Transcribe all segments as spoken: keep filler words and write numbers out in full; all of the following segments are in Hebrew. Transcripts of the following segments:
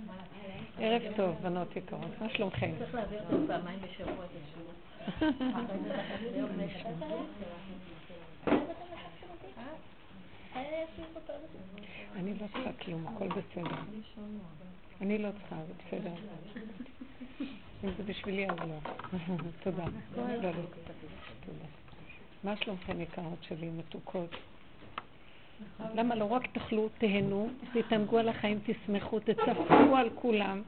ערב טוב, בנות יקרות, מה שלומכם? צריך להעביר את זה פעמיים בשבוע את השיעור. אני לא צריכה כלום, הכל בסדר. אני לא צריכה, זה בסדר. אם זה בשבילי אז לא. תודה. תודה. מה שלומכם יקרות שלי, מתוקות? למה לא רק תאכלו, תהנו, תתענגו על החיים, תשמחו, תצפו על כולם.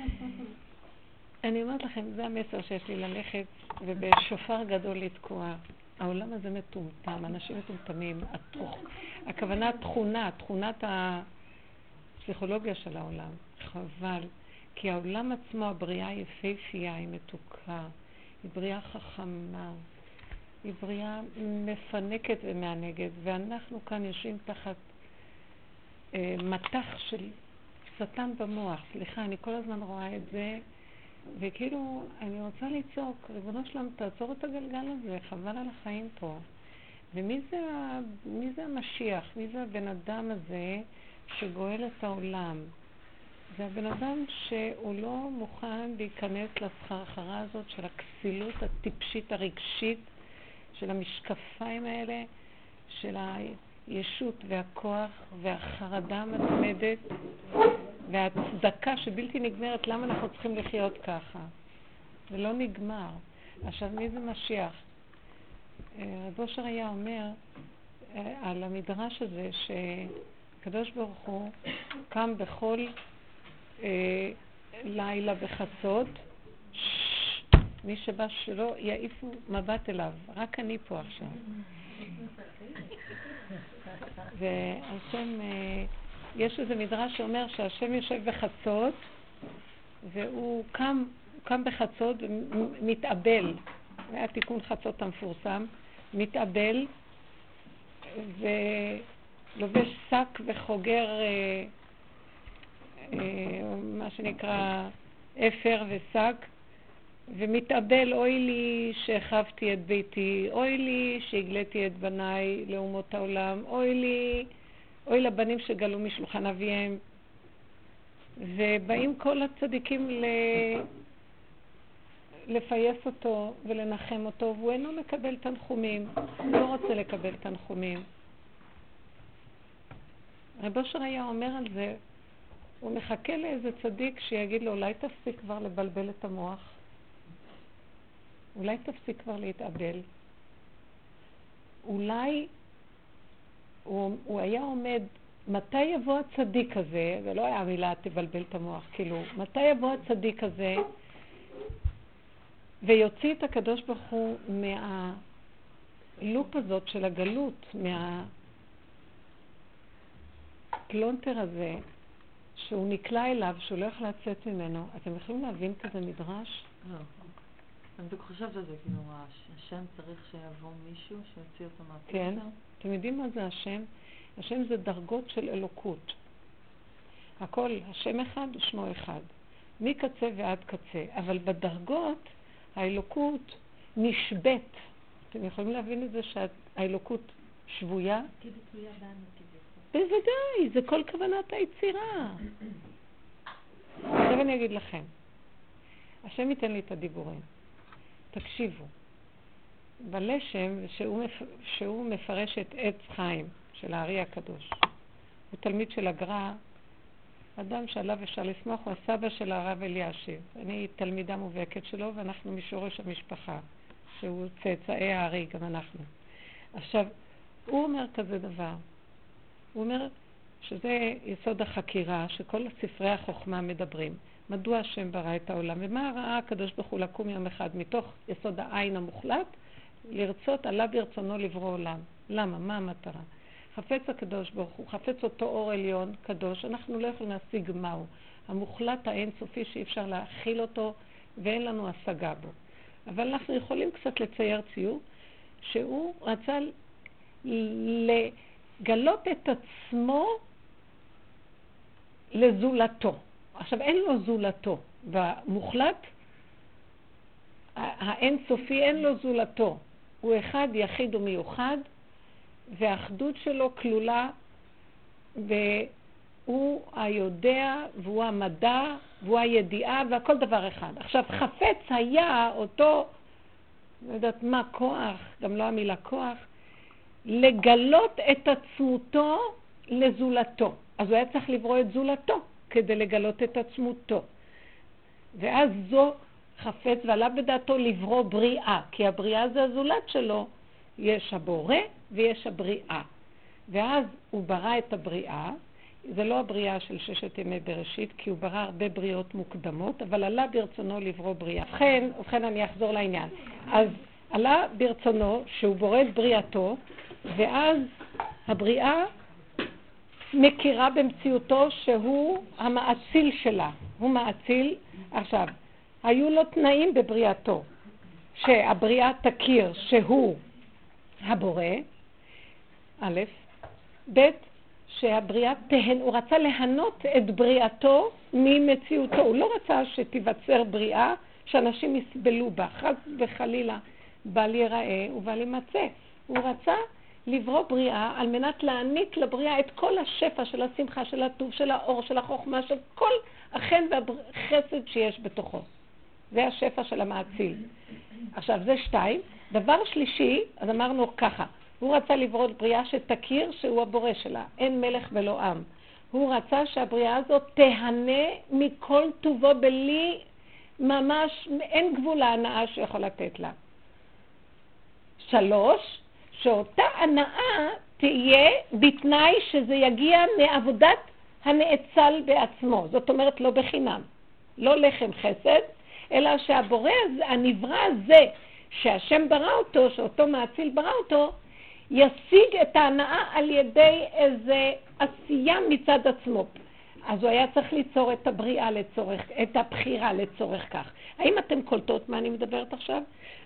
אני אומרת לכם, זה המסר שיש לי ללכת ובשופר גדול לתקוע. העולם הזה מטומטם, אנשים מטומטמים, התוך, הכוונה תכונה, תכונת הפסיכולוגיה של העולם. חבל, כי העולם עצמו, הבריאה היפהפייה, היא מתוקה, היא בריאה חכמה, היא בריאה מפנקת ומענגת, ואנחנו כאן יושבים תחת אה, מתח של שטן במוח. סליחה, אני כל הזמן רואה את זה, וכאילו אני רוצה לצעוק, ריבונו שלם, תעצור את הגלגל הזה, חבל על החיים פה. ומי זה, מי זה המשיח? מי זה הבן אדם הזה שגואל את העולם? זה הבן אדם שהוא לא מוכן להיכנס לסחרחרה הזאת של הכסילות הטיפשית הרגשית, של המשקפיים האלה, של הישות והכוח והחרדה המתמדת והצדקה שבלתי נגמרת. למה אנחנו צריכים לחיות ככה? זה לא נגמר. עכשיו, מי זה משיח? רב אושר היה אומר על המדרש הזה שקדוש ברוך הוא קם בכל אה, לילה בחצות, מי שבא שלא יעיפו מבט אליו, רק אני פה עכשיו. והשם, יש איזה מדרש שאומר שהשם יושב בחצות והוא קם, קם בחצות ומתאבל, זה היה תיקון חצות המפורסם, מתאבל ולובש שק וחוגר אה, אה, מה שנקרא אפר ושק, ומתאבל, אוי לי שהחבתי את ביתי, אוי לי שהגליתי את בניי לאומות העולם, אוי לי, אוי לבנים שגלו משולחן אביהם. ובאים כל הצדיקים ל... לפייס אותו ולנחם אותו, והוא אינו מקבל תנחומים, הוא לא רוצה לקבל תנחומים. רב אושר היה אומר על זה, הוא מחכה לאיזה צדיק שיגיד לו, אולי תפסיק כבר לבלבל את המוח, אולי תפסיק כבר להתאבל. אולי הוא, הוא היה עומד, מתי יבוא הצדיק הזה, זה לא היה מילה תבלבל את המוח, כאילו, מתי יבוא הצדיק הזה ויוציא את הקדוש ברוך הוא מהלופ הזאת של הגלות, מהפלונטר הזה שהוא נקלע אליו, שהוא לא יכול לצאת ממנו. אתם יכולים להבין כזה מדרש? לא. אני בדיוק חושבת על זה, כאילו, השם צריך שיבוא מישהו שיוציא אותו מהפלונטר? כן. אתם יודעים מה זה השם? השם זה דרגות של אלוקות. הכל, השם אחד ושמו אחד. מקצה ועד קצה. אבל בדרגות, האלוקות נשבט. אתם יכולים להבין את זה שהאלוקות שבויה? כאילו תלויה בנו כזה. בוודאי, זה כל כוונת היצירה. עכשיו אני אגיד לכם. השם ייתן לי את הדיבורים. תקשיבו. בלשם, שהוא, שהוא מפרש את עץ חיים של הארי הקדוש. הוא תלמיד של הגר"א, אדם שעליו אפשר לשמוח, הוא הסבא של הרב אלישיב. אני תלמידה מובהקת שלו, ואנחנו משורש המשפחה, שהוא צאצאי הארי, גם אנחנו. עכשיו, הוא אומר כזה דבר. הוא אומר שזה יסוד החקירה, שכל ספרי החוכמה מדברים. מדוע השם ברא את העולם? ומה ראה הקדוש ברוך הוא לקום יום אחד מתוך יסוד העין המוחלט? לרצות עליו ברצונו לברוא עולם. למה? מה המטרה? חפץ הקדוש ברוך הוא, חפץ אותו אור עליון קדוש, אנחנו לא יכולים להשיג מהו. המוחלט האינסופי שאי אפשר להכיל אותו ואין לנו השגה בו. אבל אנחנו יכולים קצת לצייר ציור שהוא רצה לגלות את עצמו לזולתו. עכשיו אין לו זולתו. במוחלט האינסופי אין לו זולתו. הוא אחד יחיד ומיוחד, והאחדות שלו כלולה, והוא הוא היודע והוא המדע והוא הידיעה והכל דבר אחד. עכשיו חפץ היה אותו, לא יודעת מה, כוח, גם לא המילה כוח, לגלות את עצמותו לזולתו. אז הוא היה צריך לברוא את זולתו כדי לגלות את עצמותו. ואז זו חפץ ועלה בדעתו לברוא בריאה, כי הבריאה זה הזולת שלו. יש הבורא ויש הבריאה. ואז הוא ברא את הבריאה. זה לא הבריאה של ששת ימי בראשית, כי הוא ברא הרבה בריאות מוקדמות, אבל עלה ברצונו לברוא בריאה. ובכן, ובכן אני אחזור לעניין. אז עלה ברצונו שהוא בורא את בריאתו, ואז הבריאה מכירה במציאותו שהוא המאציל שלה. הוא מאציל. עכשיו, היו לו תנאים בבריאתו, שהבריאה תכיר שהוא הבורא, א', ב', שהבריאה תהן, הוא רצה להנות את בריאתו ממציאותו. הוא לא רצה שתיווצר בריאה שאנשים יסבלו בה, חס וחלילה, בל ייראה ובל יימצא. הוא רצה לברוא בריאה על מנת להעניק לבריאה את כל השפע של השמחה, של הטוב, של האור, של החוכמה, של כל החן והחסד שיש בתוכו. זה השפע של המאציל. עכשיו זה שתיים. דבר שלישי, אז אמרנו ככה, הוא רצה לברוא בריאה שתכיר שהוא הבורא שלה, אין מלך ולא עם. הוא רצה שהבריאה הזאת תהנה מכל טובו בלי ממש, אין גבול להנאה שיכול לתת לה. שלוש, שאותה הנאה תהיה בתנאי שזה יגיע מעבודת הנאצל בעצמו. זאת אומרת לא בחינם, לא לחם חסד, אלא שהבורא הזה, הנברא הזה, שהשם ברא אותו, שאותו מאציל ברא אותו, ישיג את ההנאה על ידי איזה עשייה מצד עצמו. אז הוא היה צריך ליצור את הבריאה לצורך, את הבחירה לצורך כך. האם אתם קולטות מה אני מדברת עכשיו?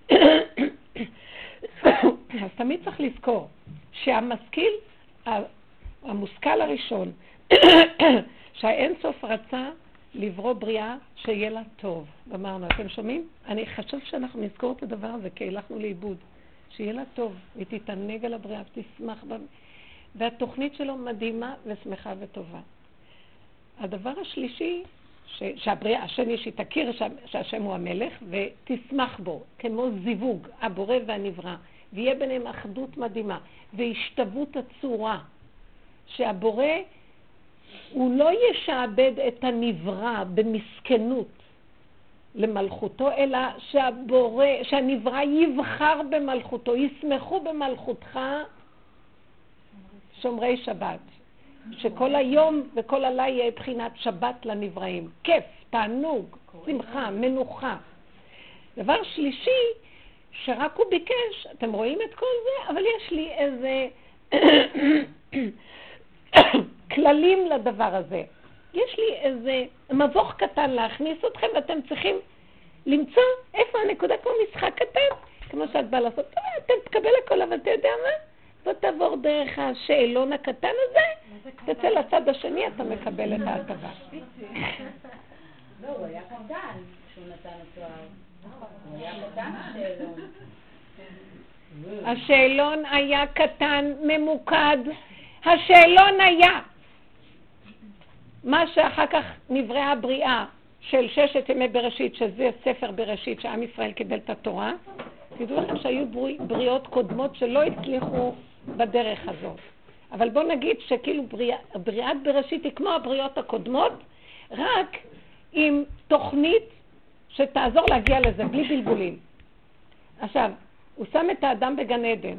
אז תמיד צריך לזכור שהמשכיל, המושכל הראשון, שהאין סוף רצה לברוא בריאה שיהיה לה טוב. אמרנו, אתם שומעים? אני חושב שאנחנו נזכור את הדבר הזה, כי הלכנו לאיבוד. שיהיה לה טוב, ותתענג על הבריאה, ותשמח בה. והתוכנית שלו מדהימה ושמחה וטובה. הדבר השלישי, ש... שהבריאה, השני שתכיר שהשם הוא המלך, ותשמח בו, כמו זיווג, הבורא והנברא, ויהיה ביניהם אחדות מדהימה, והשתוות הצורה, שהבורא הוא לא ישעבד את הנברא במסכנות למלכותו, אלא שהבורא, שהנברא יבחר במלכותו, ישמחו במלכותך שומרי שבת. שכל היום וכל הלילה יהיה בחינת שבת לנבראים. כיף, תענוג, שמחה, מנוחה. דבר שלישי, שרק הוא ביקש, אתם רואים את כל זה, אבל יש לי איזה כללים לדבר הזה. יש לי איזה מבוך קטן להכניס אתכם, ואתם צריכים למצוא איפה הנקודה, כמו משחק קטן, כמו שאת באה לעשות. אתה תקבל הכל, אבל אתה יודע מה? בוא תעבור דרך השאלון הקטן הזה, תצא לצד השני, אתה מקבל את ההטבה. לא, הוא היה קטן כשהוא נתן אותו. הוא היה קטן השאלון. השאלון היה קטן, ממוקד. השאלון היה מה שאחר כך נבראה הבריאה של ששת ימי בראשית, שזה ספר בראשית שעם ישראל קיבל את התורה. תדעו לכם שהיו בריאות קודמות שלא הצליחו בדרך הזאת. אבל בוא נגיד שכאילו בריאה, בריאת בראשית היא כמו הבריאות הקודמות, רק עם תוכנית שתעזור להגיע לזה, בלי בלבולים. עכשיו, הוא שם את האדם בגן עדן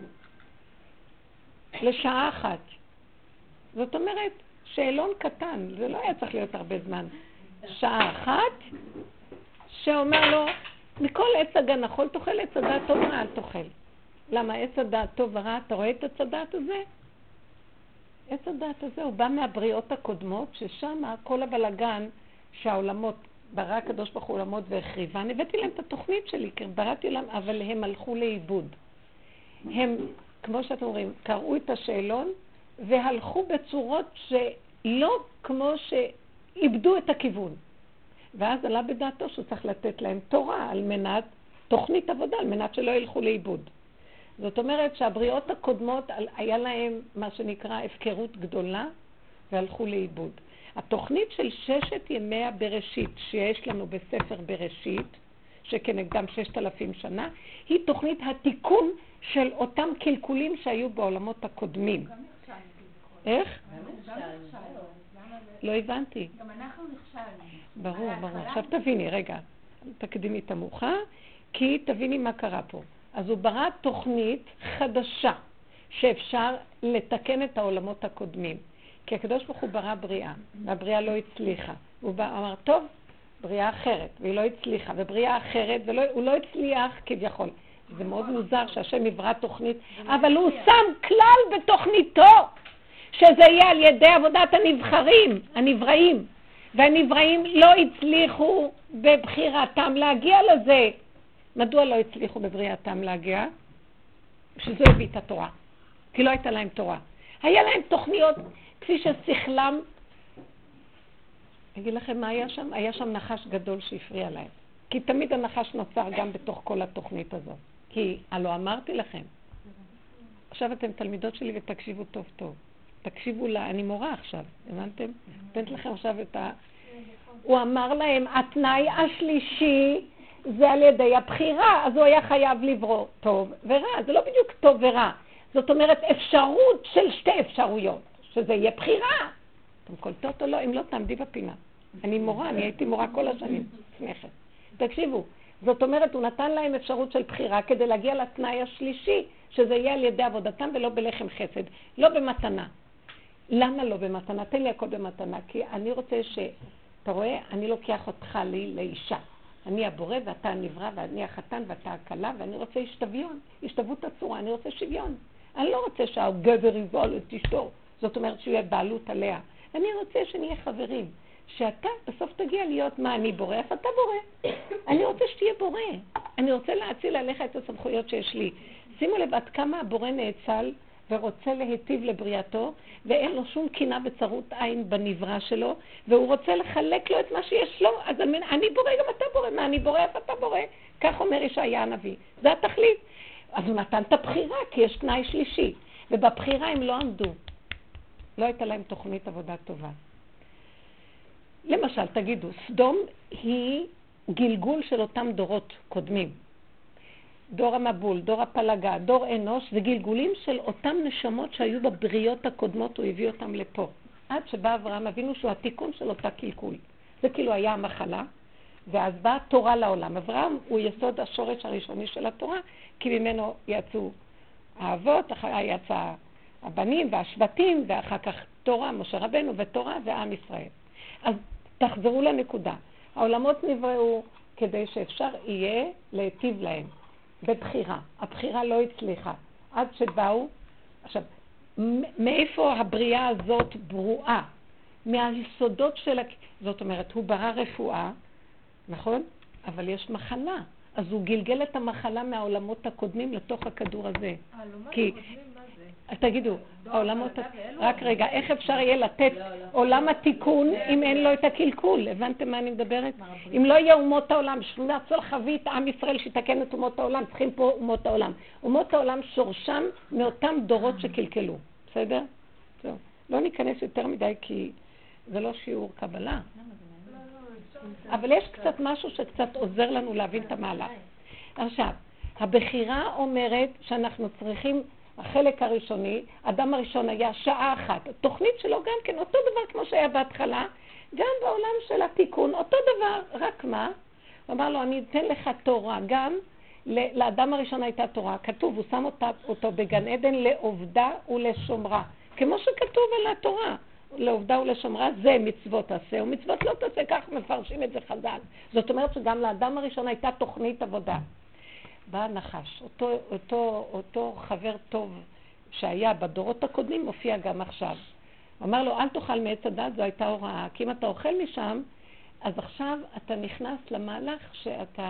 לשעה אחת. זאת אומרת, שאלון קטן, זה לא היה צריך להיות הרבה זמן. שעה אחת, שאומר לו, מכל עץ הגן החול תאכל, עץ הדעת טוב ורע אל תאכל. למה עץ הדעת טוב ורע? אתה רואה את עץ הדעת הזה? עץ הדעת הזה הוא בא מהבריאות הקודמות, ששם כל הבלגן שהעולמות, ברא הקדוש ברוך הוא עולמות והחריבן, הבאתי להם את התוכנית שלי, כי בראתי עולם, אבל הם הלכו לאיבוד. הם, כמו שאתם אומרים, קראו את השאלון, והלכו בצורות שלא כמו שאיבדו את הכיוון. ואז עלה בדעתו שהוא צריך לתת להם תורה על מנת, תוכנית עבודה על מנת שלא ילכו לאיבוד. זאת אומרת שהבריאות הקודמות היה להם מה שנקרא הפקרות גדולה והלכו לאיבוד. התוכנית של ששת ימי הבראשית שיש לנו בספר בראשית, שכנגדם ששת אלפים שנה, היא תוכנית התיקון של אותם קלקולים שהיו בעולמות הקודמים. איך? לא הבנתי. גם אנחנו נכשלנו. ברור, ברור. עכשיו תביני, רגע, תקדימי את המאוחר, כי תביני מה קרה פה. אז הוא ברא תוכנית חדשה שאפשר לתקן את העולמות הקודמים. כי הקדוש ברוך הוא ברא בריאה, והבריאה לא הצליחה. הוא בא, אמר, טוב, בריאה אחרת, והיא לא הצליחה, ובריאה אחרת, והוא לא הצליח כביכול. זה מאוד מוזר שהשם יברא תוכנית, אבל הוא שם כלל בתוכניתו, שזה יהיה על ידי עבודת הנבחרים, הנבראים. והנבראים לא הצליחו בבחירתם להגיע לזה. מדוע לא הצליחו בבריאתם להגיע? שזו הביא את התורה. כי לא הייתה להם תורה. היה להם תוכניות כפי ששכלם. אגיד לכם מה היה שם? היה שם נחש גדול שהפריע להם. כי תמיד הנחש נוצר גם בתוך כל התוכנית הזאת. כי הלא אמרתי לכם. עכשיו אתם תלמידות שלי ותקשיבו טוב טוב. תקשיבו לה, אני מורה עכשיו, הבנתם? נותנת לכם עכשיו את ה... הוא אמר להם, התנאי השלישי זה על ידי הבחירה, אז הוא היה חייב לברוא טוב ורע. זה לא בדיוק טוב ורע. זאת אומרת, אפשרות של שתי אפשרויות, שזה יהיה בחירה. אתם קולטות או לא? אם לא, תעמדי בפינה. אני מורה, אני הייתי מורה כל השנים. שמחת. תקשיבו, זאת אומרת, הוא נתן להם אפשרות של בחירה כדי להגיע לתנאי השלישי, שזה יהיה על ידי עבודתם ולא בלחם חסד, לא במתנה. למה לא במתנה? תן לי הכל במתנה, כי אני רוצה ש... אתה רואה, אני לוקח אותך לי לאישה. אני הבורא ואתה הנברא ואני החתן ואתה הכלה, ואני רוצה השתוויון, השתוות הצורה, אני רוצה שוויון. אני לא רוצה שהגבר יבעל את אשתו, זאת אומרת שהוא יהיה בעלות עליה. אני רוצה שנהיה חברים, שאתה בסוף תגיע להיות מה אני בורא, אף אתה בורא. אני רוצה שתהיה בורא. אני רוצה להציל עליך את הסמכויות שיש לי. שימו לב עד כמה הבורא נאצל ורוצה להיטיב לבריאתו, ואין לו שום קינה וצרות עין בנברא שלו, והוא רוצה לחלק לו את מה שיש לו. אז אני, אני בורא, גם אתה בורא. מה אני בורא, אף אתה בורא. כך אומר ישעיה הנביא. זה התכלית. אז הוא נתן את הבחירה, כי יש תנאי שלישי. ובבחירה הם לא עמדו. לא הייתה להם תוכנית עבודה טובה. למשל, תגידו, סדום היא גלגול של אותם דורות קודמים. דור המבול, דור הפלגה, דור אנוש, זה גלגולים של אותם נשמות שהיו בבריות הקודמות, הוא הביא אותם לפה. עד שבא אברהם אבינו שהוא התיקון של אותה קלקול. זה כאילו היה המחלה, ואז באה תורה לעולם. אברהם הוא יסוד השורש הראשוני של התורה, כי ממנו יצאו האבות, אחר יצא הבנים והשבטים, ואחר כך תורה, משה רבנו ותורה ועם ישראל. אז תחזרו לנקודה. העולמות נבראו כדי שאפשר יהיה להיטיב להם. בבחירה. הבחירה לא הצליחה. עד שבאו, עכשיו, מאיפה הבריאה הזאת ברואה? מהיסודות של, זאת אומרת, הוא ברא רפואה, נכון? אבל יש מחלה. אז הוא גלגל את המחלה מהעולמות הקודמים לתוך הכדור הזה. כי, תגידו, העולמות, רק רגע, איך אפשר יהיה לתת עולם התיקון אם אין לו את הקלקול? הבנתם מה אני מדברת? אם לא יהיה אומות העולם, שנעצור חבית עם ישראל שיתקן את אומות העולם, צריכים פה אומות העולם. אומות העולם שורשם מאותם דורות שקלקלו. בסדר? טוב. לא ניכנס יותר מדי כי זה לא שיעור קבלה. אבל יש קצת משהו שקצת עוזר לנו להבין את המהלך. עכשיו, הבחירה אומרת שאנחנו צריכים, החלק הראשוני, אדם הראשון היה שעה אחת. התוכנית שלו גם כן אותו דבר כמו שהיה בהתחלה, גם בעולם של התיקון, אותו דבר, רק מה? הוא אמר לו, אני אתן לך תורה, גם לאדם הראשון הייתה תורה, כתוב, הוא שם אותה, אותו בגן עדן לעובדה ולשומרה, כמו שכתוב על התורה. לעובדה ולשומרה זה מצוות תעשה ומצוות לא תעשה, כך מפרשים את זה חז"ל. זאת אומרת שגם לאדם הראשון הייתה תוכנית עבודה. בא נחש, אותו, אותו, אותו חבר טוב שהיה בדורות הקודמים מופיע גם עכשיו. הוא אמר לו, אל תאכל מעץ הדת, זו הייתה הוראה, כי אם אתה אוכל משם, אז עכשיו אתה נכנס למהלך שאתה,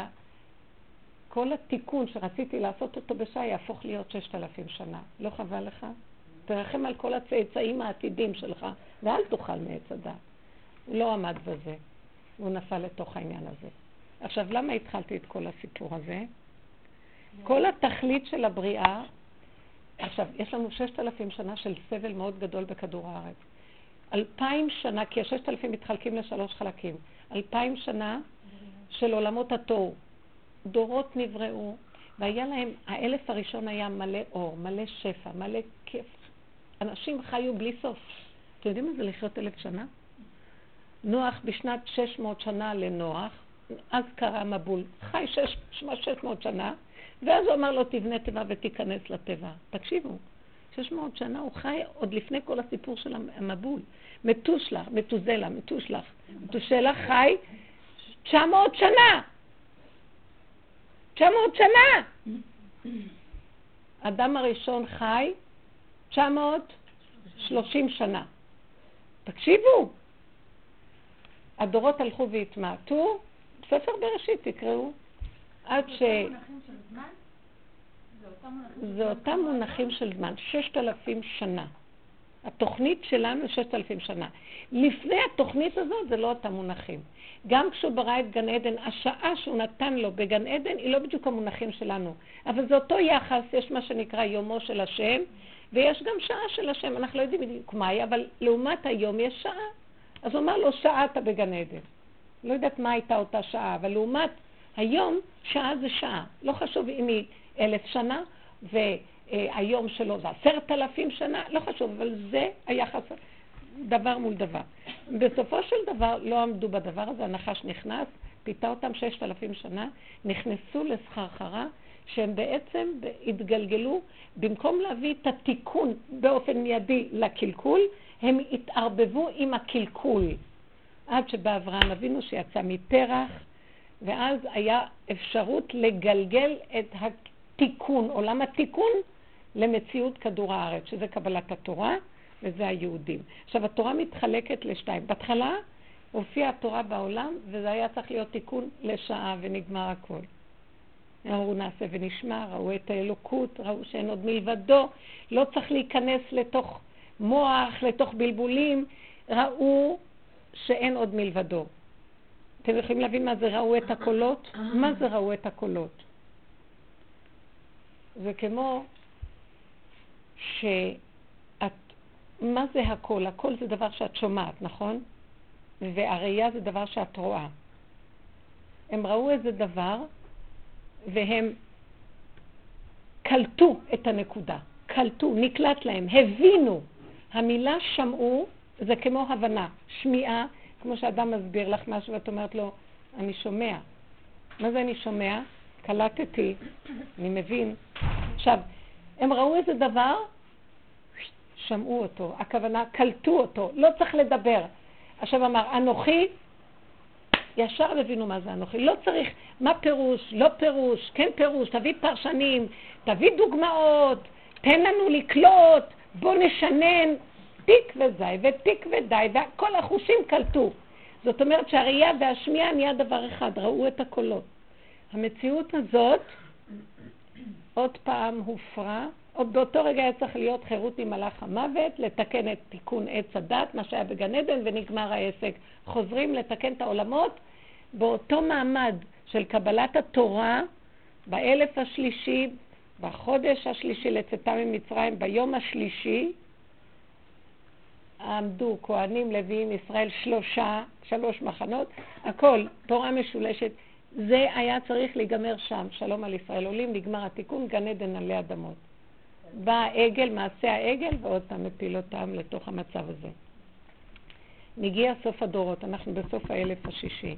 כל התיקון שרציתי לעשות אותו בשעה יהפוך להיות ששת אלפים שנה. לא חבל לך? תרחם על כל הצאצאים העתידים שלך, ואל תאכל מעץ הדת. הוא לא עמד בזה, הוא נפל לתוך העניין הזה. עכשיו, למה התחלתי את כל הסיפור הזה? כל התכלית של הבריאה, עכשיו, יש לנו ששת אלפים שנה של סבל מאוד גדול בכדור הארץ. אלפיים שנה, כי הששת אלפים מתחלקים לשלוש חלקים. אלפיים שנה של עולמות התוהו. דורות נבראו, והיה להם, האלף הראשון היה מלא אור, מלא שפע, מלא כיף. אנשים חיו בלי סוף. אתם יודעים מה זה לחיות אלף שנה? נוח בשנת שש מאות שנה לנוח, אז קרה מבול, חי שש מאות שנה, ואז הוא אמר לו תבנה טבע ותיכנס לטבע. תקשיבו, שש מאות שנה הוא חי עוד לפני כל הסיפור של המבול. מתושלח, מתוזלה, מתושלח. מתושלח חי תשע מאות שנה. תשע מאות שנה. אדם הראשון חי תשע מאות שלושים שנה. תקשיבו. הדורות הלכו והתמעטו, ספר בראשית תקראו, עד ש... זה אותם מונחים של זמן, ששת אלפים שנה. התוכנית שלנו ששת אלפים שנה. לפני התוכנית הזאת זה לא אותם מונחים. גם כשהוא ברא את גן עדן, השעה שהוא נתן לו בגן עדן היא לא בדיוק המונחים שלנו. אבל זה אותו יחס, יש מה שנקרא יומו של השם, ויש גם שעה של השם. אנחנו לא יודעים בדיוק מהי, אבל לעומת היום יש שעה. אז הוא אמר לו, שעה אתה בגן עדן. לא יודעת מה הייתה אותה שעה, אבל לעומת היום, שעה זה שעה. לא חשוב אם היא אלף שנה, והיום שלו זה עשרת אלפים שנה, לא חשוב, אבל זה היחס, דבר מול דבר. בסופו של דבר לא עמדו בדבר הזה, הנחש נכנס, פיתה אותם ששת אלפים שנה, נכנסו לסחרחרה, שהם בעצם התגלגלו, במקום להביא את התיקון באופן מיידי לקלקול, הם התערבבו עם הקלקול. עד שבא אברהם אבינו שיצא מפרח, ואז היה אפשרות לגלגל את התיקון, עולם התיקון, למציאות כדור הארץ, שזה קבלת התורה, וזה היהודים. עכשיו, התורה מתחלקת לשתיים. בהתחלה הופיעה התורה בעולם, וזה היה צריך להיות תיקון לשעה, ונגמר הכל. ראו נעשה ונשמע, ראו את האלוקות, ראו שאין עוד מלבדו, לא צריך להיכנס לתוך מוח, לתוך בלבולים, ראו שאין עוד מלבדו. אתם יכולים להבין מה זה ראו את הקולות? מה זה ראו את הקולות? זה כמו שאת, מה זה הקול? הקול זה דבר שאת שומעת, נכון? והראייה זה דבר שאת רואה. הם ראו איזה דבר, והם קלטו את הנקודה. קלטו, נקלט להם, הבינו. המילה שמעו זה כמו הבנה, שמיעה, כמו שאדם מסביר לך משהו ואת אומרת לו, אני שומע. מה זה אני שומע? קלטתי, אני מבין. עכשיו, הם ראו איזה דבר, שמעו אותו, הכוונה, קלטו אותו, לא צריך לדבר. עכשיו אמר, אנוכי, ישר הבינו מה זה אנוכי, לא צריך, מה פירוש, לא פירוש, כן פירוש, תביא פרשנים, תביא דוגמאות, תן לנו לקלוט, בוא נשנן, תיק וזי ותיק ודי, וכל החושים קלטו. זאת אומרת שהראייה והשמיעה נהיה דבר אחד, ראו את הקולות. המציאות הזאת עוד פעם הופרה, עוד באותו רגע היה צריך להיות חירות עם מלאך המוות, לתקן את תיקון עץ הדת, מה שהיה בגן עדן, ונגמר העסק. חוזרים לתקן את העולמות באותו מעמד של קבלת התורה, באלף השלישי, בחודש השלישי לצאתם ממצרים, ביום השלישי, עמדו כהנים, לוויים, ישראל, שלושה, שלוש מחנות, הכל, תורה משולשת. זה היה צריך להיגמר שם, שלום על ישראל עולים, נגמר התיקון, גן עדן עלי אדמות. בא העגל, מעשה העגל, ועוד פעם מפיל אותם לתוך המצב הזה. נגיע סוף הדורות, אנחנו בסוף האלף השישי.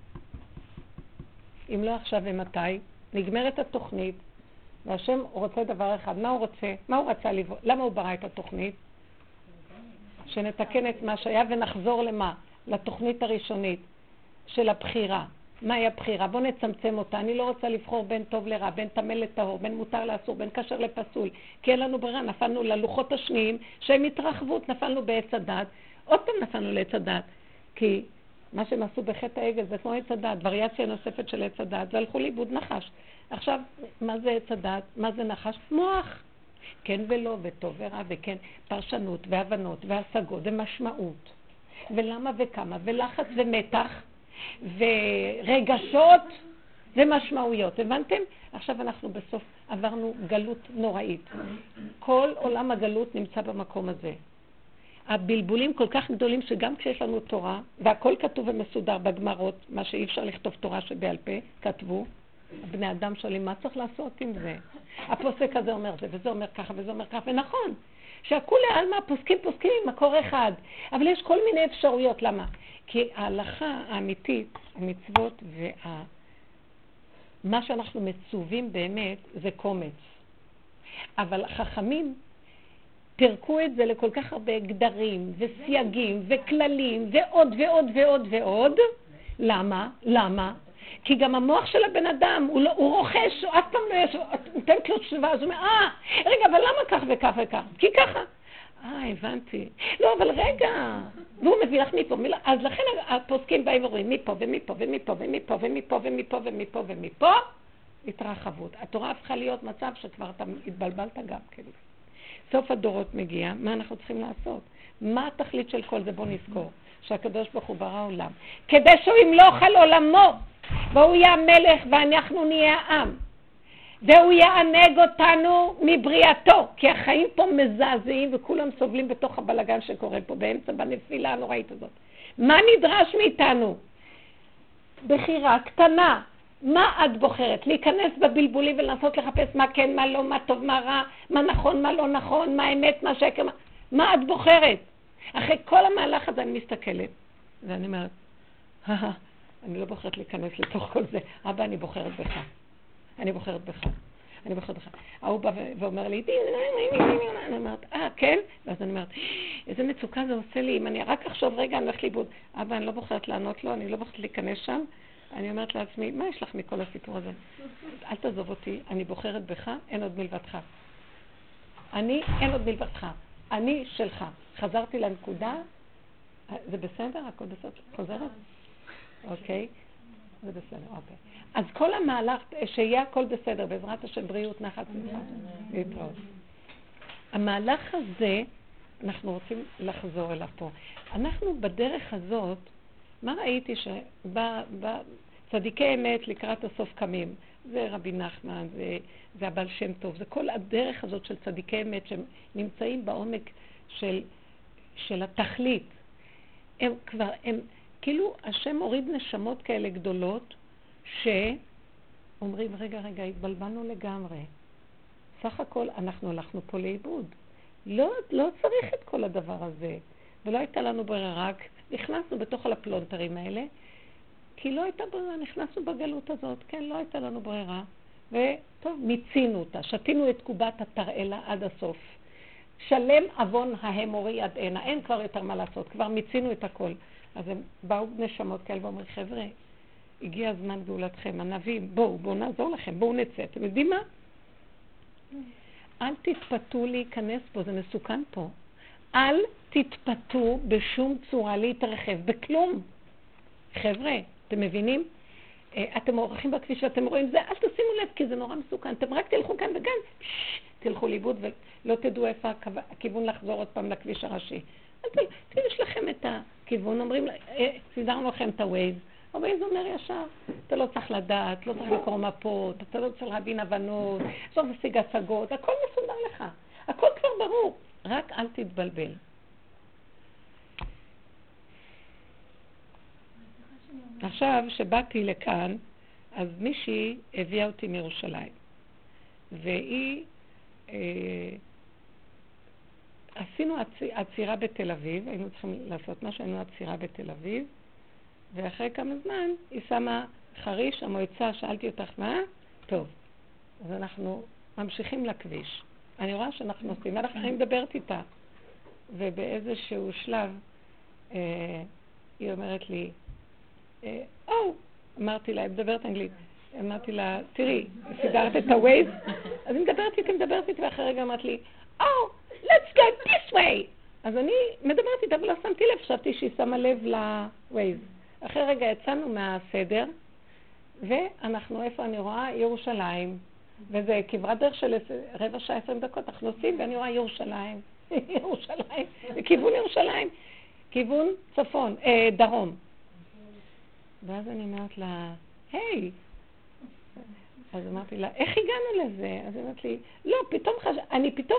אם לא עכשיו ומתי, נגמרת התוכנית, והשם רוצה דבר אחד, מה הוא רוצה? מה הוא רצה לבוא? למה הוא ברא את התוכנית? שנתקן את מה שהיה ונחזור למה? לתוכנית הראשונית של הבחירה. מהי הבחירה? בוא נצמצם אותה. אני לא רוצה לבחור בין טוב לרע, בין תמל לטהור, בין מותר לאסור, בין קשר לפסול. כי אין לנו ברירה, נפלנו ללוחות השניים שהם התרחבות, נפלנו בעץ הדת. עוד פעם נפלנו לעץ הדת. כי מה שהם עשו בחטא העגל זה כמו עץ הדת, וריאציה נוספת של עץ הדת, והלכו לאיבוד נחש. עכשיו, מה זה עץ הדת? מה זה נחש? מוח. כן ולא, וטוב ורע, וכן פרשנות והבנות והשגות ומשמעות. ולמה וכמה, ולחץ ומתח. ורגשות ומשמעויות. הבנתם? עכשיו אנחנו בסוף עברנו גלות נוראית. כל עולם הגלות נמצא במקום הזה. הבלבולים כל כך גדולים שגם כשיש לנו תורה, והכל כתוב ומסודר בגמרות, מה שאי אפשר לכתוב תורה שבעל פה, כתבו, בני אדם שואלים, מה צריך לעשות עם זה? הפוסק הזה אומר זה, וזה אומר ככה, וזה אומר ככה, ונכון, שהכולי עלמא פוסקים פוסקים עם מקור אחד, אבל יש כל מיני אפשרויות, למה? כי ההלכה האמיתית, המצוות וה... מה שאנחנו מצווים באמת זה קומץ. אבל חכמים פרקו את זה לכל כך הרבה גדרים וסייגים וכללים ועוד ועוד ועוד ועוד. למה? למה? כי גם המוח של הבן אדם, הוא, לא, הוא רוכש, הוא אף פעם לא יש, נותנת לו תשובה, אז הוא אומר, אה, רגע, אבל למה כך וכך וכך? כי ככה. אה, הבנתי. לא, אבל רגע. והוא מביא לך מפה. מילה. אז לכן הפוסקים באים ורואים מפה ומפה ומפה ומפה ומפה ומפה ומפה ומפה התרחבות. התורה הפכה להיות מצב שכבר אתה התבלבלת גם כן. סוף הדורות מגיע, מה אנחנו צריכים לעשות? מה התכלית של כל זה? בוא נזכור. שהקדוש ברוך הוא ברא עולם. כדי שהוא ימלוך על עולמו, והוא יהיה המלך ואנחנו נהיה העם. והוא יענג אותנו מבריאתו, כי החיים פה מזעזעים וכולם סובלים בתוך הבלגן שקורה פה, באמצע בנפילה הנוראית הזאת. מה נדרש מאיתנו? בחירה קטנה. מה את בוחרת? להיכנס בבלבולים ולנסות לחפש מה כן, מה לא, מה טוב, מה רע, מה נכון, מה לא נכון, מה אמת, מה שקר, מה, מה את בוחרת? אחרי כל המהלך הזה אני מסתכלת, ואני אומרת, אני לא בוחרת להיכנס לתוך כל זה, אבא, אני בוחרת בך. אני בוחרת בך. אני בוחרת בך. ההוא בא ואומר לי, אני אומרת, אה, כן? ואז אני אומרת, איזה מצוקה זה עושה לי, אם אני רק אחשוב רגע, אני הולכת לאיבוד. אבא, אני לא בוחרת לענות לו, אני לא בוחרת להיכנס שם. אני אומרת לעצמי, מה יש לך מכל הסיפור הזה? אל תעזוב אותי, אני בוחרת בך, אין עוד מלבדך. אני, אין עוד מלבדך. אני שלך. חזרתי לנקודה, זה בסדר? הכל בסדר? חוזרת? אוקיי. זה בסדר, אוקיי. אז כל המהלך, שיהיה הכל בסדר, בעזרת השם בריאות, נחת, שמחה, להתראות. המהלך הזה, אנחנו רוצים לחזור אליו פה. אנחנו בדרך הזאת, מה ראיתי שבצדיקי אמת לקראת הסוף קמים? זה רבי נחמן, זה, זה הבעל שם טוב, זה כל הדרך הזאת של צדיקי אמת שהם נמצאים בעומק של, של התכלית. הם כבר, הם, כאילו השם הוריד נשמות כאלה גדולות, שאומרים, רגע, רגע, התבלבלנו לגמרי. סך הכל אנחנו הלכנו פה לאיבוד. לא, לא צריך את כל הדבר הזה. ולא הייתה לנו ברירה, רק נכנסנו בתוך הפלונטרים האלה, כי לא הייתה ברירה, נכנסנו בגלות הזאת, כן, לא הייתה לנו ברירה. וטוב, מיצינו אותה, שתינו את קובת התרעלה עד הסוף. שלם אבון ההמורי עד הנה, אין כבר יותר מה לעשות, כבר מיצינו את הכל. אז הם באו נשמות כאלה ואומרים, חבר'ה, הגיע הזמן גאולתכם, הנביאים, בואו, בואו נעזור לכם, בואו נצא. אתם יודעים מה? אל תתפתו להיכנס פה, זה מסוכן פה. אל תתפתו בשום צורה להתרחב, בכלום. חבר'ה, אתם מבינים? אתם עורכים בכביש ואתם רואים זה, אל תשימו לב כי זה נורא מסוכן. אתם רק תלכו כאן וגם, תלכו לאיבוד ולא תדעו איפה הכיוון לחזור עוד פעם לכביש הראשי. יש לכם את הכיוון, אומרים, סידרנו לכם את הווייז. אבל זה אומר ישר, אתה לא צריך לדעת, לא צריך לקרוא מפות, אתה לא צריך להבין הבנות, צריך להשיג השגות, הכל מסודר לך, הכל כבר ברור, רק אל תתבלבל. עכשיו שבאתי לכאן, אז מישהי הביאה אותי מירושלים, והיא, אה, עשינו עצירה בתל אביב, היינו צריכים לעשות משהו, היינו עצירה בתל אביב, ואחרי כמה זמן היא שמה חריש, המועצה, שאלתי אותך מה? טוב, אז אנחנו ממשיכים לכביש. אני רואה שאנחנו עושים, אנחנו אני מדברת איתה, ובאיזשהו שלב אה, היא אומרת לי, אה, או, אמרתי לה, היא מדברת אנגלית, אמרתי לה, תראי, סידרת את הווייז? אז היא מדברת איתי, מדברת איתי, ואחרי רגע אמרת לי, או, let's go this way! אז אני מדברת איתה, אבל לא שמתי לב, חשבתי שהיא שמה לב לווייז. אחרי רגע יצאנו מהסדר, ואנחנו, איפה אני רואה? ירושלים. וזה כברת דרך של רבע שעה עשרים דקות, אנחנו נוסעים, ואני רואה ירושלים. ירושלים, כיוון ירושלים. כיוון צפון, אה, דרום. ואז אני אומרת לה, היי. אז אמרתי לה, איך הגענו לזה? אז אמרת לי, לא, פתאום חש... אני פתאום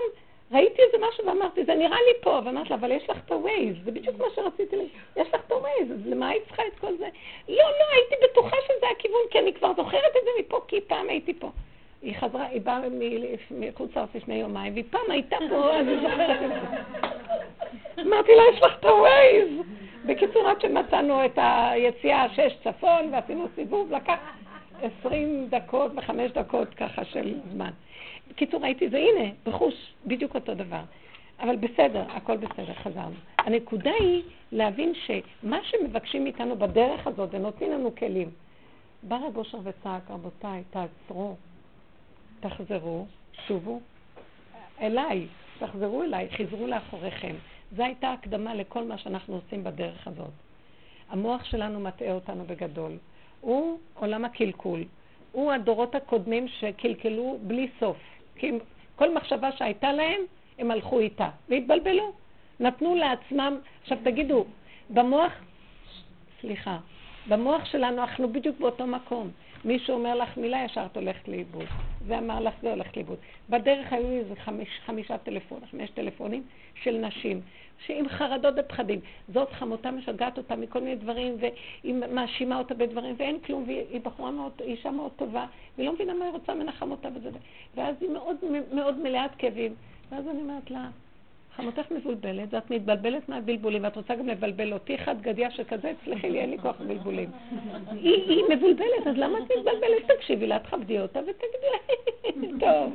ראיתי איזה משהו ואמרתי, זה נראה לי פה, ואמרתי לה, אבל יש לך את הווייז, זה בדיוק מה שרציתי לי, יש לך את הווייז, אז למה היית צריכה את כל זה? לא, לא, הייתי בטוחה שזה הכיוון, כי אני כבר זוכרת את זה מפה, כי פעם הייתי פה. היא חזרה, היא באה מחוץ לארץ לפני יומיים, והיא פעם הייתה פה, אז היא זוכרת את זה. אמרתי לה, יש לך את הווייז. בקיצור, עד שמצאנו את היציאה שש צפון, ועשינו סיבוב, לקח עשרים דקות וחמש דקות ככה של זמן. בקיצור, ראיתי זה, הנה, בחוש, בדיוק אותו דבר. אבל בסדר, הכל בסדר, חזרנו. הנקודה היא להבין שמה שמבקשים מאיתנו בדרך הזאת, ונותנים לנו כלים. בא רב אושר וצעק, רבותיי, תעצרו, תחזרו, שובו אליי, תחזרו אליי, חזרו לאחוריכם. זו הייתה הקדמה לכל מה שאנחנו עושים בדרך הזאת. המוח שלנו מטעה אותנו בגדול. הוא עולם הקלקול. הוא הדורות הקודמים שקלקלו בלי סוף. כי כל מחשבה שהייתה להם, הם הלכו איתה והתבלבלו. נתנו לעצמם, עכשיו תגידו, במוח, סליחה, במוח שלנו אנחנו בדיוק באותו מקום. מישהו אומר לך מילה, ישר את הולכת לאיבוד. זה אמר לך, זה הולכת לאיבוד. בדרך היו לי איזה חמש, חמישה טלפונים, חמש טלפונים של נשים, שעם חרדות ופחדים. זאת חמותה משגעת אותה מכל מיני דברים, והיא מאשימה אותה בדברים, ואין כלום, והיא בחורה מאוד, אישה מאוד טובה, והיא לא מבינה מה היא רוצה מנחם אותה וזה. ואז היא מאוד, מאוד מלאת כאבים. ואז אני אומרת לה, חמותך מבולבלת, ואת מתבלבלת מהבלבולים, ואת רוצה גם לבלבל אותי, חד גדיה שכזה, אצלכי לי, אין לי כוח בלבולים. היא, היא מבולבלת, אז למה את מתבלבלת? תקשיבי לה, תכבדי אותה ותגידי לה, טוב.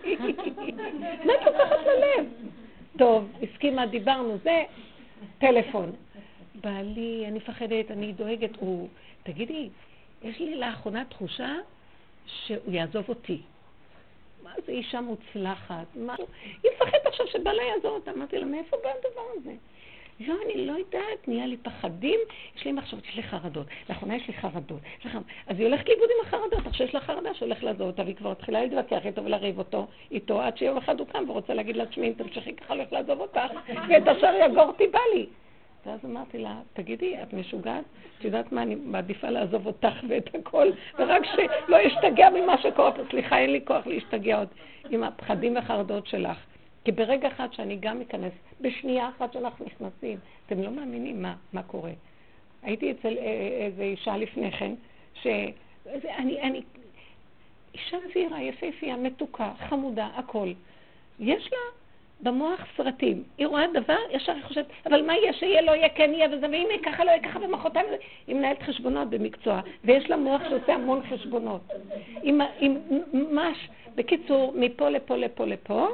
מה את לוקחת ללב? טוב, הסכימה, דיברנו, זה טלפון. בעלי, אני פחדת, אני דואגת, הוא, תגידי, יש לי לאחרונה תחושה שהוא יעזוב אותי. מה זה אישה מוצלחת? מה? היא מפחדת עכשיו שבעלה יעזור אותה. אמרתי לה, מאיפה בא הדבר הזה? לא, אני לא יודעת, נהיה לי פחדים, יש לי מחשבות, יש לי חרדות. לאחרונה יש לי חרדות. אז היא הולכת לאיבוד עם החרדות, עכשיו יש לה חרדה שהולך לעזור אותה, והיא כבר התחילה להתווכח איתו ולריב אותו איתו, עד שיום אחד הוא קם ורוצה להגיד לה, תשמעי, תמשכי ככה הולך לעזוב אותך, ואת אשר יגור אותי בא לי. ואז אמרתי לה, תגידי, את משוגעת? את יודעת מה, אני מעדיפה לעזוב אותך ואת הכל, ורק שלא ישתגע ממה שקורה פה. סליחה, אין לי כוח להשתגע עוד עם הפחדים והחרדות שלך. כי ברגע אחד שאני גם אכנס, בשנייה אחת שאנחנו נכנסים, אתם לא מאמינים מה, מה קורה. הייתי אצל איזו אישה לפני כן, שאני, אני, אישה צעירה, יפהפייה, מתוקה, חמודה, הכל. יש לה במוח סרטים. היא רואה דבר, ישר היא חושבת, אבל מה יהיה, שיהיה, לא יהיה, כן יהיה, וזה, ואם היא ככה, לא יהיה ככה, ומחרתיים, היא מנהלת חשבונות במקצוע, ויש לה מוח שעושה המון חשבונות. עם, עם ממש, בקיצור, מפה לפה לפה לפה,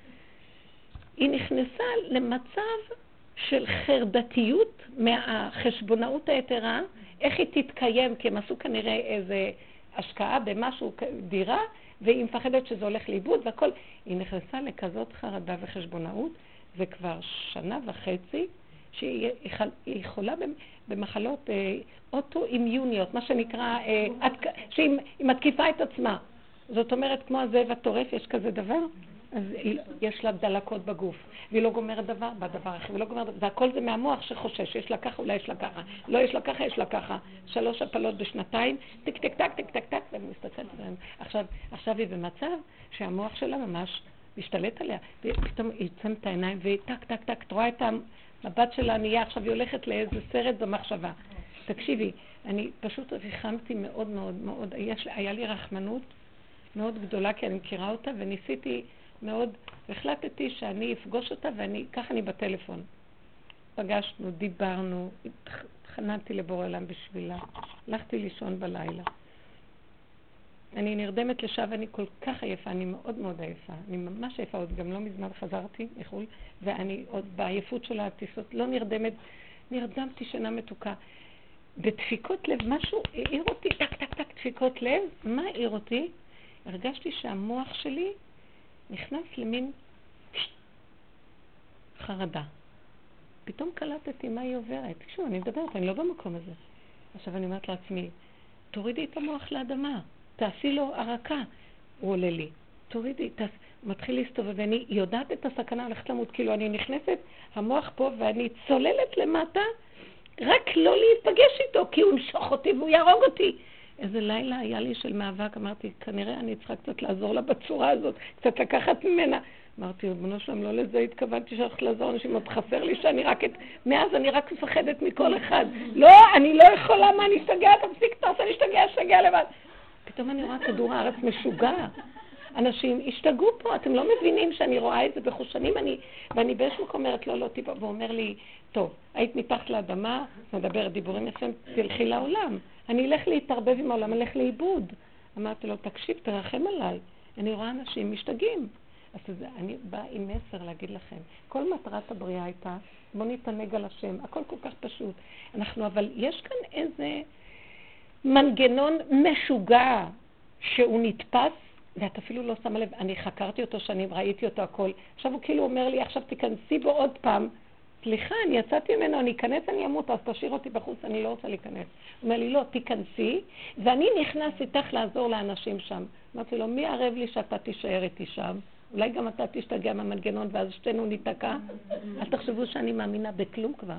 היא נכנסה למצב של חרדתיות מהחשבונאות היתרה, איך היא תתקיים, כי הם עשו כנראה איזה השקעה במשהו, דירה, והיא מפחדת שזה הולך לאיבוד והכל. היא נכנסה לכזאת חרדה וחשבונאות, וכבר שנה וחצי שהיא חולה במחלות אוטואימיוניות, מה שנקרא, שהיא מתקיפה את עצמה. זאת אומרת, כמו הזאב הטורף, יש כזה דבר, אז יש לה דלקות בגוף, והיא לא גומרת דבר בדבר אחר, ולא גומרת, והכל זה מהמוח שחושש, יש לה ככה, אולי יש לה ככה, לא יש לה ככה, יש לה ככה, שלוש הפלות בשנתיים, טק טק טק טק טק טק, ואני מסתכלת עליהם. עכשיו, עכשיו היא במצב שהמוח שלה ממש משתלט עליה, ופתאום היא צמת את העיניים, והיא טק טק טק, תרואה את המבט שלה נהיה, עכשיו היא הולכת לאיזה סרט במחשבה. תקשיבי, אני פשוט ריחמתי מאוד מאוד מאוד, היה לי רחמנות מאוד גדולה, כי אני מכירה אותה, וניסיתי מאוד, והחלטתי שאני אפגוש אותה, ואני, ככה אני בטלפון. פגשנו, דיברנו, התחננתי לבורא עולם בשבילה, הלכתי לישון בלילה. אני נרדמת לשעה, ואני כל כך עייפה, אני מאוד מאוד עייפה, אני ממש עייפה, עוד גם לא מזמן חזרתי מחול, ואני עוד בעייפות של הטיסות, לא נרדמת, נרדמתי שינה מתוקה. בדפיקות לב, משהו העיר אותי, טק טק טק, דפיקות לב, מה העיר אותי? הרגשתי שהמוח שלי נכנס למין חרדה. פתאום קלטתי מה היא עוברת. שוב, אני מדברת, אני לא במקום הזה. עכשיו אני אומרת לעצמי, תורידי את המוח לאדמה, תעשי לו הרקה. הוא עולה לי. תורידי, תעש... מתחיל להסתובב, ואני יודעת את הסכנה, הולכת למות, כאילו אני נכנסת, המוח פה, ואני צוללת למטה, רק לא להיפגש איתו, כי הוא ימשוך אותי והוא יהרוג אותי. איזה לילה היה לי של מאבק, אמרתי, כנראה אני צריכה קצת לעזור לה בצורה הזאת, קצת לקחת ממנה. אמרתי, בנו שלם, לא לזה התכוונתי שהלכת לעזור אנשים, עוד חסר לי שאני רק את... מאז אני רק מפחדת מכל אחד. לא, אני לא יכולה, מה, אני אשתגע, תפסיק, תעשה, אני אשתגע, אשתגע לבד. פתאום אני רואה כדור הארץ משוגע. אנשים השתגעו פה, אתם לא מבינים שאני רואה את זה בחושנים, אני, ואני באיזשהו מקום אומרת, לא, לא, טיפה, ואומר לי, טוב, היית מתחת לאדמה, מדבר דיבורים יפים, תלכי לעולם. אני אלך להתערבב עם העולם, אני אלך לאיבוד. אמרתי לו, תקשיב, תרחם עליי. אני רואה אנשים משתגעים. אז זה, אני באה עם מסר להגיד לכם, כל מטרת הבריאה הייתה, בוא נתענג על השם, הכל כל כך פשוט. אנחנו, אבל יש כאן איזה מנגנון משוגע שהוא נתפס, ואת אפילו לא שמה לב, אני חקרתי אותו שנים, ראיתי אותו הכל. עכשיו הוא כאילו אומר לי, עכשיו תיכנסי בו עוד פעם. סליחה, אני יצאתי ממנו, אני אכנס, אני אמות, אז תשאיר אותי בחוץ, אני לא רוצה להיכנס. הוא אומר לי, לא, תיכנסי, ואני נכנס איתך לעזור לאנשים שם. אמרתי לו, מי ערב לי שאתה תישאר איתי שם? אולי גם אתה תשתגע מהמנגנון, ואז שתינו ניתקע. אל תחשבו שאני מאמינה בכלום כבר.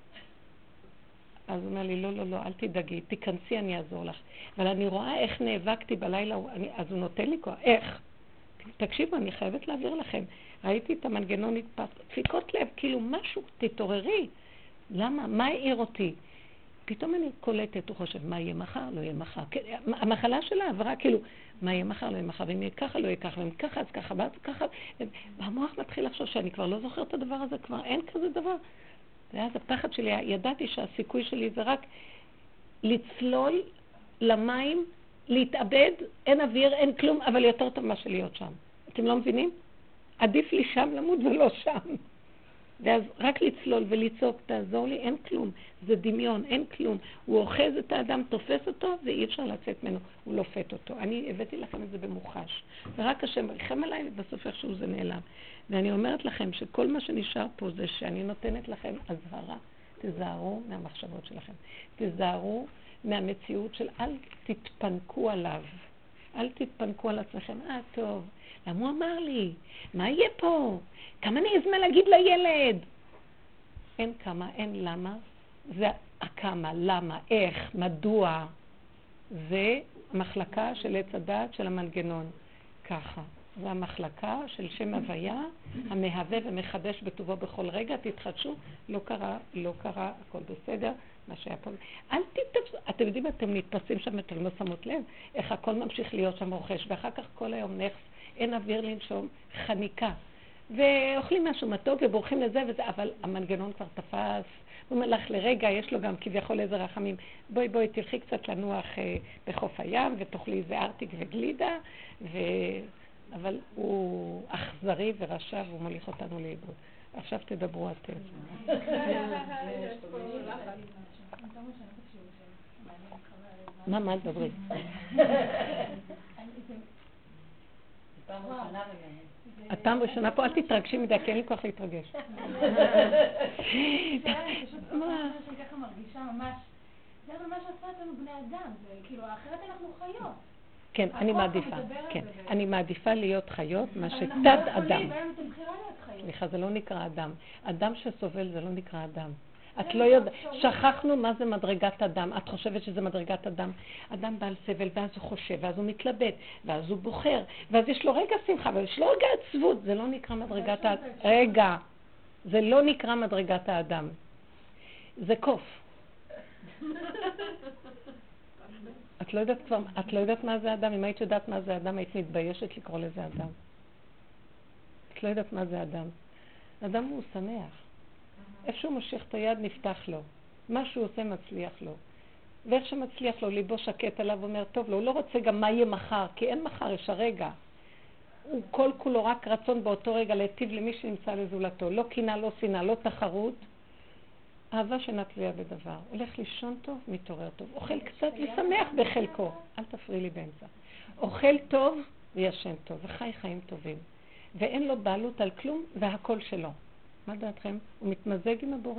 אז הוא אומר לי, לא, לא, לא, אל תדאגי, תיכנסי, אני אעזור לך. אבל אני רואה איך נאבקתי בלילה, אני, אז הוא נותן לי כוח. איך? תקשיבו, אני חייבת להעביר לכם. ראיתי את המנגנון נתפס, דפיקות לב, כאילו משהו, תתעוררי. למה? מה העיר אותי? פתאום אני קולטת, הוא חושב, מה יהיה מחר? לא יהיה מחר. המחלה שלה עברה, כאילו, מה יהיה מחר? לא יהיה מחר, ואם יהיה ככה, לא יהיה ככה, ואם ככה, אז ככה, ואז ככה. והמוח מתחיל לחשוב שאני כבר לא זוכרת את הדבר הזה, כבר אין כזה דבר. ואז הפחד שלי, ידעתי שהסיכוי שלי זה רק לצלול למים, להתאבד, אין אוויר, אין כלום, אבל יותר טוב מה שלהיות שם. אתם לא מבינים? עדיף לי שם למות ולא שם. ואז רק לצלול ולצעוק, תעזור לי, אין כלום. זה דמיון, אין כלום. הוא אוחז את האדם, תופס אותו, ואי אפשר לצאת ממנו. הוא לופת אותו. אני הבאתי לכם את זה במוחש. ורק השם רחם עליי, ובסוף איכשהו זה נעלם. ואני אומרת לכם שכל מה שנשאר פה זה שאני נותנת לכם הזהרה. תזהרו מהמחשבות שלכם. תזהרו מהמציאות של אל תתפנקו עליו. אל תתפנקו על עצמכם. אה, טוב. למה הוא אמר לי? מה יהיה פה? כמה אני אזמן להגיד לילד? אין כמה, אין למה. זה הכמה, למה, איך, מדוע. זה המחלקה של עץ הדעת של המנגנון. ככה. זה המחלקה של שם הוויה, המהווה ומחדש בטובו בכל רגע. תתחדשו, לא קרה, לא קרה, הכל בסדר. מה שהיה פה. אל תתפסו, אתם יודעים, אתם נתפסים שם, אתם לא שמות לב, איך הכל ממשיך להיות שם רוכש, ואחר כך כל היום נכס, אין אוויר לנשום, חניקה. ואוכלים משהו מתוק ובורחים לזה וזה, אבל המנגנון כבר תפס, הוא אומר לך לרגע, יש לו גם כביכול איזה רחמים, בואי בואי תלכי קצת לנוח אה, בחוף הים ותאכלי איזה ארטיק וגלידה, ו... אבל הוא אכזרי ורשע והוא מוליך אותנו לאיבוד. עכשיו תדברו אתם. מה, מה תדברי? את פעם ראשונה פה, אל תתרגשי מדי, כי אין לי כוח להתרגש. מה? אני ככה מרגישה ממש, זה ממש עשה אותנו בני אדם, כאילו, אחרת אנחנו חיות. כן, אני מעדיפה, כן, אני מעדיפה להיות חיות, מה שתת אדם. סליחה, זה לא נקרא אדם. אדם שסובל זה לא נקרא אדם. את לא יודעת, שכחנו מה זה מדרגת אדם. את חושבת שזה מדרגת אדם. אדם בעל סבל, ואז הוא חושב, ואז הוא מתלבט, ואז הוא בוחר, ואז יש לו רגע שמחה, ויש לו רגע עצבות. זה לא נקרא מדרגת האדם. רגע, זה לא נקרא מדרגת האדם. זה קוף. את לא יודעת כבר, את לא יודעת מה זה אדם. אם היית יודעת מה זה אדם, היית מתביישת לקרוא לזה אדם. את לא יודעת מה זה אדם. אדם הוא שמח. איפה שהוא מושך את היד נפתח לו. מה שהוא עושה מצליח לו. ואיך שמצליח לו, ליבו שקט עליו, אומר טוב לו. הוא לא רוצה גם מה יהיה מחר, כי אין מחר, יש הרגע. הוא כל כולו רק רצון באותו רגע להיטיב למי שנמצא לזולתו. לא קינה, לא שנאה, לא תחרות. אהבה שאינה תלויה בדבר. הולך לישון טוב, מתעורר טוב. אוכל קצת ושמח בחלקו. אל תפריעי לי באמצע. אוכל טוב וישן טוב, וחי חיים טובים. ואין לו בעלות על כלום, והכל שלו. מה דעתכם? הוא מתמזג עם הבורא.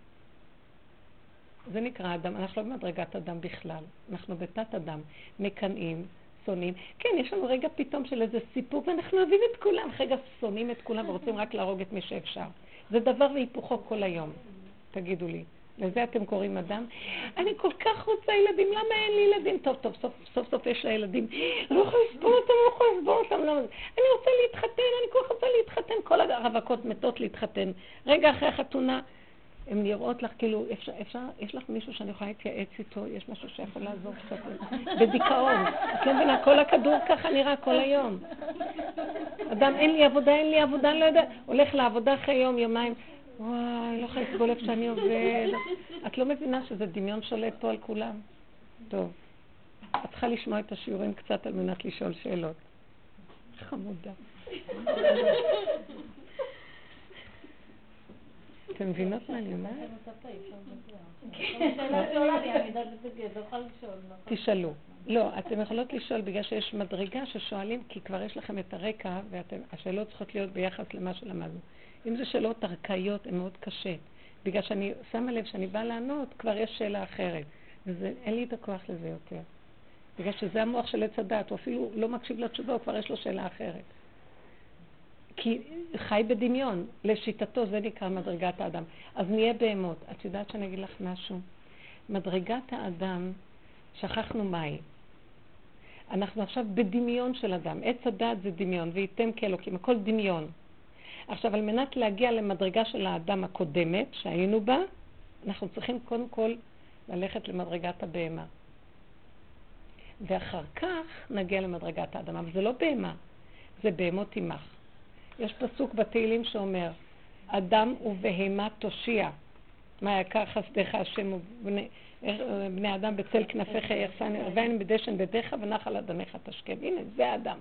זה נקרא אדם. אנחנו לא במדרגת אדם בכלל. אנחנו בתת אדם. מקנאים, שונאים. כן, יש לנו רגע פתאום של איזה סיפוק, ואנחנו אוהבים את כולם. רגע שונאים את כולם ורוצים רק להרוג את מי שאפשר. זה דבר והיפוכו כל היום. תגידו לי. לזה אתם קוראים אדם. אני כל כך רוצה ילדים, למה אין לי ילדים? טוב, טוב, סוף סוף, סוף יש לה ילדים. אני לא יכולה לסבור אותם, אני לא יכולה לסבור אותם. לא. אני רוצה להתחתן, אני כל כך רוצה להתחתן. כל הרווקות מתות להתחתן. רגע אחרי החתונה, הן נראות לך כאילו, אפשר, אפשר, יש לך מישהו שאני יכולה להתייעץ איתו, יש משהו שיכול לעזור קצת בדיכאון. את לא מבינה, כל הכדור ככה נראה כל היום. אדם, אין לי עבודה, אין לי עבודה, אני לא יודע. הולך לעבודה אחרי יום, יומיים. וואי, לא יכולה לסבול איפה שאני עובד. את לא מבינה שזה דמיון שולט פה על כולם? טוב. את צריכה לשמוע את השיעורים קצת על מנת לשאול שאלות. חמודה. אתם מבינות מה אני אומרת? תשאלו. לא, אתם יכולות לשאול בגלל שיש מדרגה ששואלים, כי כבר יש לכם את הרקע, והשאלות צריכות להיות ביחס למה שלמדנו. אם זה שאלות ארכאיות, הן מאוד קשה. בגלל שאני שמה לב שאני באה לענות, כבר יש שאלה אחרת. ואין לי את הכוח לזה יותר. בגלל שזה המוח של עץ הדת, הוא אפילו לא מקשיב לתשובה, הוא כבר יש לו שאלה אחרת. כי חי בדמיון, לשיטתו, זה נקרא מדרגת האדם. אז נהיה בהמות. את יודעת שאני אגיד לך משהו? מדרגת האדם, שכחנו מהי. אנחנו עכשיו בדמיון של אדם. עץ הדת זה דמיון, וייתם כאלוקים, הכל דמיון. עכשיו, על מנת להגיע למדרגה של האדם הקודמת, שהיינו בה, אנחנו צריכים קודם כל ללכת למדרגת הבהמה. ואחר כך נגיע למדרגת האדם. אבל זה לא בהמה, זה בהמות עמך. יש פסוק בתהילים שאומר, אדם ובהמה תושיע. מה יקר חסדך השם ובני בני אדם בצל כנפיך יחסן, ואין בדשן בידיך ונחל אדמך תשכב. הנה, זה האדם.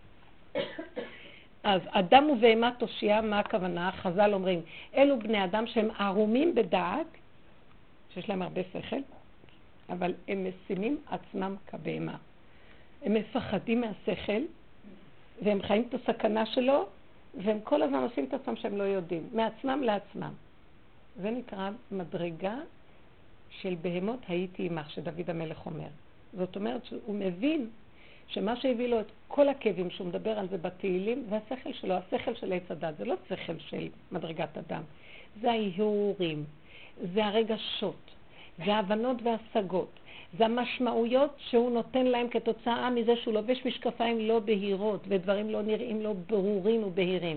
אז אדם ובהמה תושיע, מה הכוונה? חז"ל אומרים, אלו בני אדם שהם ערומים בדעת, שיש להם הרבה שכל, אבל הם משימים עצמם כבהמה. הם מפחדים מהשכל, והם חיים את הסכנה שלו, והם כל הזמן עושים את עצמם שהם לא יודעים, מעצמם לעצמם. זה נקרא מדרגה של בהמות הייתי עמך, שדוד המלך אומר. זאת אומרת שהוא מבין שמה שהביא לו את כל הכאבים שהוא מדבר על זה בתהילים, זה השכל שלו, השכל של עץ הדת, זה לא שכל של מדרגת אדם. זה ההרהורים, זה הרגשות, זה ההבנות וההשגות, זה המשמעויות שהוא נותן להם כתוצאה מזה שהוא לובש משקפיים לא בהירות, ודברים לא נראים לו ברורים ובהירים.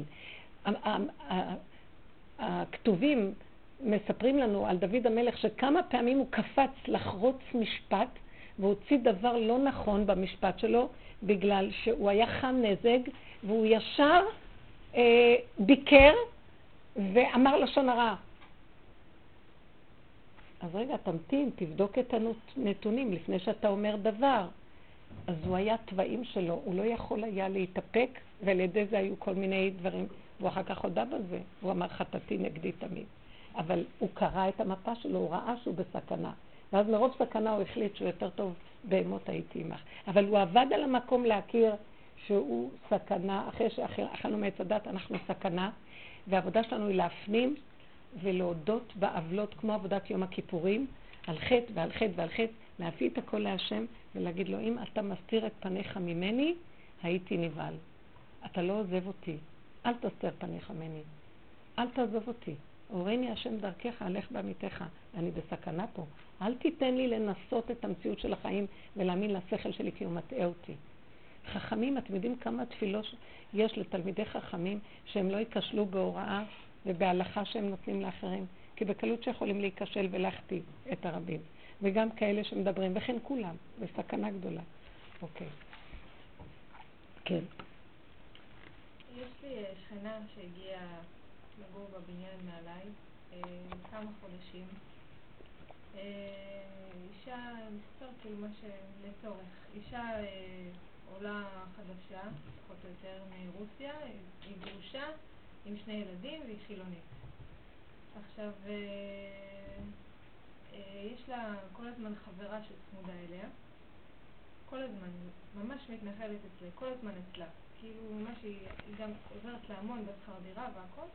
הכתובים מספרים לנו על דוד המלך שכמה פעמים הוא קפץ לחרוץ משפט, והוציא דבר לא נכון במשפט שלו, בגלל שהוא היה חם נזג, והוא ישר אה, ביקר ואמר לשון הרע. אז רגע, תמתין, תבדוק את הנתונים לפני שאתה אומר דבר. אז הוא היה טבעים שלו, הוא לא יכול היה להתאפק, ועל ידי זה היו כל מיני דברים, והוא אחר כך הודה בזה, הוא אמר חטאתי נגדי תמיד. אבל הוא קרא את המפה שלו, הוא ראה שהוא בסכנה. ואז מרוב סכנה הוא החליט שהוא יותר טוב בהמות הייתי עמך. אבל הוא עבד על המקום להכיר שהוא סכנה, אחרי שאכלנו מעץ הדת אנחנו סכנה, והעבודה שלנו היא להפנים ולהודות בעוולות כמו עבודת יום הכיפורים, על חטא ועל חטא ועל חטא, להביא את הכל להשם ולהגיד לו, אם אתה מסתיר את פניך ממני, הייתי נבהל. אתה לא עוזב אותי, אל תסתיר פניך ממני, אל תעזוב אותי. הורני השם דרכך, הלך בעמיתך, אני בסכנה פה. אל תיתן לי לנסות את המציאות של החיים ולהאמין לשכל שלי כי הוא מטעה אותי. חכמים, אתם יודעים כמה תפילות יש לתלמידי חכמים שהם לא ייכשלו בהוראה ובהלכה שהם נותנים לאחרים, כי בקלות שיכולים להיכשל ולהחטיא את הרבים. וגם כאלה שמדברים, וכן כולם, בסכנה גדולה. אוקיי. כן. יש לי שכנה שהגיעה לגור בבניין מעליי כמה חודשים. אישה, מסתר כאילו מה שלצורך, אישה עולה חדשה, פחות או יותר מרוסיה, היא גרושה עם שני ילדים והיא חילונית. עכשיו, יש לה כל הזמן חברה שצמודה אליה, כל הזמן, ממש מתנחלת אצלה, כל הזמן אצלה. כאילו ממש היא, היא גם עוזרת לה המון בשכר דירה והכל.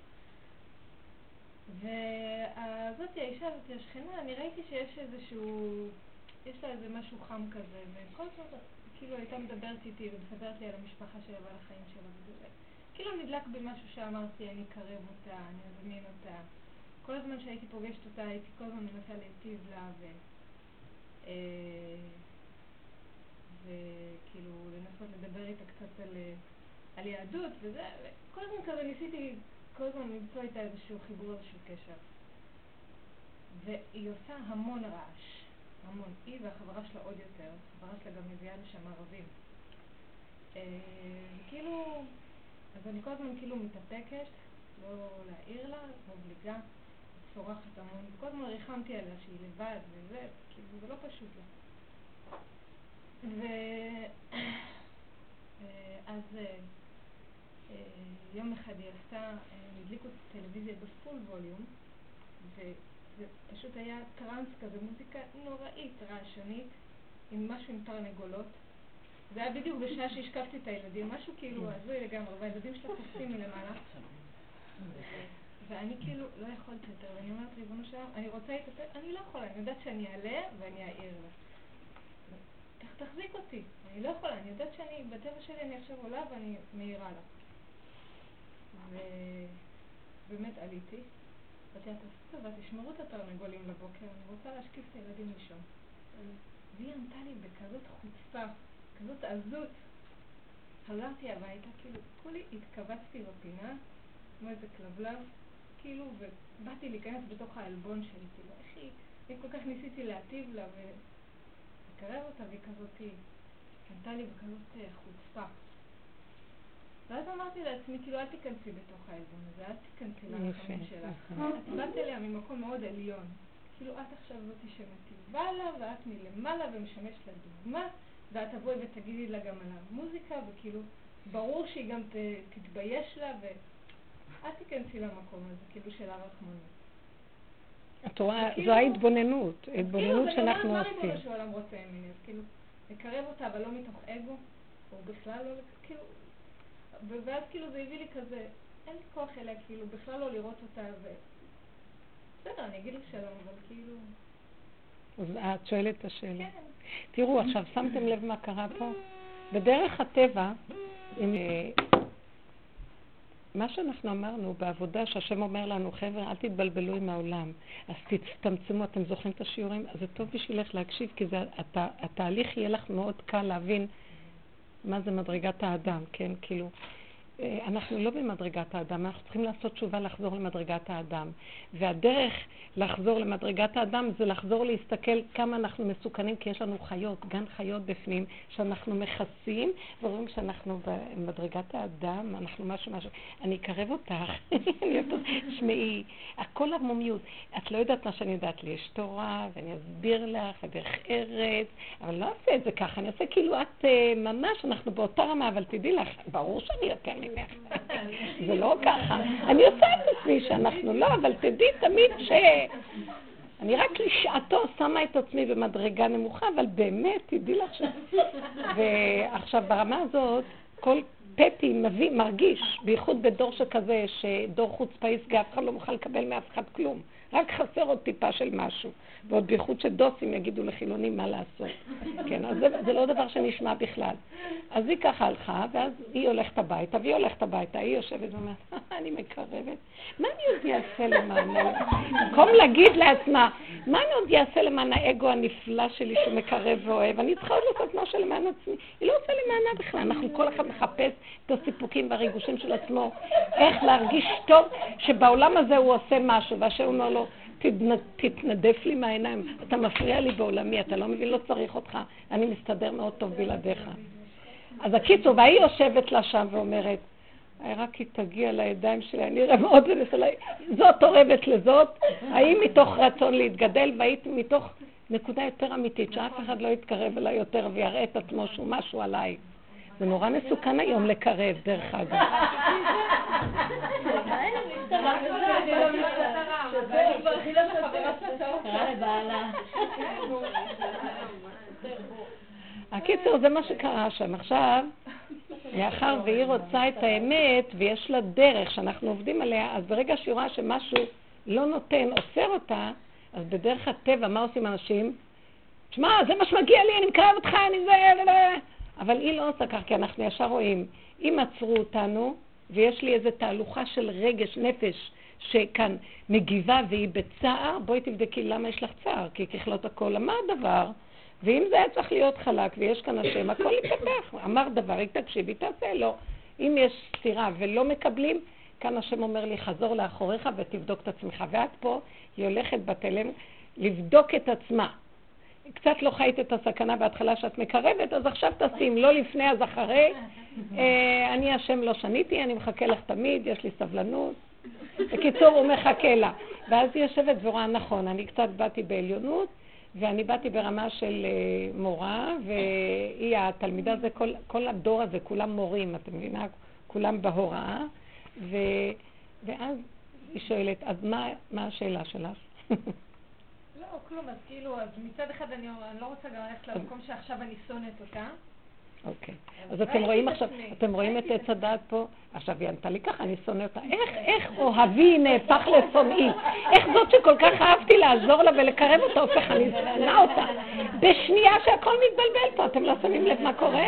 וזאת האישה, זאת השכנה, אני ראיתי שיש איזשהו, יש לה איזה משהו חם כזה, וכל זאת כאילו הייתה מדברת איתי ומספרת לי על המשפחה שלה ועל החיים שלה וזה. כאילו נדלק במשהו שאמרתי, אני אקרב אותה, אני אזמין אותה. כל הזמן שהייתי פוגשת אותה, הייתי כל הזמן מנסה להיטיב לה, ו... אה, וכאילו לנסות לדבר איתה קצת על, על יהדות וזה, וכל הזמן כזה ניסיתי כל הזמן למצוא איתה איזשהו חיבור, איזשהו קשר. והיא עושה המון רעש, המון. היא והחברה שלה עוד יותר, החברה שלה גם מביאה לשם ערבים. אה, וכאילו, אז אני כל הזמן כאילו מתאפקת, לא להעיר לה, מבליגה, צורחת המון, וכל הזמן ריחמתי עליה שהיא לבד וזה, כאילו זה לא פשוט לה. ואז יום אחד היא עשתה, הדליקו את הטלוויזיה בפול ווליום, וזה פשוט היה טרנס כזה, מוזיקה נוראית, רעשנית, עם משהו עם תרנגולות. זה היה בדיוק בשעה שהשקפתי את הילדים, משהו כאילו הזוי לגמרי, והילדים שלה קופצים מלמעלה. ואני כאילו לא יכולתי יותר, ואני אומרת, ריבונו שלם, אני רוצה להתאפק, אני לא יכולה, אני יודעת שאני אעלה ואני אעיר לה. תחזיק אותי, אני לא יכולה, אני יודעת שאני, בטבע שלי אני עכשיו עולה ואני מעירה לה. ובאמת עליתי, ואתי תעשו טובה, תשמרו את התרנגולים לבוקר, אני רוצה להשקיף את הילדים לישון. והיא ענתה לי בכזאת חוצפה, כזאת עזות. חזרתי הביתה, כאילו, כולי התכווצתי בפינה, כמו איזה כלבלב, כאילו, ובאתי להיכנס בתוך האלבון שלי, כאילו, איך היא, אני כל כך ניסיתי להטיב לה ולקרב אותה, והיא כזאת, ענתה לי בכזאת חוצפה. ואז אמרתי לעצמי, כאילו, אל תיכנסי בתוך האלבון הזה, אל תיכנסי לרחמים שלך. את באת אליה ממקום מאוד עליון. כאילו, את עכשיו זאתי שמטיבה לה, ואת מלמעלה ומשמשת לה דוגמה, ואת תבואי ותגידי לה גם על המוזיקה, וכאילו, ברור שהיא גם תתבייש לה, ואת תיכנסי למקום הזה, כאילו, של הרחמנות. את רואה, זו ההתבוננות, ההתבוננות שאנחנו עושים. כאילו, זה מה ריבונו שעולם רוצה ממני, אז כאילו, לקרב אותה, אבל לא מתוך אגו, או בכלל לא, כאילו, ואז כאילו זה הביא לי כזה, אין לי כוח אליה, כאילו, בכלל לא לראות אותה, ו... בסדר, אני אגיד לך שלום, אבל כאילו... אז את שואלת את השאלה. כן. תראו, עכשיו, שמתם לב מה קרה פה? בדרך הטבע, עם... מה שאנחנו אמרנו בעבודה, שהשם אומר לנו, חבר'ה, אל תתבלבלו עם העולם, אז תצטמצמו, אתם זוכרים את השיעורים? אז זה טוב בשבילך להקשיב, כי זה, הת... התהליך יהיה לך מאוד קל להבין מה זה מדרגת האדם, כן? כאילו, אנחנו לא במדרגת האדם, אנחנו צריכים לעשות תשובה לחזור למדרגת האדם. והדרך לחזור למדרגת האדם זה לחזור להסתכל כמה אנחנו מסוכנים, כי יש לנו חיות, גן חיות בפנים, שאנחנו מכסים, ורואים שאנחנו במדרגת האדם, אנחנו משהו משהו. אני אקרב אותך, שמעי, הכל הרמומיות. את לא יודעת מה שאני יודעת לי, יש תורה, ואני אסביר לך, ודרך ארץ, אבל לא אעשה את זה ככה, אני אעשה כאילו את ממש, אנחנו באותה רמה, אבל תדעי לך, ברור שאני יותר ממך. זה לא ככה. אני עושה את עצמי שאנחנו לא, אבל תדעי תמיד ש... אני רק לשעתו שמה את עצמי במדרגה נמוכה, אבל באמת, תדעי לך ש... ועכשיו, ברמה הזאת, כל פטי מביא, מרגיש, בייחוד בדור שכזה, שדור חוצפה יסגה, אף אחד לא מוכן לקבל מאף אחד כלום. רק חסר עוד טיפה של משהו. ועוד בייחוד שדוסים יגידו לחילונים מה לעשות. כן, אז זה, זה לא דבר שנשמע בכלל. אז היא ככה הלכה, ואז היא הולכת הביתה, והיא הולכת הביתה, היא יושבת ואומרת, אני מקרבת. מה אני עוד יעשה למען? במקום להגיד לעצמה, מה אני עוד יעשה למען האגו הנפלא שלי שמקרב ואוהב? אני צריכה עוד לעשות משהו למען עצמי. היא לא עושה למענה בכלל. אנחנו כל אחד מחפש את הסיפוקים והריגושים של עצמו, איך להרגיש טוב שבעולם הזה הוא עושה משהו, והשם אומר לו, תתנדף לי מהעיניים, אתה מפריע לי בעולמי, אתה לא מבין, לא צריך אותך, אני מסתדר מאוד טוב בלעדיך. אז הקיצור, והיא יושבת לה שם ואומרת, רק היא תגיע לידיים שלי, אני אראה מאוד ונסלה, זאת אורבת לזאת, האם מתוך רצון להתגדל, והיית מתוך נקודה יותר אמיתית, שאף אחד לא יתקרב אליי יותר ויראה את עצמו שהוא משהו עליי. זה נורא מסוכן היום לקרב, דרך אגב. הקיצור, זה מה שקרה שם. עכשיו, מאחר והיא רוצה את האמת, ויש לה דרך שאנחנו עובדים עליה, אז ברגע שהיא רואה שמשהו לא נותן, עוצר אותה, אז בדרך הטבע, מה עושים אנשים? תשמע, זה מה שמגיע לי, אני מקרב אותך, אני זה... אבל היא לא עושה כך, כי אנחנו ישר רואים, אם עצרו אותנו, ויש לי איזו תהלוכה של רגש, נפש, שכאן מגיבה והיא בצער, בואי תבדקי למה יש לך צער, כי ככלות הכל אמר דבר, ואם זה היה צריך להיות חלק ויש כאן השם, הכל ייפתח. אמר דבר, היא תקשיב, היא תעשה לו. אם יש סתירה ולא מקבלים, כאן השם אומר לי, חזור לאחוריך ותבדוק את עצמך. ואת פה, היא הולכת בתלם לבדוק את עצמה. קצת לא חיית את הסכנה בהתחלה שאת מקרבת, אז עכשיו תשים, לא לפני, אז אחרי. אה, אני השם לא שניתי, אני מחכה לך תמיד, יש לי סבלנות. בקיצור, הוא מחכה לה. ואז היא יושבת ורואה, נכון, אני קצת באתי בעליונות, ואני באתי ברמה של uh, מורה, והיא התלמידה, זה כל, כל הדור הזה, כולם מורים, אתם מבינה? כולם בהוראה. ו, ואז היא שואלת, אז מה, מה השאלה שלך? לא, כלום, אז כאילו, אז מצד אחד אני, אני לא רוצה גם ללכת למקום שעכשיו אני שונאת אותה. אוקיי. אז אתם רואים עכשיו, אתם רואים את עץ הדעת פה? עכשיו היא ענתה לי ככה, אני שונא אותה. איך, איך אוהבי נהפך לשונאי? איך זאת שכל כך אהבתי לעזור לה ולקרב אותה, הופך, אני שונא אותה. בשנייה שהכל מתבלבל פה, אתם לא שמים לב מה קורה?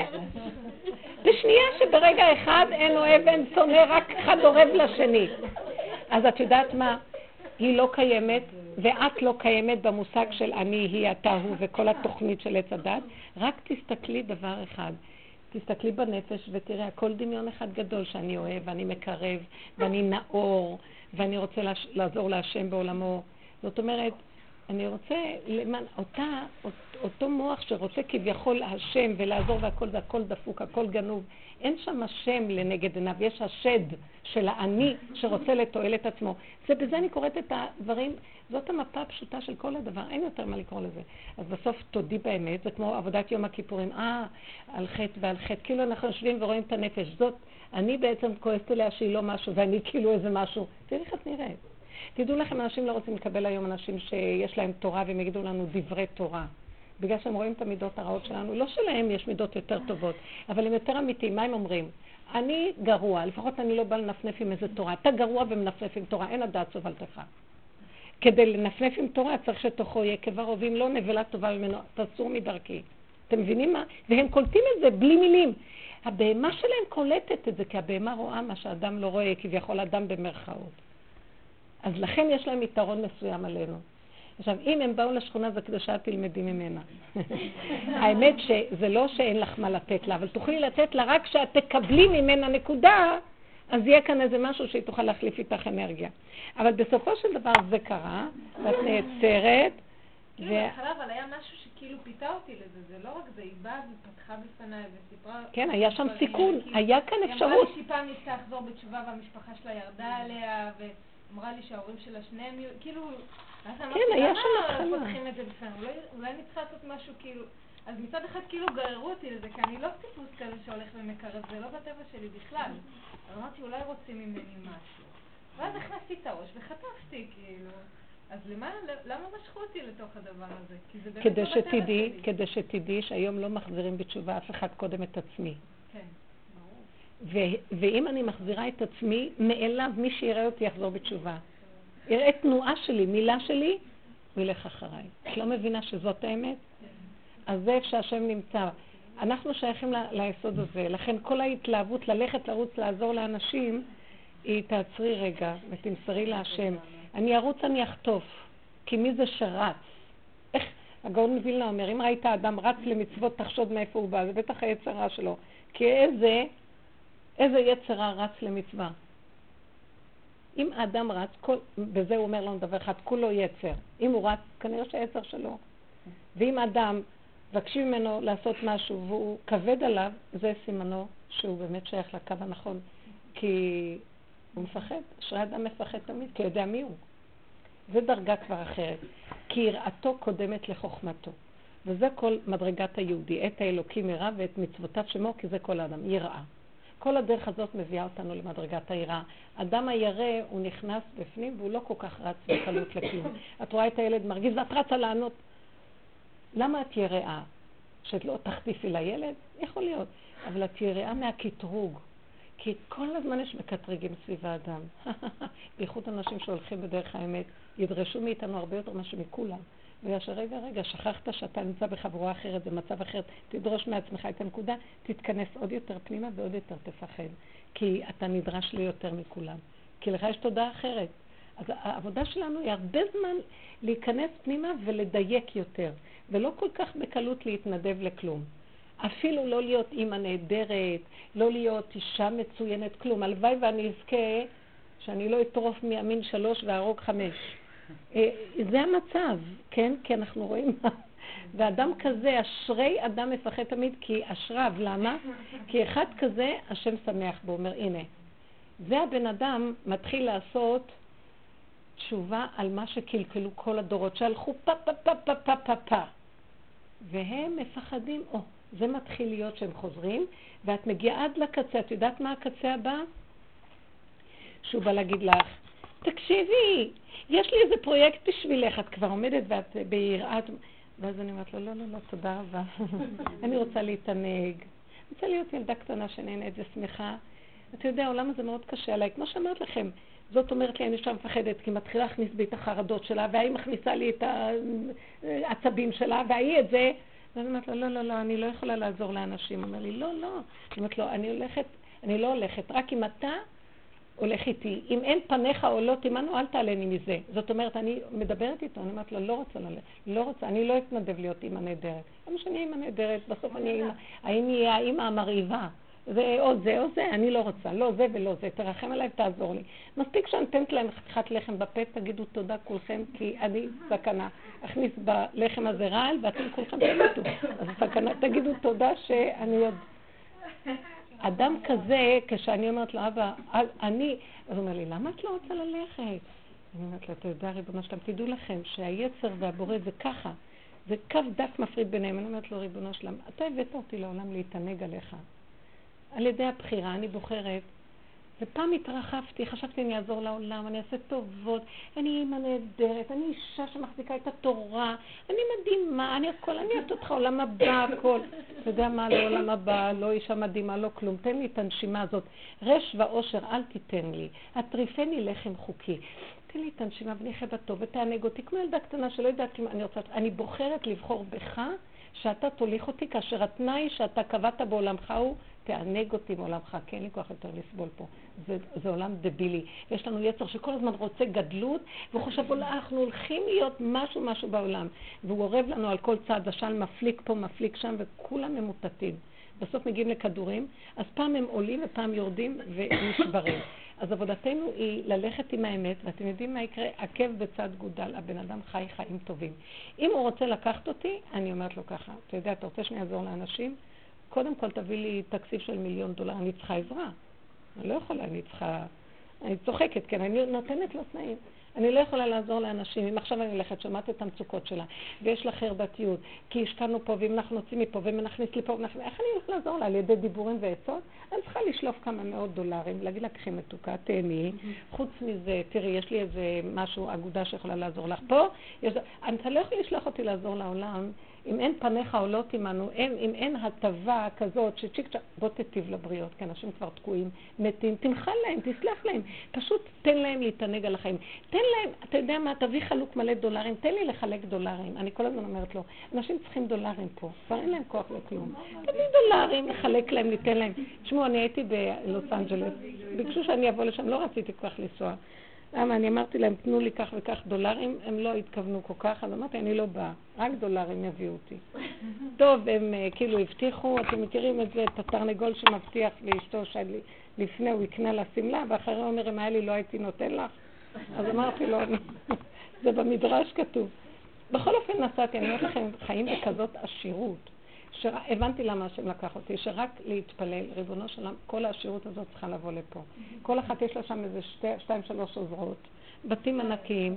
בשנייה שברגע אחד אין אוהב, אין שונא, רק אחד אוהב לשני. אז את יודעת מה? היא לא קיימת, ואת לא קיימת במושג של אני, היא, אתה, הוא, וכל התוכנית של עץ הדת. רק תסתכלי דבר אחד. תסתכלי בנפש ותראה, הכל דמיון אחד גדול שאני אוהב, ואני מקרב, ואני נאור, ואני רוצה לעזור להשם בעולמו. זאת אומרת, אני רוצה, למען, אותה, אותו מוח שרוצה כביכול השם ולעזור והכל זה, הכל דפוק, הכל גנוב. אין שם השם לנגד עיניו, יש השד של האני שרוצה לתועל את עצמו. זה בזה אני קוראת את הדברים, זאת המפה הפשוטה של כל הדבר, אין יותר מה לקרוא לזה. אז בסוף תודי באמת, זה כמו עבודת יום הכיפורים, אה, על חטא ועל חטא, כאילו אנחנו יושבים ורואים את הנפש, זאת, אני בעצם כועסת אליה שהיא לא משהו, ואני כאילו איזה משהו, תראי איך את נראית. תדעו לכם, אנשים לא רוצים לקבל היום אנשים שיש להם תורה והם יגידו לנו דברי תורה. בגלל שהם רואים את המידות הרעות שלנו, לא שלהם יש מידות יותר טובות, אבל הם יותר אמיתיים. מה הם אומרים? אני גרוע, לפחות אני לא בא לנפנף עם איזה תורה. אתה גרוע ומנפנף עם תורה, אין הדעת סובלתך. כדי לנפנף עם תורה צריך שתוכו יהיה כבר, ואם לא נבלה טובה ממנו, תסור מדרכי. אתם מבינים מה? והם קולטים את זה בלי מילים. הבהמה שלהם קולטת את זה, כי הבהמה רואה מה שאדם לא רואה, כביכול אדם במרכאות. אז לכן יש להם יתרון מסוים עלינו. עכשיו, אם הם באו לשכונה, זה כדי שאת תלמדי ממנה. האמת שזה לא שאין לך מה לתת לה, אבל תוכלי לתת לה רק שאת תקבלי ממנה נקודה, אז יהיה כאן איזה משהו שהיא תוכל להחליף איתך אנרגיה. אבל בסופו של דבר זה קרה, ואת נעצרת. בהתחלה, אבל היה משהו שכאילו פיתה אותי לזה, זה לא רק זה, היא באה ופתחה בפניי וסיפרה... כן, היה שם סיכון, היה כאן אפשרות. היא אמרה לי שהיא פעם ניסתה לחזור בתשובה והמשפחה שלה ירדה עליה, ואמרה לי שההורים שלה שניהם, כאילו... כן, היה שם התחלה. פותחים את זה בפניי, אולי אני צריכה לעשות משהו כאילו... אז מצד אחד כאילו גררו אותי לזה, כי אני לא טיפוס כזה שהולך ומקרב, זה לא בטבע שלי בכלל. אז אמרתי, אולי רוצים ממני משהו. ואז הכנסתי את הראש וחטפתי, כאילו. אז למה, למה משכו אותי לתוך הדבר הזה? כי זה באמת לא בטבע שלי. כדי שתדעי שהיום לא מחזירים בתשובה אף אחד קודם את עצמי. כן, ברור. ו- ואם אני מחזירה את עצמי, מאליו מי שיראה אותי יחזור בתשובה. יראה תנועה שלי, מילה שלי, הוא ילך אחריי. את לא מבינה שזאת האמת? אז זה איפה שהשם נמצא. אנחנו שייכים ל- ליסוד הזה, לכן כל ההתלהבות ללכת לרוץ לעזור לאנשים, היא תעצרי רגע ותמסרי להשם. אני ארוץ, אני אחטוף, כי מי זה שרץ? איך, הגאון מווילנה אומר, אם ראית האדם רץ למצוות, תחשוד מאיפה הוא בא, זה בטח היצרה שלו. כי איזה, איזה יצרה רץ למצווה? אם האדם רץ, כל, בזה הוא אומר לנו דבר אחד, כולו יצר. אם הוא רץ, כנראה שהיצר שלו. ואם האדם מבקשים ממנו לעשות משהו והוא כבד עליו, זה סימנו שהוא באמת שייך לקו הנכון. כי הוא מפחד, אשרי אדם מפחד תמיד, כי יודע מי הוא. זה דרגה כבר אחרת. כי יראתו קודמת לחוכמתו. וזה כל מדרגת היהודי. את האלוקים יראה ואת מצוותיו שמו, כי זה כל האדם, יראה. כל הדרך הזאת מביאה אותנו למדרגת היראה. אדם הירא הוא נכנס בפנים והוא לא כל כך רץ בקלות לכלום. את רואה את הילד מרגיז ואת רצה לענות. למה את יראה? שאת לא תחטיפי לילד? יכול להיות. אבל את יראה מהקטרוג. כי כל הזמן יש מקטרגים סביב האדם. בייחוד אנשים שהולכים בדרך האמת, ידרשו מאיתנו הרבה יותר משהו מכולם. ויש רגע, רגע, שכחת שאתה נמצא בחבורה אחרת, במצב אחרת, תדרוש מעצמך את הנקודה, תתכנס עוד יותר פנימה ועוד יותר תפחד. כי אתה נדרש לי יותר מכולם. כי לך יש תודה אחרת. אז העבודה שלנו היא הרבה זמן להיכנס פנימה ולדייק יותר, ולא כל כך בקלות להתנדב לכלום. אפילו לא להיות אימא נהדרת, לא להיות אישה מצוינת, כלום. הלוואי ואני אזכה שאני לא אטרוף מימין שלוש והרוג חמש. זה המצב, כן? כי אנחנו רואים מה. ואדם כזה, אשרי אדם מפחד תמיד, כי אשריו, למה? כי אחד כזה, השם שמח בו, אומר, הנה. זה הבן אדם מתחיל לעשות תשובה על מה שקלקלו כל הדורות, שהלכו פה פה פה פה פה פה פה. והם מפחדים, או, זה מתחיל להיות שהם חוזרים, ואת מגיעה עד לקצה, את יודעת מה הקצה הבא? שהוא בא להגיד לך, תקשיבי, יש לי איזה פרויקט בשבילך, את כבר עומדת ואת ביראת, ואז אני אומרת לו, לא, לא, לא, תודה רבה, אני רוצה להתענג, אני רוצה להיות ילדה קטנה שנהנית ושמחה. אתה יודע, העולם הזה מאוד קשה עליי, כמו שאמרת לכם, זאת אומרת לי, אני שם מפחדת, כי מתחילה להכניס בי את החרדות שלה, והיא מכניסה לי את העצבים שלה, והיא את זה, ואני אומרת לו, לא, לא, לא, אני לא יכולה לעזור לאנשים. אומר לי, לא, לא. אני אומרת לו, אני הולכת, אני לא הולכת, רק אם אתה הולך איתי. אם אין פניך או לא תימנו, אל תעלני מזה. זאת אומרת, אני מדברת איתו, אני אומרת לו, לא רוצה ללכת, לא רוצה, אני לא אתנדב להיות אימא נהדרת. למה שאני אימא נהדרת, בסוף אני אימא, האם היא האימא המרהיבה. זה או זה או זה, אני לא רוצה, לא זה ולא זה, תרחם עליי ותעזור לי. מספיק שאני נותנת להם חתיכת לחם בפה, תגידו תודה כולכם, כי אני סכנה. אכניס בלחם הזה רעל ואתם כולכם תגידו. אז סכנה, תגידו תודה שאני עוד... אדם כזה, כשאני אומרת לו, אבא, אני... אז הוא אומר לי, למה את לא רוצה ללכת? אני אומרת לו, אתה יודע, ריבונו שלם, תדעו לכם שהיצר והבורא זה ככה. זה קו דק מפריד ביניהם. אני אומרת לו, ריבונו שלם, אתה הבאת אותי לעולם להתענג עליך. על ידי הבחירה, אני בוחרת, ופעם התרחבתי, חשבתי אני אעזור לעולם, אני אעשה טובות, אני אימא נהדרת, אני אישה שמחזיקה את התורה, אני מדהימה, אני הכל, אני אעשה אותך עולם הבא, הכל. אתה יודע מה, לא עולם הבא, לא אישה מדהימה, לא כלום, תן לי את הנשימה הזאת, רש ואושר, אל תיתן לי, הטריפני לחם חוקי, תן לי את הנשימה ונחיה בטוב ותענג אותי, כמו ילדה קטנה שלא יודעת אם אני רוצה, אני בוחרת לבחור בך, שאתה תוליך אותי, כאשר התנאי שאתה קבעת בעולמך הוא, תענג אותי בעולמך, כי אין לי כוח יותר לסבול פה. זה, זה עולם דבילי. יש לנו יצר שכל הזמן רוצה גדלות, והוא חושב, אולי אנחנו הולכים להיות משהו משהו בעולם. והוא עורב לנו על כל צד, השל מפליק פה, מפליק שם, וכולם ממוטטים. בסוף מגיעים לכדורים, אז פעם הם עולים ופעם יורדים ונשברים. אז עבודתנו היא ללכת עם האמת, ואתם יודעים מה יקרה? עקב בצד גודל, הבן אדם חי חיים טובים. אם הוא רוצה לקחת אותי, אני אומרת לו ככה, אתה יודע, אתה רוצה שאני אעזור לאנשים? קודם כל תביא לי תקציב של מיליון דולר, אני צריכה עזרה. אני לא יכולה, אני צריכה... אני צוחקת, כן, אני נותנת לו תנאים. אני לא יכולה לעזור לאנשים, אם עכשיו אני הולכת, שמעת את המצוקות שלה, ויש לה חרדתיות, כי השקענו פה, ואם אנחנו נוצאים מפה, ונכניס לי פה, ונכניס... איך אני הולכת לעזור לה? על ידי דיבורים ועצות? אני צריכה לשלוף כמה מאות דולרים, להגיד לה, קחי מתוקה, תהני. חוץ מזה, תראי, יש לי איזה משהו, אגודה שיכולה לעזור לך פה. יש... אתה לא יכול לשלוח אותי לעזור לעולם, אם אין פניך או לא תימנו, אין, אם אין הטבה כזאת שצ'יק צ'ק, בוא תטיב לבריות, כי אנשים כבר תקועים, מתים, תמחל להם, תסלח להם, פשוט תן להם להתענג על החיים. תן להם, אתה יודע מה, תביא חלוק מלא דולרים, תן לי לחלק דולרים. אני כל הזמן אומרת לו, אנשים צריכים דולרים פה, כבר אין להם כוח לכלום. תביא דולרים, לחלק להם, ניתן להם. תשמעו, אני הייתי בלוס אנג'לס, ביקשו שאני אבוא לשם, לא רציתי כל כך לנסוע. למה? אני אמרתי להם, תנו לי כך וכך דולרים, הם לא התכוונו כל כך, אז אמרתי, אני לא באה, רק דולרים יביאו אותי. טוב, הם כאילו הבטיחו, אתם מכירים את זה, את התרנגול שמבטיח לאשתו שלפני הוא יקנה לה סמלה, ואחרי הוא אומר, אם היה לי לא הייתי נותן לך. אז אמרתי לו, זה במדרש כתוב. בכל אופן נסעתי, אני אומרת לכם, חיים בכזאת עשירות. הבנתי למה השם לקח אותי, שרק להתפלל, ריבונו שלם, כל העשירות הזאת צריכה לבוא לפה. כל אחת יש לה שם איזה שתי, שתיים, שלוש עוזרות, בתים ענקיים,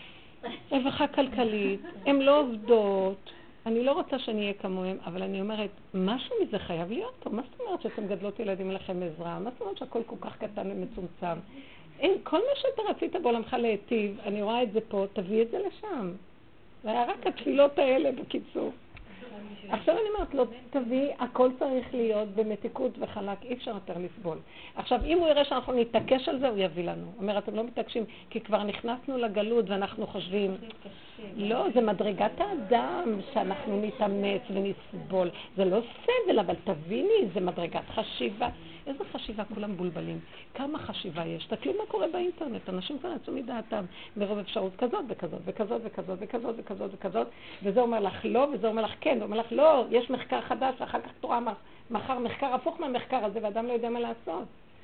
רווחה כלכלית, הן לא עובדות, אני לא רוצה שאני אהיה כמוהם, אבל אני אומרת, משהו מזה חייב להיות פה, מה זאת אומרת שאתם גדלות ילדים לכם עזרה, מה זאת אומרת שהכל כל כך קטן ומצומצם, אין, כל מה שאתה רצית בעולמך להיטיב, אני רואה את זה פה, תביא את זה לשם. זה היה רק התפילות האלה בקיצור. עכשיו אני אומרת לו, תביא, הכל צריך להיות במתיקות וחלק, אי אפשר יותר לסבול. עכשיו, אם הוא יראה שאנחנו נתעקש על זה, הוא יביא לנו. הוא אומר, אתם לא מתעקשים, כי כבר נכנסנו לגלות ואנחנו חושבים, לא, זה מדרגת האדם שאנחנו נתאמץ ונסבול. זה לא סבל, אבל תביני, זה מדרגת חשיבה. איזה חשיבה? כולם בולבלים. כמה חשיבה יש? תקלו מה קורה באינטרנט. אנשים כבר יצאו מדעתם מרוב אפשרות כזאת וכזאת וכזאת וכזאת וכזאת וכזאת וכזאת, וזה אומר לך לא, וזה אומר לך כן, זה אומר לך לא, יש מחקר חדש, ואחר כך תורה מחר מחקר הפוך מהמחקר הזה, ואדם לא יודע מה לעשות.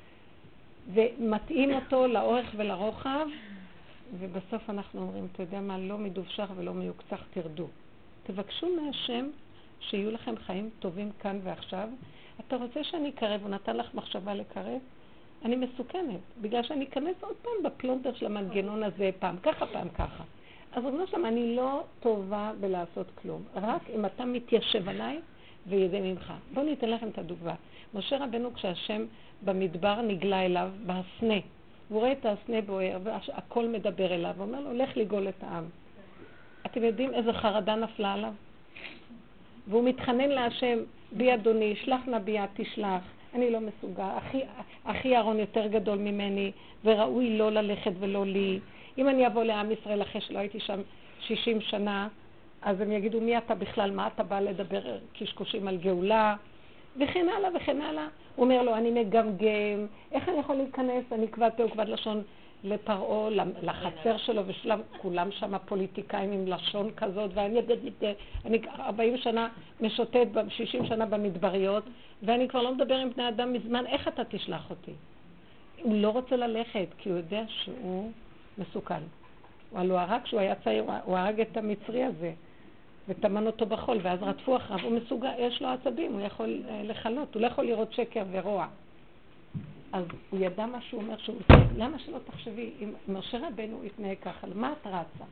ומתאים אותו לאורך ולרוחב, ובסוף אנחנו אומרים, אתה יודע מה, לא מדובשך ולא מיוקצח, תרדו. תבקשו מהשם שיהיו לכם חיים טובים כאן ועכשיו. אתה רוצה שאני אקרב, הוא נתן לך מחשבה לקרב? אני מסוכנת, בגלל שאני אכנס עוד פעם בפלונטר של המנגנון הזה, פעם ככה, פעם ככה. אז רבנו שלמה, אני לא טובה בלעשות כלום, רק אם אתה מתיישב עליי וידע ממך. בואו ניתן לכם את הדוגמה. משה רבנו, כשהשם במדבר נגלה אליו בהסנה, הוא רואה את ההסנה בוער והכל מדבר אליו, הוא אומר לו, הולך לגאול את העם. אתם יודעים איזו חרדה נפלה עליו? והוא מתחנן להשם, בי אדוני, שלח נביאה, תשלח, אני לא מסוגל, אחי, אחי אהרון יותר גדול ממני, וראוי לא ללכת ולא לי. אם אני אבוא לעם ישראל אחרי שלא הייתי שם שישים שנה, אז הם יגידו, מי אתה בכלל, מה אתה בא לדבר קשקושים על גאולה, וכן הלאה וכן הלאה. הוא אומר לו, אני מגמגם, איך אני יכול להיכנס, אני כבד פה וכבד לשון לפרעו, לחצר שלו, ושלם, כולם שם פוליטיקאים עם לשון כזאת, ואני אני ארבעים שנה משוטט, שישים שנה במדבריות, ואני כבר לא מדבר עם בני אדם מזמן, איך אתה תשלח אותי? הוא לא רוצה ללכת, כי הוא יודע שהוא מסוכן. אבל הוא הרג, כשהוא היה צעיר, הוא הרג את המצרי הזה, וטמן אותו בחול, ואז רדפו אחריו, הוא מסוגל, יש לו עצבים, הוא יכול לחלות, הוא לא יכול לראות שקר ורוע. אז הוא ידע מה שהוא אומר שהוא עושה. למה שלא תחשבי, אם משה רבנו יתנהג ככה, למה את רצה?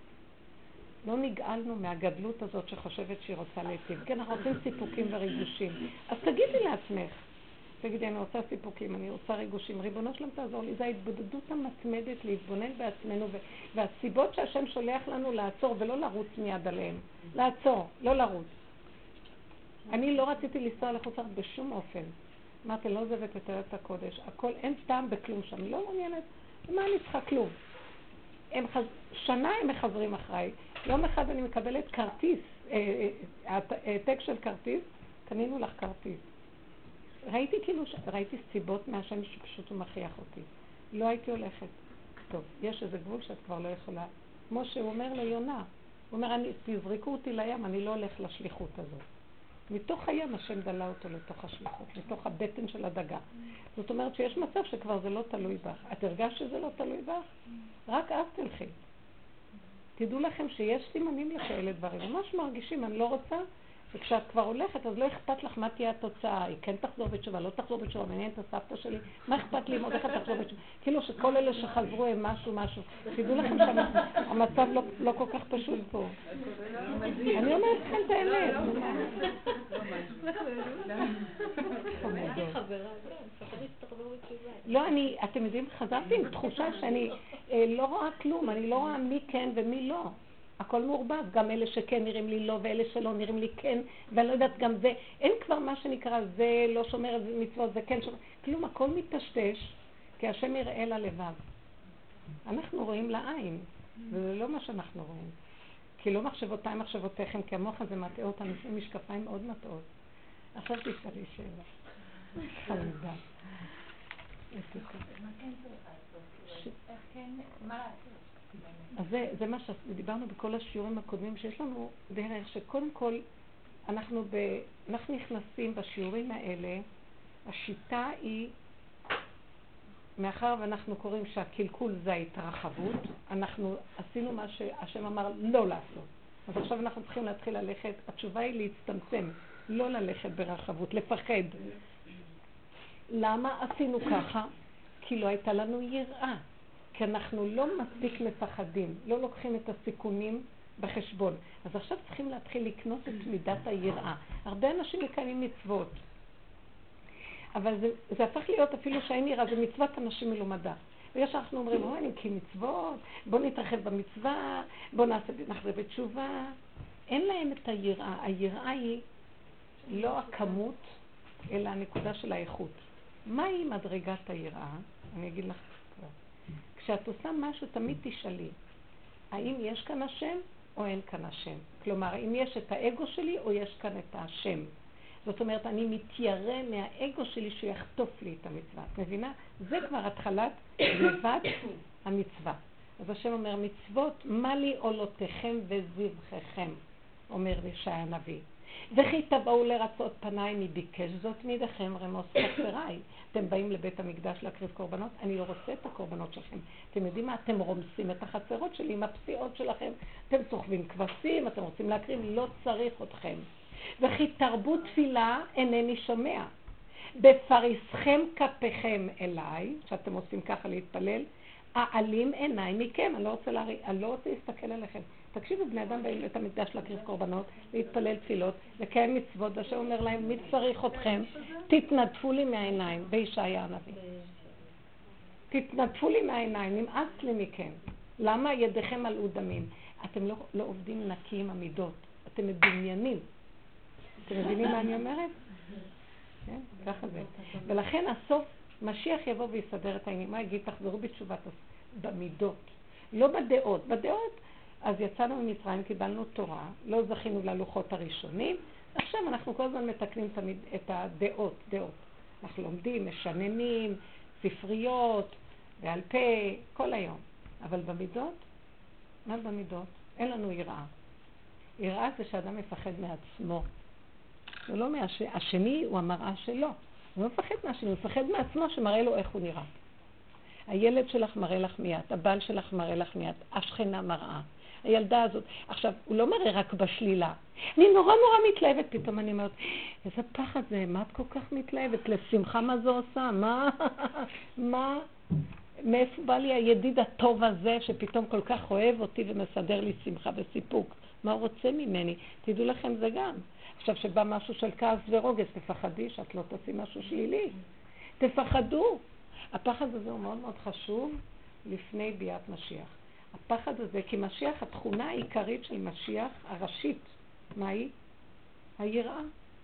לא נגעלנו מהגדלות הזאת שחושבת שהיא רוצה להיטיב. כן, אנחנו רוצים סיפוקים וריגושים. אז תגידי לעצמך, תגידי, אני רוצה סיפוקים, אני רוצה ריגושים. ריבונו שלם תעזור לי, זה ההתבודדות המתמדת להתבונן בעצמנו, והסיבות שהשם שולח לנו לעצור ולא לרוץ מיד עליהם. לעצור, לא לרוץ. אני לא רציתי לנסוע לחוץ לארץ בשום אופן. אמרתי, לא עוזבת את ארץ הקודש, הכל, אין טעם בכלום שם, לא מעוניינת, מה אני צריכה כלום? הם חז... שנה הם מחזרים אחריי, יום אחד אני מקבלת כרטיס, העתק של כרטיס, קנינו לך כרטיס. ראיתי כאילו, ראיתי סיבות מהשם שפשוט הוא מכריח אותי, לא הייתי הולכת. טוב, יש איזה גבול שאת כבר לא יכולה, כמו שהוא אומר ליונה, הוא אומר, אני, תזרקו אותי לים, אני לא הולך לשליחות הזאת. מתוך הים השם דלה אותו לתוך השליחות, לתוך הבטן של הדגה. זאת אומרת שיש מצב שכבר זה לא תלוי בך. את הרגשת שזה לא תלוי בך? רק אז תלכי. תדעו לכם שיש סימנים לכאלה דברים. ממש מרגישים, אני לא רוצה, וכשאת כבר הולכת, אז לא אכפת לך מה תהיה התוצאה. היא כן תחזור בתשובה, לא תחזור בתשובה, מעניין את הסבתא שלי, מה אכפת לי אם עוד איך תחזור בתשובה? כאילו שכל אלה שחזרו הם משהו, משהו. תדעו לכם שהמצב לא, לא כל כך פשוט פה. אני אומרת לכם את האמת. לא, אני, אתם יודעים, חזרתי עם תחושה שאני לא רואה כלום, אני לא רואה מי כן ומי לא. הכל מעורבב, גם אלה שכן נראים לי לא, ואלה שלא נראים לי כן, ואני לא יודעת גם זה, אין כבר מה שנקרא, זה לא שומר את מצוות, זה כן שומר, כלום, הכל מתשתש, כי השם יראה ללבב. אנחנו רואים לעין, וזה לא מה שאנחנו רואים. כי לא מחשבותיי מחשבותיכם, כי המוח הזה מטעה אותנו, עם משקפיים מאוד מטעות. עכשיו תשאלי שאלה. חמודה. מה לעשות? אז זה, זה מה שדיברנו בכל השיעורים הקודמים, שיש לנו דרך שקודם כל אנחנו, ב, אנחנו נכנסים בשיעורים האלה, השיטה היא, מאחר ואנחנו קוראים שהקלקול זה ההתרחבות, אנחנו עשינו מה שהשם אמר לא לעשות. אז עכשיו אנחנו צריכים להתחיל ללכת, התשובה היא להצטמצם, לא ללכת ברחבות, לפחד. למה עשינו ככה? כי לא הייתה לנו יראה. כי אנחנו לא מספיק מפחדים, לא לוקחים את הסיכונים בחשבון. אז עכשיו צריכים להתחיל לקנות את מידת היראה. הרבה אנשים מקיימים מצוות. אבל זה, זה הפך להיות אפילו שאין יראה, זה מצוות אנשים מלומדה. ויש אנחנו אומרים, אוי, אני כי מצוות, בוא נתרחב במצווה, בוא נעשה, נחזור בתשובה. אין להם את היראה. היראה היא לא הכמות, אלא הנקודה של האיכות. מהי מדרגת היראה? אני אגיד לך כבר. כשאת עושה משהו, תמיד תשאלי, האם יש כאן השם או אין כאן השם? כלומר, אם יש את האגו שלי או יש כאן את השם. זאת אומרת, אני מתיירא מהאגו שלי שיחטוף לי את המצווה. את מבינה? זה כבר התחלת לבד המצווה. אז השם אומר, מצוות, מה לי עולותיכם וזבחיכם, אומר ישעיה הנביא. וכי תבואו לרצות פניי, מי ביקש זאת מידיכם רמוס חצריי. אתם באים לבית המקדש להקריב קורבנות, אני לא רוצה את הקורבנות שלכם. אתם יודעים מה? אתם רומסים את החצרות שלי עם הפסיעות שלכם. אתם סוחבים כבשים, אתם רוצים להקריב, לא צריך אתכם. וכי תרבו תפילה אינני שומע. בפריסכם כפיכם אליי, שאתם עושים ככה להתפלל, העלים עיניי מכם. אני לא רוצה, להרי... אני לא רוצה להסתכל עליכם. תקשיבו, בני אדם באים לבית המקדש להקריב קורבנות, להתפלל תפילות, לקיים מצוות, והשם אומר להם, מי צריך אתכם? תתנדפו לי מהעיניים, בישעיה הנביא. תתנדפו לי מהעיניים, נמאס לי מכם. למה? ידיכם מלאו דמים. אתם לא, לא עובדים נקיים המידות, אתם מדמיינים. אתם מבינים מה אני אומרת? כן, ככה זה. ולכן הסוף, משיח יבוא ויסדר את העניין. מה יגיד? תחזרו בתשובת במידות, לא בדעות. בדעות, אז יצאנו ממצרים, קיבלנו תורה, לא זכינו ללוחות הראשונים, עכשיו אנחנו כל הזמן מתקנים תמיד את הדעות, דעות. אנחנו לומדים, משננים, ספריות, ועל פה, כל היום. אבל במידות, מה במידות? אין לנו יראה. יראה זה שאדם מפחד מעצמו. זה לא מהשני, השני הוא המראה שלו. הוא לא מפחד מהשני, הוא מפחד מעצמו שמראה לו איך הוא נראה. הילד שלך מראה לך מיד, הבעל שלך מראה לך מיד, השכנה מראה. הילדה הזאת, עכשיו, הוא לא מראה רק בשלילה. אני נורא נורא מתלהבת, פתאום אני אומרת, איזה פחד זה, מה את כל כך מתלהבת? לשמחה מה זה עושה? מה? מה? מאיפה בא לי הידיד הטוב הזה שפתאום כל כך אוהב אותי ומסדר לי שמחה וסיפוק? מה הוא רוצה ממני? תדעו לכם זה גם. עכשיו שבא משהו של כעס ורוגז, תפחדי שאת לא תעשי משהו שלילי. תפחדו. הפחד הזה הוא מאוד מאוד חשוב לפני ביאת משיח. הפחד הזה, כי משיח, התכונה העיקרית של משיח, הראשית, מה היא? היראה.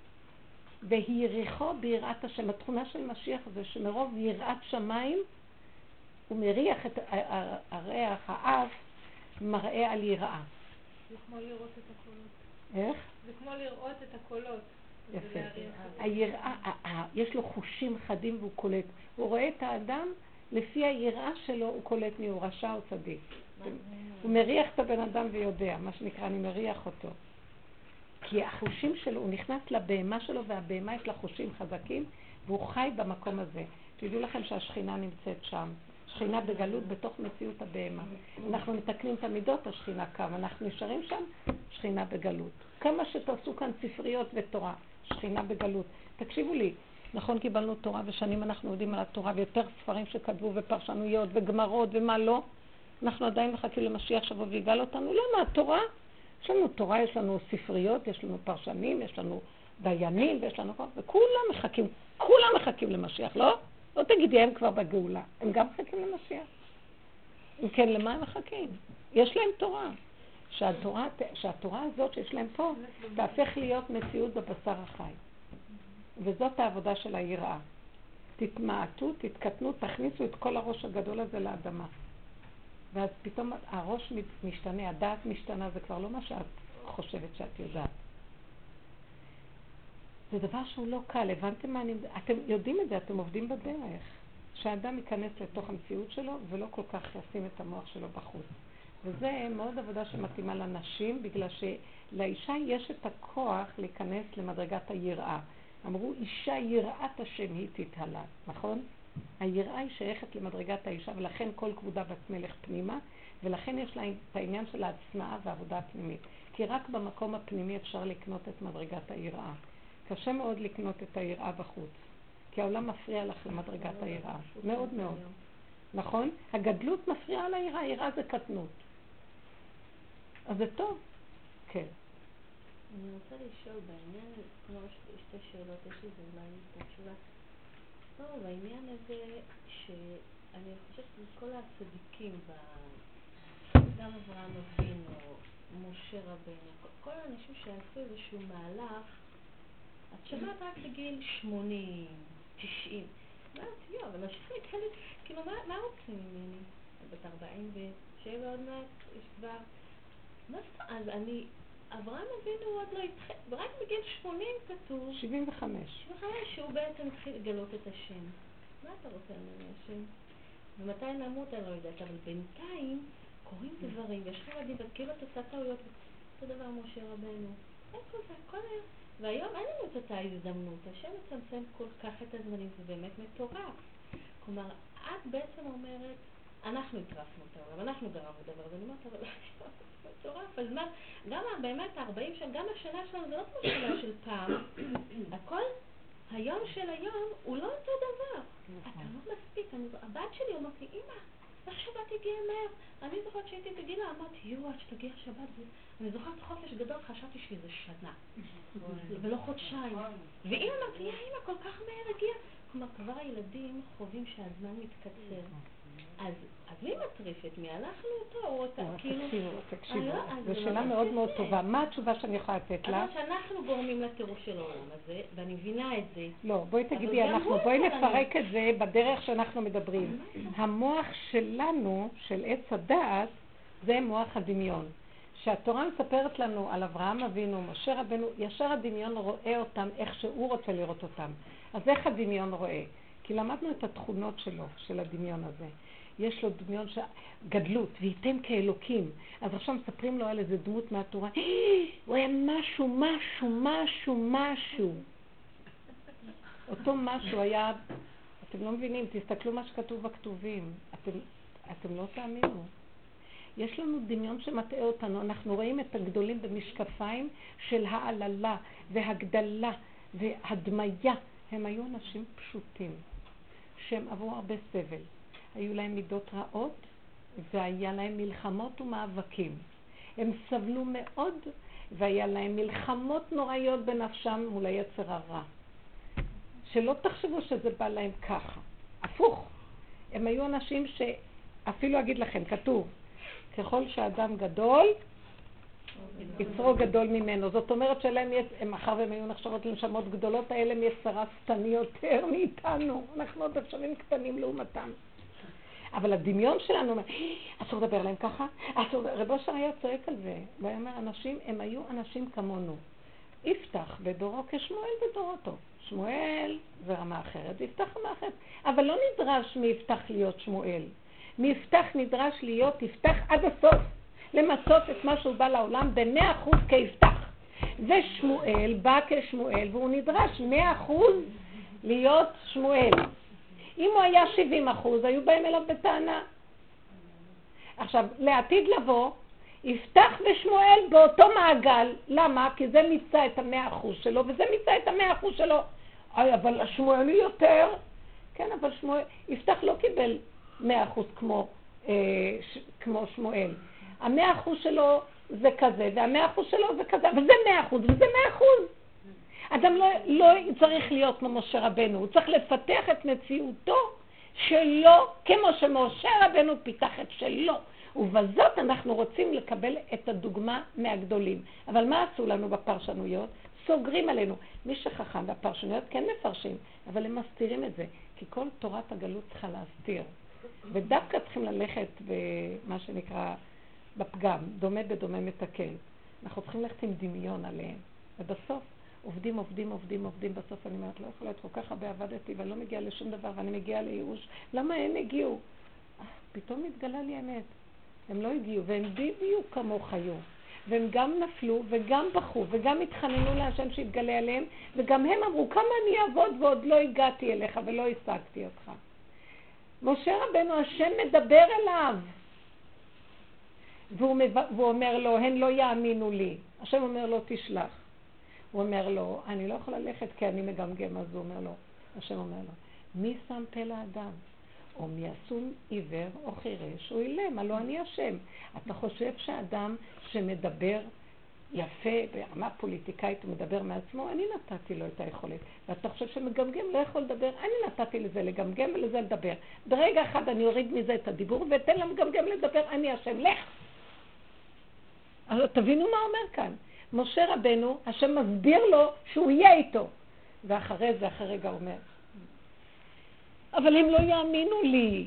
והיא יריחו ביראת השם. התכונה של משיח זה שמרוב יראת שמיים, הוא מריח את הריח, האף, מראה על יראה. זה כמו לראות את הקולות. איך? זה כמו לראות את הקולות. יפה. היראה, יש לו חושים חדים והוא קולט. הוא רואה את האדם, לפי היראה שלו הוא קולט מי הוא רשע או צדיק. הוא מריח את הבן אדם ויודע, מה שנקרא, אני מריח אותו. כי החושים שלו, הוא נכנס לבהמה שלו, והבהמה יש לה חושים חזקים, והוא חי במקום הזה. תדעו לכם שהשכינה נמצאת שם. שכינה בגלות בתוך מציאות הבהמה. אנחנו מתקנים את המידות, השכינה קם. אנחנו נשארים שם, שכינה בגלות. כמה שתעשו כאן ספריות ותורה, שכינה בגלות. תקשיבו לי, נכון קיבלנו תורה ושנים אנחנו יודעים על התורה, ויותר ספרים שכתבו ופרשנויות וגמרות ומה לא. אנחנו עדיין מחכים למשיח שבוא ויגאל אותנו. למה? התורה, יש לנו תורה, יש לנו ספריות, יש לנו פרשנים, יש לנו דיינים, ויש לנו... וכולם מחכים, כולם מחכים למשיח, לא? לא תגידי, הם כבר בגאולה. הם גם מחכים למשיח. אם כן, למה הם מחכים? יש להם תורה. שהתורה, שהתורה הזאת שיש להם פה, תהפך להיות מציאות בבשר החי. וזאת העבודה של היראה. תתמעטו, תתקטנו, תכניסו את כל הראש הגדול הזה לאדמה. ואז פתאום הראש משתנה, הדעת משתנה, זה כבר לא מה שאת חושבת שאת יודעת. זה דבר שהוא לא קל, הבנתם מה אני... אתם יודעים את זה, אתם עובדים בדרך. שהאדם ייכנס לתוך המציאות שלו ולא כל כך ישים את המוח שלו בחוץ. וזה מאוד עבודה שמתאימה לנשים, בגלל שלאישה יש את הכוח להיכנס למדרגת היראה. אמרו, אישה יראת השם היא תתהלה, נכון? היראה היא שייכת למדרגת האישה, ולכן כל כבודה בת מלך פנימה, ולכן יש לה את העניין של העצמאה והעבודה הפנימית. כי רק במקום הפנימי אפשר לקנות את מדרגת היראה. קשה מאוד לקנות את היראה בחוץ, כי העולם מפריע לך למדרגת היראה, מאוד מאוד. נכון? הגדלות מפריעה ליראה, היראה זה קטנות. אז זה טוב. כן. אני רוצה לשאול בעניין, כמו שתי שאלות, יש לי זה אולי את התשובה. לא, בעניין הזה שאני חושבת שכל הצדיקים, גם אברהם אבינו, משה רבנו, כל האנשים שעשו איזשהו מהלך, את שמעת רק בגיל שמונים, תשעים. מה, תהיו, אבל נשאר כאלה, כאילו, מה, מה רוצים ממני? בת ארבעים ושבע עוד מעט, יש כבר... מה סתם? אז אני, אברהם אבינו עוד לא התחיל, ורק בגיל שמונים כתוב... שבעים וחמש. שבעים וחמש, שהוא בעצם התחיל לגלות את השם. מה אתה רוצה ממני, השם? ומתי נמות אני לא יודעת, אבל בינתיים קוראים דברים, ויש לך ילדים, וכאילו את עושה טעויות, אותו דבר משה רבנו. איפה זה? הכל היה... והיום אין לנו את אותה הזדמנות. השם מצמצם כל כך את הזמנים, זה באמת מטורף. כלומר, את בעצם אומרת, אנחנו הטרפנו את העולם, אנחנו גרמנו דבר, ואני אומרת, אבל זה מטורף. אז מה, גם באמת ארבעים שנה, גם השנה שלנו, זה לא כמו שנה של פעם. הכל, היום של היום, הוא לא אותו דבר. אתה לא מספיק. הבת שלי אומרת לי, אמא, איך שבת הגיעה מהר? אני זוכרת שהייתי בגילה, אמרתי, יואו, עד שתגיע שבת, אני זוכרת חופש גדול, חשבתי שזה שנה, ולא חודשיים. ואמא אמרתי, יא אמא, כל כך מהר הגיע. כלומר, כבר הילדים חווים שהזמן מתקצר. אז מי מטריפת? מי? אנחנו אותו או אותה? תקשיבו, תקשיבו. זו שאלה מאוד מאוד טובה. מה התשובה שאני יכולה לתת לה? אז שאנחנו גורמים לטירוף של העולם הזה, ואני מבינה את זה. לא, בואי תגידי אנחנו, בואי נפרק את זה בדרך שאנחנו מדברים. המוח שלנו, של עץ הדעת, זה מוח הדמיון. שהתורה מספרת לנו על אברהם אבינו, משה רבנו, ישר הדמיון רואה אותם איך שהוא רוצה לראות אותם. אז איך הדמיון רואה? כי למדנו את התכונות שלו, של הדמיון הזה. יש לו דמיון ש... גדלות, וייתם כאלוקים. אז עכשיו מספרים לו על איזה דמות מהתורה. הוא היה משהו, משהו, משהו, משהו. אותו משהו היה... אתם לא מבינים, תסתכלו מה שכתוב בכתובים. אתם, אתם לא תאמינו. יש לנו דמיון שמטעה אותנו. אנחנו רואים את הגדולים במשקפיים של העללה והגדלה והדמיה. הם היו אנשים פשוטים, שהם עברו הרבה סבל. היו להם מידות רעות, והיה להם מלחמות ומאבקים. הם סבלו מאוד, והיה להם מלחמות נוראיות בנפשם מול היצר הרע. שלא תחשבו שזה בא להם ככה. הפוך. הם היו אנשים שאפילו אגיד לכם, כתוב, ככל שאדם גדול, יצרו גדול ממנו. זאת אומרת שלהם יש, מאחר והם היו נחשבות לנשמות גדולות, האלה הם יצרה שטני יותר מאיתנו. אנחנו עוד אפשרים קטנים לעומתם. אבל הדמיון שלנו אומר, אסור לדבר להם ככה, אסור, רב אושר היה צועק על זה. והוא אומר, אנשים, הם היו אנשים כמונו. יפתח בדורו כשמואל בדורותו. שמואל זה רמה אחרת, יפתח רמה אחרת. אבל לא נדרש מיפתח להיות שמואל. מיפתח נדרש להיות יפתח עד הסוף. למצות את מה שהוא בא לעולם במאה אחוז כיפתח. ושמואל בא כשמואל, והוא נדרש מאה אחוז להיות שמואל. אם הוא היה שבעים אחוז, היו באים אליו בטענה. עכשיו, לעתיד לבוא, יפתח ושמואל באותו מעגל. למה? כי זה מיצה את המאה אחוז שלו, וזה מיצה את המאה אחוז שלו. אוי, אבל השמואל היא יותר. כן, אבל שמואל, יפתח לא קיבל מאה אחוז כמו, אה, ש, כמו שמואל. המאה אחוז שלו זה כזה, והמאה אחוז שלו זה כזה, וזה מאה אחוז, וזה מאה אחוז. אדם לא, לא צריך להיות כמו משה רבנו, הוא צריך לפתח את מציאותו שלו, כמו שמשה רבנו פיתח את שלו. ובזאת אנחנו רוצים לקבל את הדוגמה מהגדולים. אבל מה עשו לנו בפרשנויות? סוגרים עלינו. מי שחכם בפרשנויות כן מפרשים, אבל הם מסתירים את זה, כי כל תורת הגלות צריכה להסתיר. ודווקא צריכים ללכת במה שנקרא בפגם, דומה בדומה מתקן. אנחנו צריכים ללכת עם דמיון עליהם. ובסוף עובדים, עובדים, עובדים, עובדים. בסוף אני אומרת, לא יכולה להיות כל כך הרבה עבדתי, ואני לא מגיעה לשום דבר, ואני מגיעה לייאוש. למה הם הגיעו? פתאום התגלה לי האמת. הם לא הגיעו, והם בדיוק כמו חיו. והם גם נפלו, וגם בכו, וגם התחננו להשם שהתגלה עליהם, וגם הם אמרו, כמה אני אעבוד ועוד לא הגעתי אליך ולא השגתי אותך. משה רבנו, השם מדבר אליו. והוא, מב... והוא אומר לו, הן לא יאמינו לי. השם אומר לו, תשלח. הוא אומר לו, אני לא יכול ללכת כי אני מגמגם. אז הוא אומר לו, השם אומר לו, מי שם פה לאדם? או מי אסום עיוור או חירש או אילם, הלא אני השם. אתה חושב שאדם שמדבר יפה ברמה פוליטיקאית הוא מדבר מעצמו? אני נתתי לו את היכולת. ואתה חושב שמגמגם לא יכול לדבר? אני נתתי לזה לגמגם ולזה לדבר. ברגע אחד אני אוריד מזה את הדיבור ואתן למגמגם לדבר, אני השם, לך. אז תבינו מה אומר כאן. משה רבנו, השם מסביר לו שהוא יהיה איתו. ואחרי זה, אחרי רגע אומר, אבל הם לא יאמינו לי.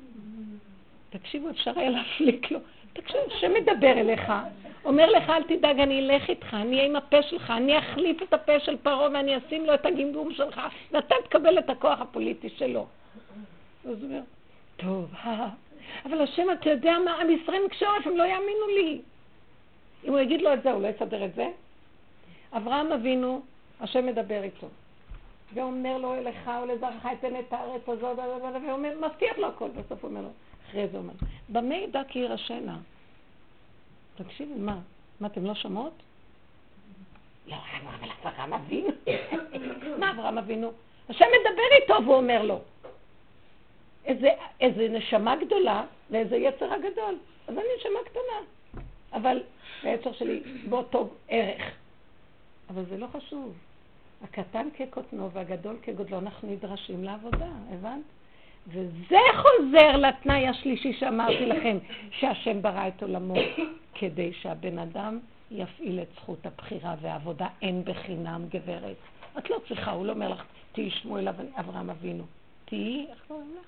תקשיבו, אפשר היה להפליק לו. תקשיב, שמדבר אליך, אומר לך, אל תדאג, אני אלך איתך, אני אהיה עם הפה שלך, אני אחליף את הפה של פרעה ואני אשים לו את הגמגום שלך, ואתה תקבל את הכוח הפוליטי שלו. אז הוא אומר, טוב, אבל השם, אתה יודע מה, עם ישראל מקשורף, הם לא יאמינו לי. אם הוא יגיד לו את זה, הוא לא יסדר את זה. אברהם אבינו, השם מדבר איתו. ואומר לו, אליך ולזרעך אתן את הארץ הזאת, ואומר, מבטיח לו הכל, בסוף הוא אומר לו. אחרי זה אומר, במה ידע כי ירשנה? תקשיבו, מה? מה, אתם לא שמעות? לא, אבל אברהם אבינו. מה אברהם אבינו? השם מדבר איתו והוא אומר לו. איזה, איזה נשמה גדולה ואיזה יצר הגדול. אז אני נשמה קטנה. אבל היצר שלי באותו ערך. אבל זה לא חשוב. הקטן כקוטנו והגדול כגודלו, אנחנו נדרשים לעבודה, הבנת? וזה חוזר לתנאי השלישי שאמרתי לכם, שהשם ברא את עולמו, כדי שהבן אדם יפעיל את זכות הבחירה והעבודה, אין בחינם גברת. את לא צריכה, הוא לא אומר לך, תהי שמואל אברהם אבינו. תהי, איך קוראים לך?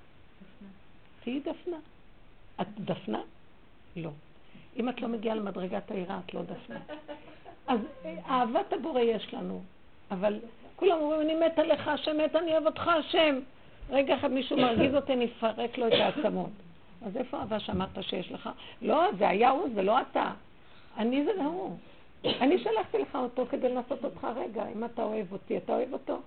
תהי דפנה. את דפנה? לא. אם את לא מגיעה למדרגת העירה, את לא דפנה. אז אהבת הבורא יש לנו, אבל כולם אומרים, אני מת עליך, השם מת, אני אוהב אותך, השם. רגע אחד מישהו מרגיז אותי, נפרק לו את העצמות. אז איפה אהבה שאמרת שיש לך? לא, זה היה הוא, זה לא אתה. אני זה לא הוא. אני שלחתי לך אותו כדי לנסות אותך רגע. אם אתה אוהב אותי, אתה אוהב אותו?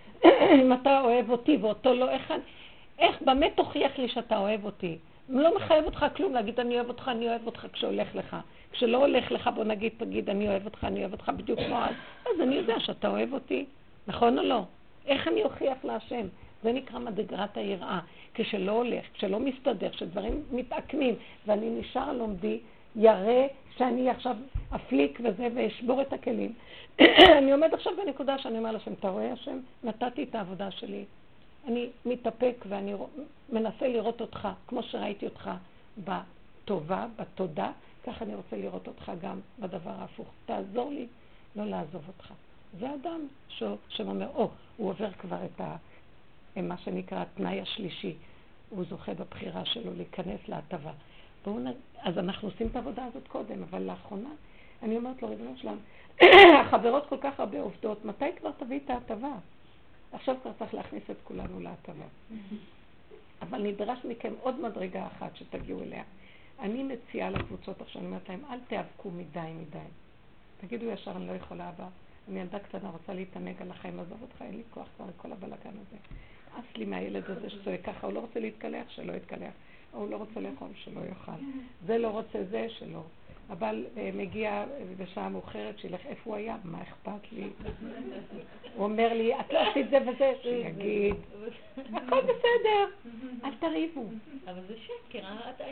אם אתה אוהב אותי ואותו לא, איך, איך באמת תוכיח לי שאתה אוהב אותי? לא מחייב אותך כלום להגיד אני אוהב אותך, אני אוהב אותך כשהולך לך. כשלא הולך לך בוא נגיד, תגיד אני אוהב אותך, אני אוהב אותך בדיוק כמו אז. אז אני יודע שאתה אוהב אותי. נכון או לא? איך אני אוכיח להשם? זה נקרא מדרגת היראה. כשלא הולך, כשלא מסתדר, כשדברים מתעקמים, ואני נשאר לומדי, יראה שאני עכשיו אפליק וזה, ואשבור את הכלים. אני עומד עכשיו בנקודה שאני אומר לשם, אתה רואה השם? נתתי את העבודה שלי. אני מתאפק ואני מנסה לראות אותך, כמו שראיתי אותך בטובה, בתודה, כך אני רוצה לראות אותך גם בדבר ההפוך. תעזור לי לא לעזוב אותך. זה אדם שאומר, או, הוא עובר כבר את ה... מה שנקרא התנאי השלישי, הוא זוכה בבחירה שלו להיכנס להטבה. נ... אז אנחנו עושים את העבודה הזאת קודם, אבל לאחרונה אני אומרת לו, ריבונו שלם, החברות כל כך הרבה עובדות, מתי כבר תביא את ההטבה? עכשיו כבר צריך להכניס את כולנו להטבה. אבל נדרש מכם עוד מדרגה אחת שתגיעו אליה. אני מציעה לקבוצות עכשיו, אני אומרת להם, אל תאבקו מדי מדי. תגידו ישר, אני לא יכולה הבא. אני ילדה קטנה, רוצה להתענג על החיים, עזוב אותך, אין לי כוח כבר לכל הבלגן הזה. אס לי מהילד הזה שצועק ככה, הוא לא רוצה להתקלח, שלא יתקלח. או הוא לא רוצה לאכול, שלא יאכל. זה לא רוצה זה, שלא. אבל מגיע בשעה מאוחרת, שילך איפה הוא היה, מה אכפת לי? הוא אומר לי, את לא עשית זה וזה, שיגיד. הכל בסדר, אל תריבו. אבל זה שקר,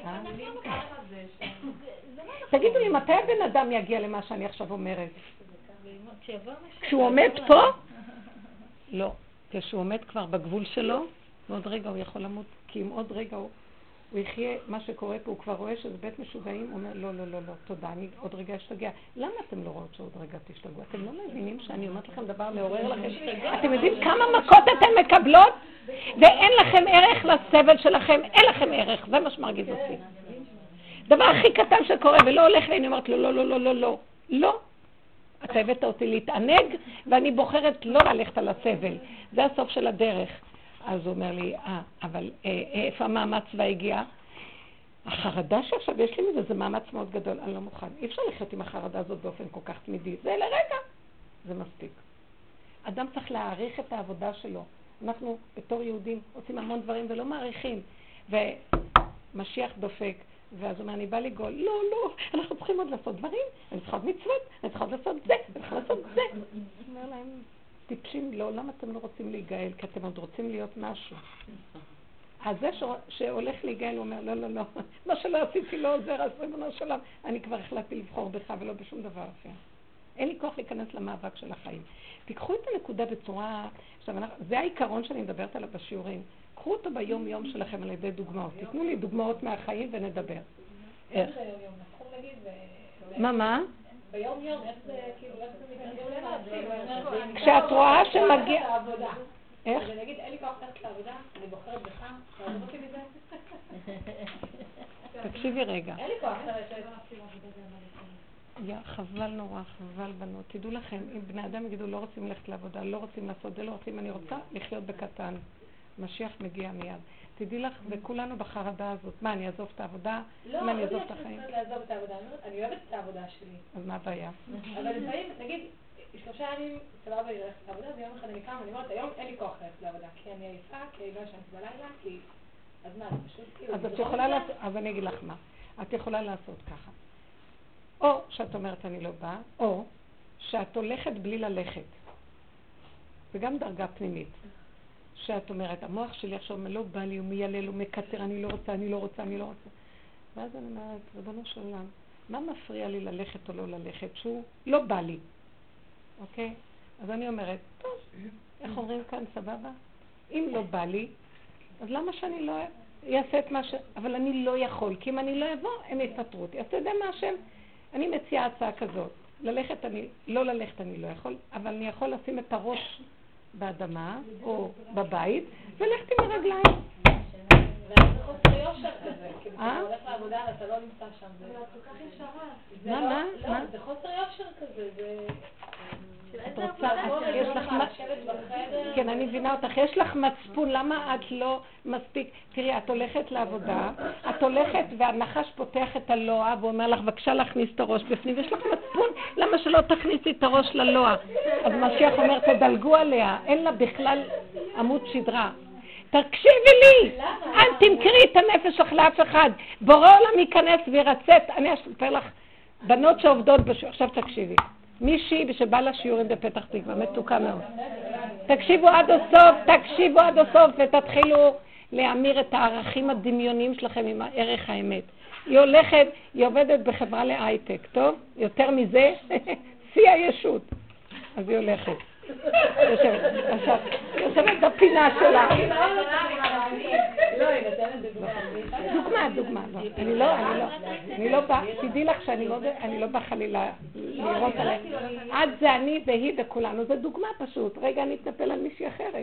תגידו לי, מתי הבן אדם יגיע למה שאני עכשיו אומרת? כשהוא עומד פה? לא. כשהוא עומד כבר בגבול שלו, ועוד רגע הוא יכול למות, כי אם עוד רגע הוא, הוא יחיה מה שקורה פה, הוא כבר רואה שזה בית משוגעים, הוא אומר, לא, לא, לא, לא, תודה, אני עוד רגע אשתגע. למה אתם לא רואות שעוד רגע תשתגעו? אתם לא מבינים שאני אומרת לכם דבר מעורר לכם? אתם יודעים כמה מכות אתם מקבלות? ואין לכם ערך לסבל שלכם, אין לכם ערך, זה מה שמרגיז אותי. דבר הכי קטן שקורה ולא הולך לי, אני אומרת לו, לא, לא, לא, לא, לא, לא. אתה הבאת אותי להתענג, ואני בוחרת לא ללכת על הסבל. זה הסוף של הדרך. אז הוא אומר לי, אה, אבל איפה המאמץ והגיע? החרדה שעכשיו יש לי מזה, זה מאמץ מאוד גדול, אני לא מוכן. אי אפשר לחיות עם החרדה הזאת באופן כל כך תמידי. זה לרגע. זה מספיק. אדם צריך להעריך את העבודה שלו. אנחנו בתור יהודים עושים המון דברים ולא מעריכים. ומשיח דופק. ואז הוא אומר, אני בא לגול, לא, לא, אנחנו צריכים עוד לעשות דברים, אני צריכה עוד מצוות, אני צריכה עוד לעשות זה, אני צריכה לעשות זה. אני אומר להם, טיפשים, לא, למה אתם לא רוצים להיגאל? כי אתם עוד רוצים להיות משהו. אז זה שהולך להיגאל, הוא אומר, לא, לא, לא, מה שלא עשיתי לא עוזר, אז ריבונו של עולם, אני כבר החלטתי לבחור בך ולא בשום דבר אחר. אין לי כוח להיכנס למאבק של החיים. תיקחו את הנקודה בצורה, עכשיו, זה העיקרון שאני מדברת עליו בשיעורים. קחו אותו ביום יום שלכם על ידי דוגמאות. תתנו לי דוגמאות מהחיים ונדבר. איך? מה, מה? ביום יום, איך זה, כאילו, איך זה מתגלגל? כשאת רואה שמגיע... איך? אז אני אגיד, אין לי כוח ללכת לעבודה, אני בוחרת בך, תעזוב אותי מזה. תקשיבי רגע. אין לי כוח ללכת. יא, חבל נורא, חבל בנות. תדעו לכם, אם בני אדם יגידו לא רוצים ללכת לעבודה, לא רוצים לעשות זה, לא רוצים, אני רוצה לחיות בקטן. משיח מגיע מיד. תדעי לך, וכולנו בחרדה הזאת. מה, אני אעזוב את העבודה? לא, מה, אני אעזוב את החיים? לא, אני לעזוב את העבודה. אני אוהבת את העבודה שלי. אז מה הבעיה? אבל לפעמים, נגיד, שלושה ימים סבבה לי ללכת לעבודה, ויום אחד אני קמה, אני אומרת, היום אין לי כוח ללכת לעבודה, כי אני עייפה, כי לא ישנתי בלילה, כי... אז מה, זה פשוט כאילו... אז את יכולה לעשות... אז אני אגיד לך מה. את יכולה לעשות ככה. או שאת אומרת אני לא באה, או שאת הולכת בלי ללכת. זה גם דרגה פנימית. שאת אומרת, המוח שלי עכשיו לא בא לי, הוא מיילל, הוא מקטר, אני לא רוצה, אני לא רוצה, אני לא רוצה. ואז אני אומרת, רבנו של עולם, מה מפריע לי ללכת או לא ללכת? שהוא לא בא לי. אוקיי? אז אני אומרת, טוב, איך אומרים כאן, סבבה? אם לא בא לי, אז למה שאני לא אעשה את מה ש... אבל אני לא יכול, כי אם אני לא אבוא, הם יפטרו אותי. אז אתה יודע מה השם? אני מציעה הצעה כזאת. ללכת אני, לא ללכת אני לא יכול, אבל אני יכול לשים את הראש באדמה או בבית, ולכת עם הרגליים. ואז זה חוסר יושר כזה, כאילו אתה הולך לעבודה ואתה לא נמצא שם. זה כל כך ישרה. מה, מה? לא, זה חוסר יושר כזה, זה... את רוצה, יש לך... כן, אני מבינה אותך, יש לך מצפון, למה את לא מספיק... תראי, את הולכת לעבודה, את הולכת והנחש פותח את הלוע ואומר לך, בבקשה להכניס את הראש בפנים, ויש לך מצפון, למה שלא תכניסי את הראש ללוע? אז משיח אומר, תדלגו עליה, אין לה בכלל עמוד שדרה. תקשיבי לי, אל תמכרי את הנפש שלך לאף אחד, בורא עולם ייכנס וירצת. אני אספר לך, בנות שעובדות בשיעור, עכשיו תקשיבי. מישהי שבא לשיעורים בפתח תקווה, מתוקה מאוד. תקשיבו עד הסוף, תקשיבו עד הסוף ותתחילו להמיר את הערכים הדמיוניים שלכם עם ערך האמת. היא הולכת, היא עובדת בחברה להייטק, טוב? יותר מזה, שיא הישות. אז היא הולכת. יושבת, עכשיו, יושבת בפינה שלה. לא, היא נותנת דוגמה. דוגמה, דוגמה, לא. אני לא, אני לא, אני לא באה, תדעי לך שאני לא, אני לא באה חלילה לראות עליהם. עד זה אני והיא וכולנו, זה דוגמה פשוט. רגע, אני אתנפל על מישהי אחרת.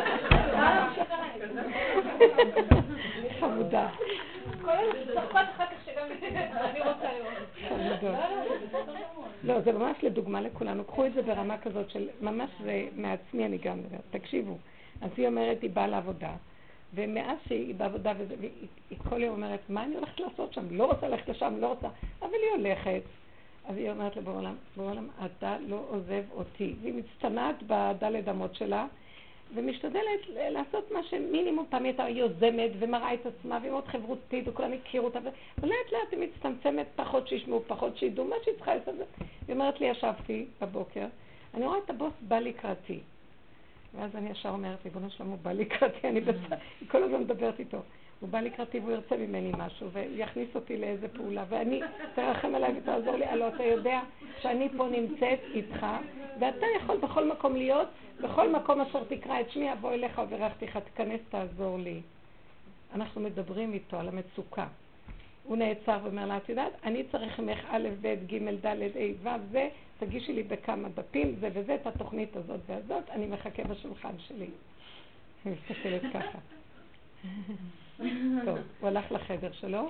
חמודה. כל הצרפת אחר כך שגם אני רוצה לראות. לא, זה ממש לדוגמה לכולנו. קחו את זה ברמה כזאת של ממש מעצמי אני גם מדברת. תקשיבו. אז היא אומרת, היא באה לעבודה. ומאז שהיא בעבודה, והיא כל יום אומרת, מה אני הולכת לעשות שם? לא רוצה ללכת לשם, לא רוצה. אבל היא הולכת. אז היא אומרת לבעולם, בעולם, אתה לא עוזב אותי. והיא מצטנעת בדלת אמות שלה, ומשתדלת לעשות מה שמינימום פעם הייתה יוזמת ומראה את עצמה, והיא מאוד חברותית, וכולם הכירו אותה, ולאט לאט היא מצטמצמת, פחות שישמעו, פחות שידעו, מה שהיא צריכה לעשות. היא אומרת לי, ישבתי בבוקר, אני רואה את הבוס בא לקראתי. ואז אני ישר אומרת, ריבונו שלמה, הוא בא לקראתי, אני בסדר, היא כל הזמן מדברת איתו. הוא בא לקראתי והוא ירצה ממני משהו, ויכניס אותי לאיזה פעולה, ואני, תרחם עליי ותעזור לי, אלא אתה יודע שאני פה נמצאת איתך, ואתה יכול בכל מקום להיות, בכל מקום אשר תקרא את שמי, אבוא אליך וברכתיך, תכנס, תעזור לי. אנחנו מדברים איתו על המצוקה. הוא נעצר ואומר לה, את יודעת, אני צריך ממך א', ב', ג', ד', ה', ו', זה, תגישי לי בכמה דפים, זה וזה, את התוכנית הזאת והזאת, אני מחכה בשולחן שלי. אני מסתכלת ככה. טוב, הוא הלך לחדר שלו,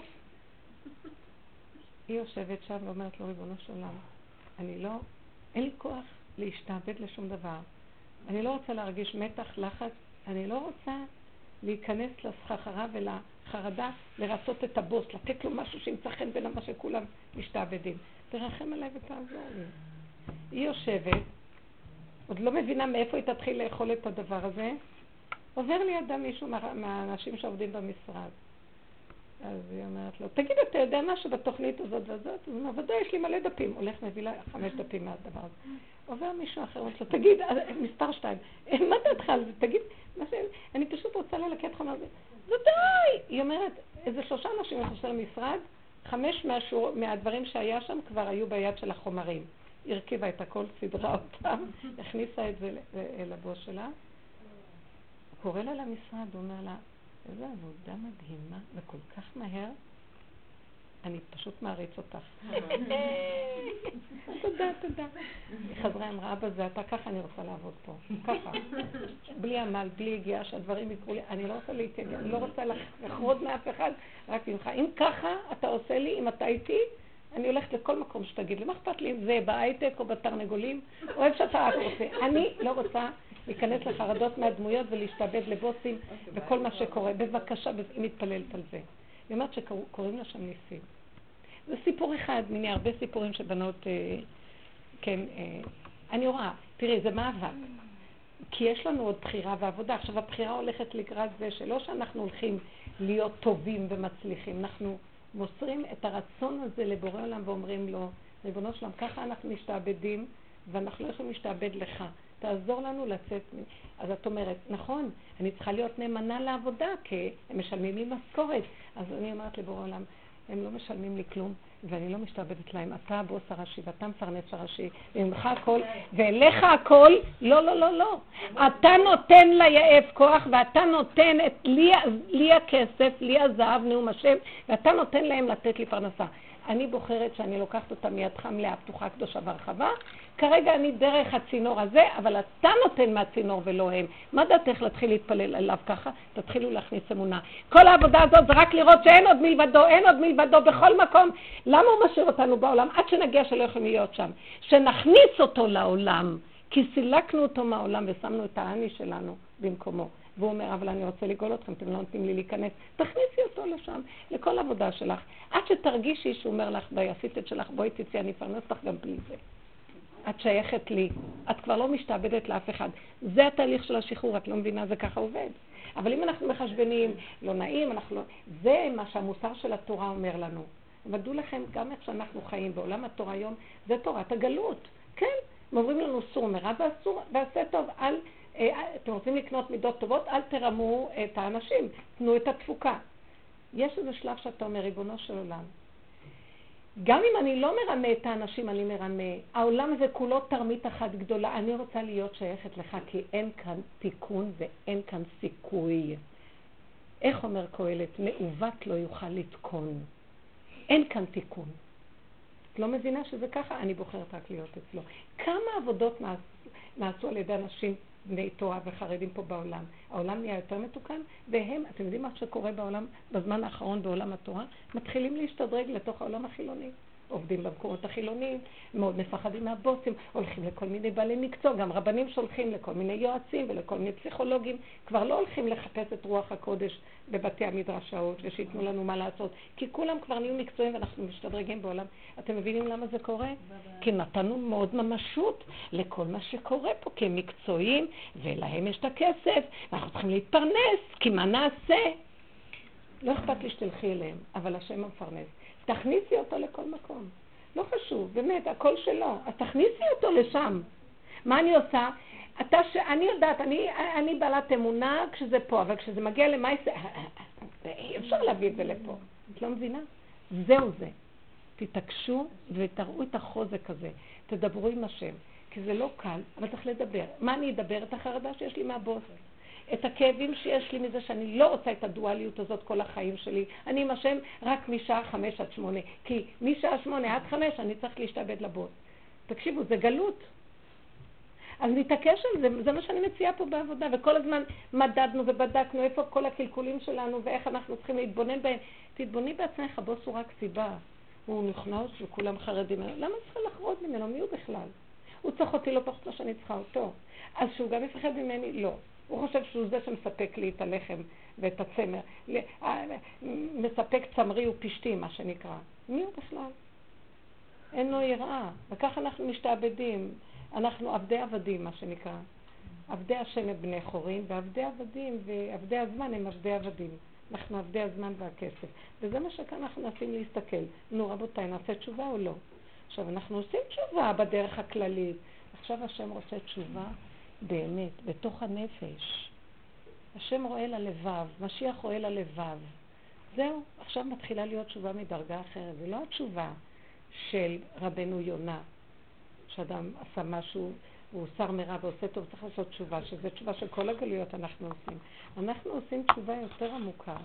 היא יושבת שם ואומרת לו, ריבונו של עולם, אני לא, אין לי כוח להשתעבד לשום דבר, אני לא רוצה להרגיש מתח, לחץ, אני לא רוצה להיכנס לסחרחרה ולחרדה, לרצות את הבוס, לתת לו משהו שימצא חן בין מה שכולם משתעבדים. תרחם עליי ותעזור לי. היא יושבת, עוד לא מבינה מאיפה היא תתחיל לאכול את הדבר הזה, עובר לידה מישהו מהאנשים שעובדים במשרד. אז היא אומרת לו, תגיד, אתה יודע משהו בתוכנית הזאת והזאת? אז הוא אומר, ודאי, יש לי מלא דפים. הולך מביא לה חמש דפים מהדבר הזה. עובר מישהו אחר, אומרת לו, תגיד, מספר שתיים, מה דעתך על זה? תגיד, אני פשוט רוצה ללקט חמר זה. ודאי! היא אומרת, איזה שלושה אנשים יחסר משרד, חמש מהדברים שהיה שם כבר היו ביד של החומרים. היא הרכיבה את הכל, סדרה אותם, הכניסה את זה לבוס שלה. הוא קורא לה למשרד, הוא אומר לה, איזו עבודה מדהימה, וכל כך מהר. אני פשוט מעריץ אותך. תודה, תודה. היא חזרה, אמרה, אבא זה אתה, ככה אני רוצה לעבוד פה. ככה. בלי עמל, בלי הגיעה, שהדברים יקרו לי. אני לא רוצה להתייגע, אני לא רוצה לחרוד מאף אחד, רק ממך. אם ככה אתה עושה לי, אם אתה איתי, אני הולכת לכל מקום שתגיד לי, מה אכפת לי אם זה בהייטק או בתרנגולים, או איפה שאתה רק רוצה. אני לא רוצה להיכנס לחרדות מהדמויות ולהשתעבד לבוסים וכל מה שקורה. בבקשה, היא מתפללת על זה. היא אומרת שקוראים לה שם ניסים. זה סיפור אחד, מיני הרבה סיפורים שבנות, אה, כן, אה, אני רואה, תראי, זה מאבק. כי יש לנו עוד בחירה ועבודה. עכשיו הבחירה הולכת לקראת זה שלא שאנחנו הולכים להיות טובים ומצליחים, אנחנו מוסרים את הרצון הזה לבורא עולם ואומרים לו, ריבונו שלם, ככה אנחנו משתעבדים ואנחנו לא יכולים להשתעבד לך. תעזור לנו לצאת. אז את אומרת, נכון, אני צריכה להיות נאמנה לעבודה, כי הם משלמים לי משכורת. אז אני אומרת לבורא עולם, הם לא משלמים לי כלום, ואני לא משתעבדת להם. אתה הבוס הראשי, ואתה מפרנס הראשי, וממך הכל, ואליך הכל, לא, לא, לא, לא. אתה נותן ליעף כוח, ואתה נותן את לי, לי הכסף, לי הזהב, נאום השם, ואתה נותן להם לתת לי פרנסה. אני בוחרת שאני לוקחת אותה מידך מלאה פתוחה קדושה והרחבה. כרגע אני דרך הצינור הזה, אבל אתה נותן מהצינור ולא הם. מה דעתך להתחיל להתפלל עליו ככה? תתחילו להכניס אמונה. כל העבודה הזאת זה רק לראות שאין עוד מלבדו, אין עוד מלבדו בכל מקום. למה הוא משאיר אותנו בעולם? עד שנגיע שלא יכולים להיות שם. שנכניס אותו לעולם, כי סילקנו אותו מהעולם ושמנו את העני שלנו במקומו. והוא אומר, אבל אני רוצה לגאול אתכם, אתם לא נותנים לי להיכנס. תכניסי אותו לשם, לכל עבודה שלך. עד שתרגישי שהוא אומר לך, די, עשית את שלך, בואי תצאי, אני אפרנס לך גם בלי זה. את שייכת לי, את כבר לא משתעבדת לאף אחד. זה התהליך של השחרור, את לא מבינה, זה ככה עובד. אבל אם אנחנו מחשבנים, לא נעים, אנחנו לא... זה מה שהמוסר של התורה אומר לנו. ודעו לכם, גם איך שאנחנו חיים בעולם התורה היום, זה תורת הגלות. כן, הם אומרים לנו סור מרע ואסור, ועשה טוב, אל... אתם רוצים לקנות מידות טובות, אל תרמו את האנשים, תנו את התפוקה. יש איזה שלב שאתה אומר, ריבונו של עולם, גם אם אני לא מרמה את האנשים, אני מרמה. העולם הזה כולו תרמית אחת גדולה. אני רוצה להיות שייכת לך, כי אין כאן תיקון ואין כאן סיכוי. איך אומר קהלת? מעוות לא יוכל לתקון. אין כאן תיקון. את לא מבינה שזה ככה? אני בוחרת רק להיות אצלו. כמה עבודות נעשו על ידי אנשים בני תורה וחרדים פה בעולם. העולם נהיה יותר מתוקן, והם, אתם יודעים מה שקורה בעולם, בזמן האחרון בעולם התורה, מתחילים להשתדרג לתוך העולם החילוני. עובדים במקומות החילוניים, מאוד מפחדים מהבוסים, הולכים לכל מיני בעלי מקצוע, גם רבנים שולחים לכל מיני יועצים ולכל מיני פסיכולוגים, כבר לא הולכים לחפש את רוח הקודש בבתי המדרשות ושיתנו לנו מה לעשות, כי כולם כבר נהיו מקצועיים ואנחנו משתדרגים בעולם. אתם מבינים למה זה קורה? כי נתנו מאוד ממשות לכל מה שקורה פה, כי הם מקצועיים ולהם יש את הכסף, ואנחנו צריכים להתפרנס, כי מה נעשה? לא אכפת לי שתלכי אליהם, אבל השם המפרנס. תכניסי אותו לכל מקום. לא חשוב, באמת, הכל שלו. אז תכניסי אותו לשם. מה אני עושה? אתה ש... אני יודעת, אני, אני בעלת אמונה כשזה פה, אבל כשזה מגיע למעשה, אי אפשר להביא את זה לפה. את לא מבינה? זהו זה. תתעקשו ותראו את החוזק הזה. תדברו עם השם, כי זה לא קל, אבל צריך לדבר. מה אני אדבר? את החרדה שיש לי מהבוס. את הכאבים שיש לי מזה שאני לא רוצה את הדואליות הזאת כל החיים שלי. אני עם השם רק משעה חמש עד שמונה, כי משעה שמונה עד חמש אני צריך להשתעבד לבוס. תקשיבו, זה גלות. אז נתעקש על זה, זה מה שאני מציעה פה בעבודה, וכל הזמן מדדנו ובדקנו איפה כל הקלקולים שלנו ואיך אנחנו צריכים להתבונן בהם. תתבוני בעצמך, הבוס הוא רק סיבה. הוא נכנס וכולם חרדים. למה צריכה לחרוד ממנו? מי הוא בכלל? הוא צריך אותי לא פחות מה שאני צריכה אותו. אז שהוא גם יפחד ממני? לא. הוא חושב שהוא זה שמספק לי את הלחם ואת הצמר. מספק צמרי ופשטי, מה שנקרא. מי הוא בכלל? אין לו יראה. וכך אנחנו משתעבדים. אנחנו עבדי עבדים, מה שנקרא. עבדי השם הם בני חורים, ועבדי עבדים ועבדי הזמן הם עבדי עבדים. אנחנו עבדי הזמן והכסף. וזה מה שכאן אנחנו נעשים להסתכל. נו רבותיי, נעשה תשובה או לא? עכשיו אנחנו עושים תשובה בדרך הכללית. עכשיו השם רוצה תשובה באמת, בתוך הנפש. השם רואה ללבב, משיח רואה ללבב. זהו, עכשיו מתחילה להיות תשובה מדרגה אחרת. זה לא התשובה של רבנו יונה, שאדם עשה משהו, הוא שר מרע ועושה טוב, צריך לעשות תשובה, שזו תשובה של כל הגלויות אנחנו עושים. אנחנו עושים תשובה יותר עמוקה.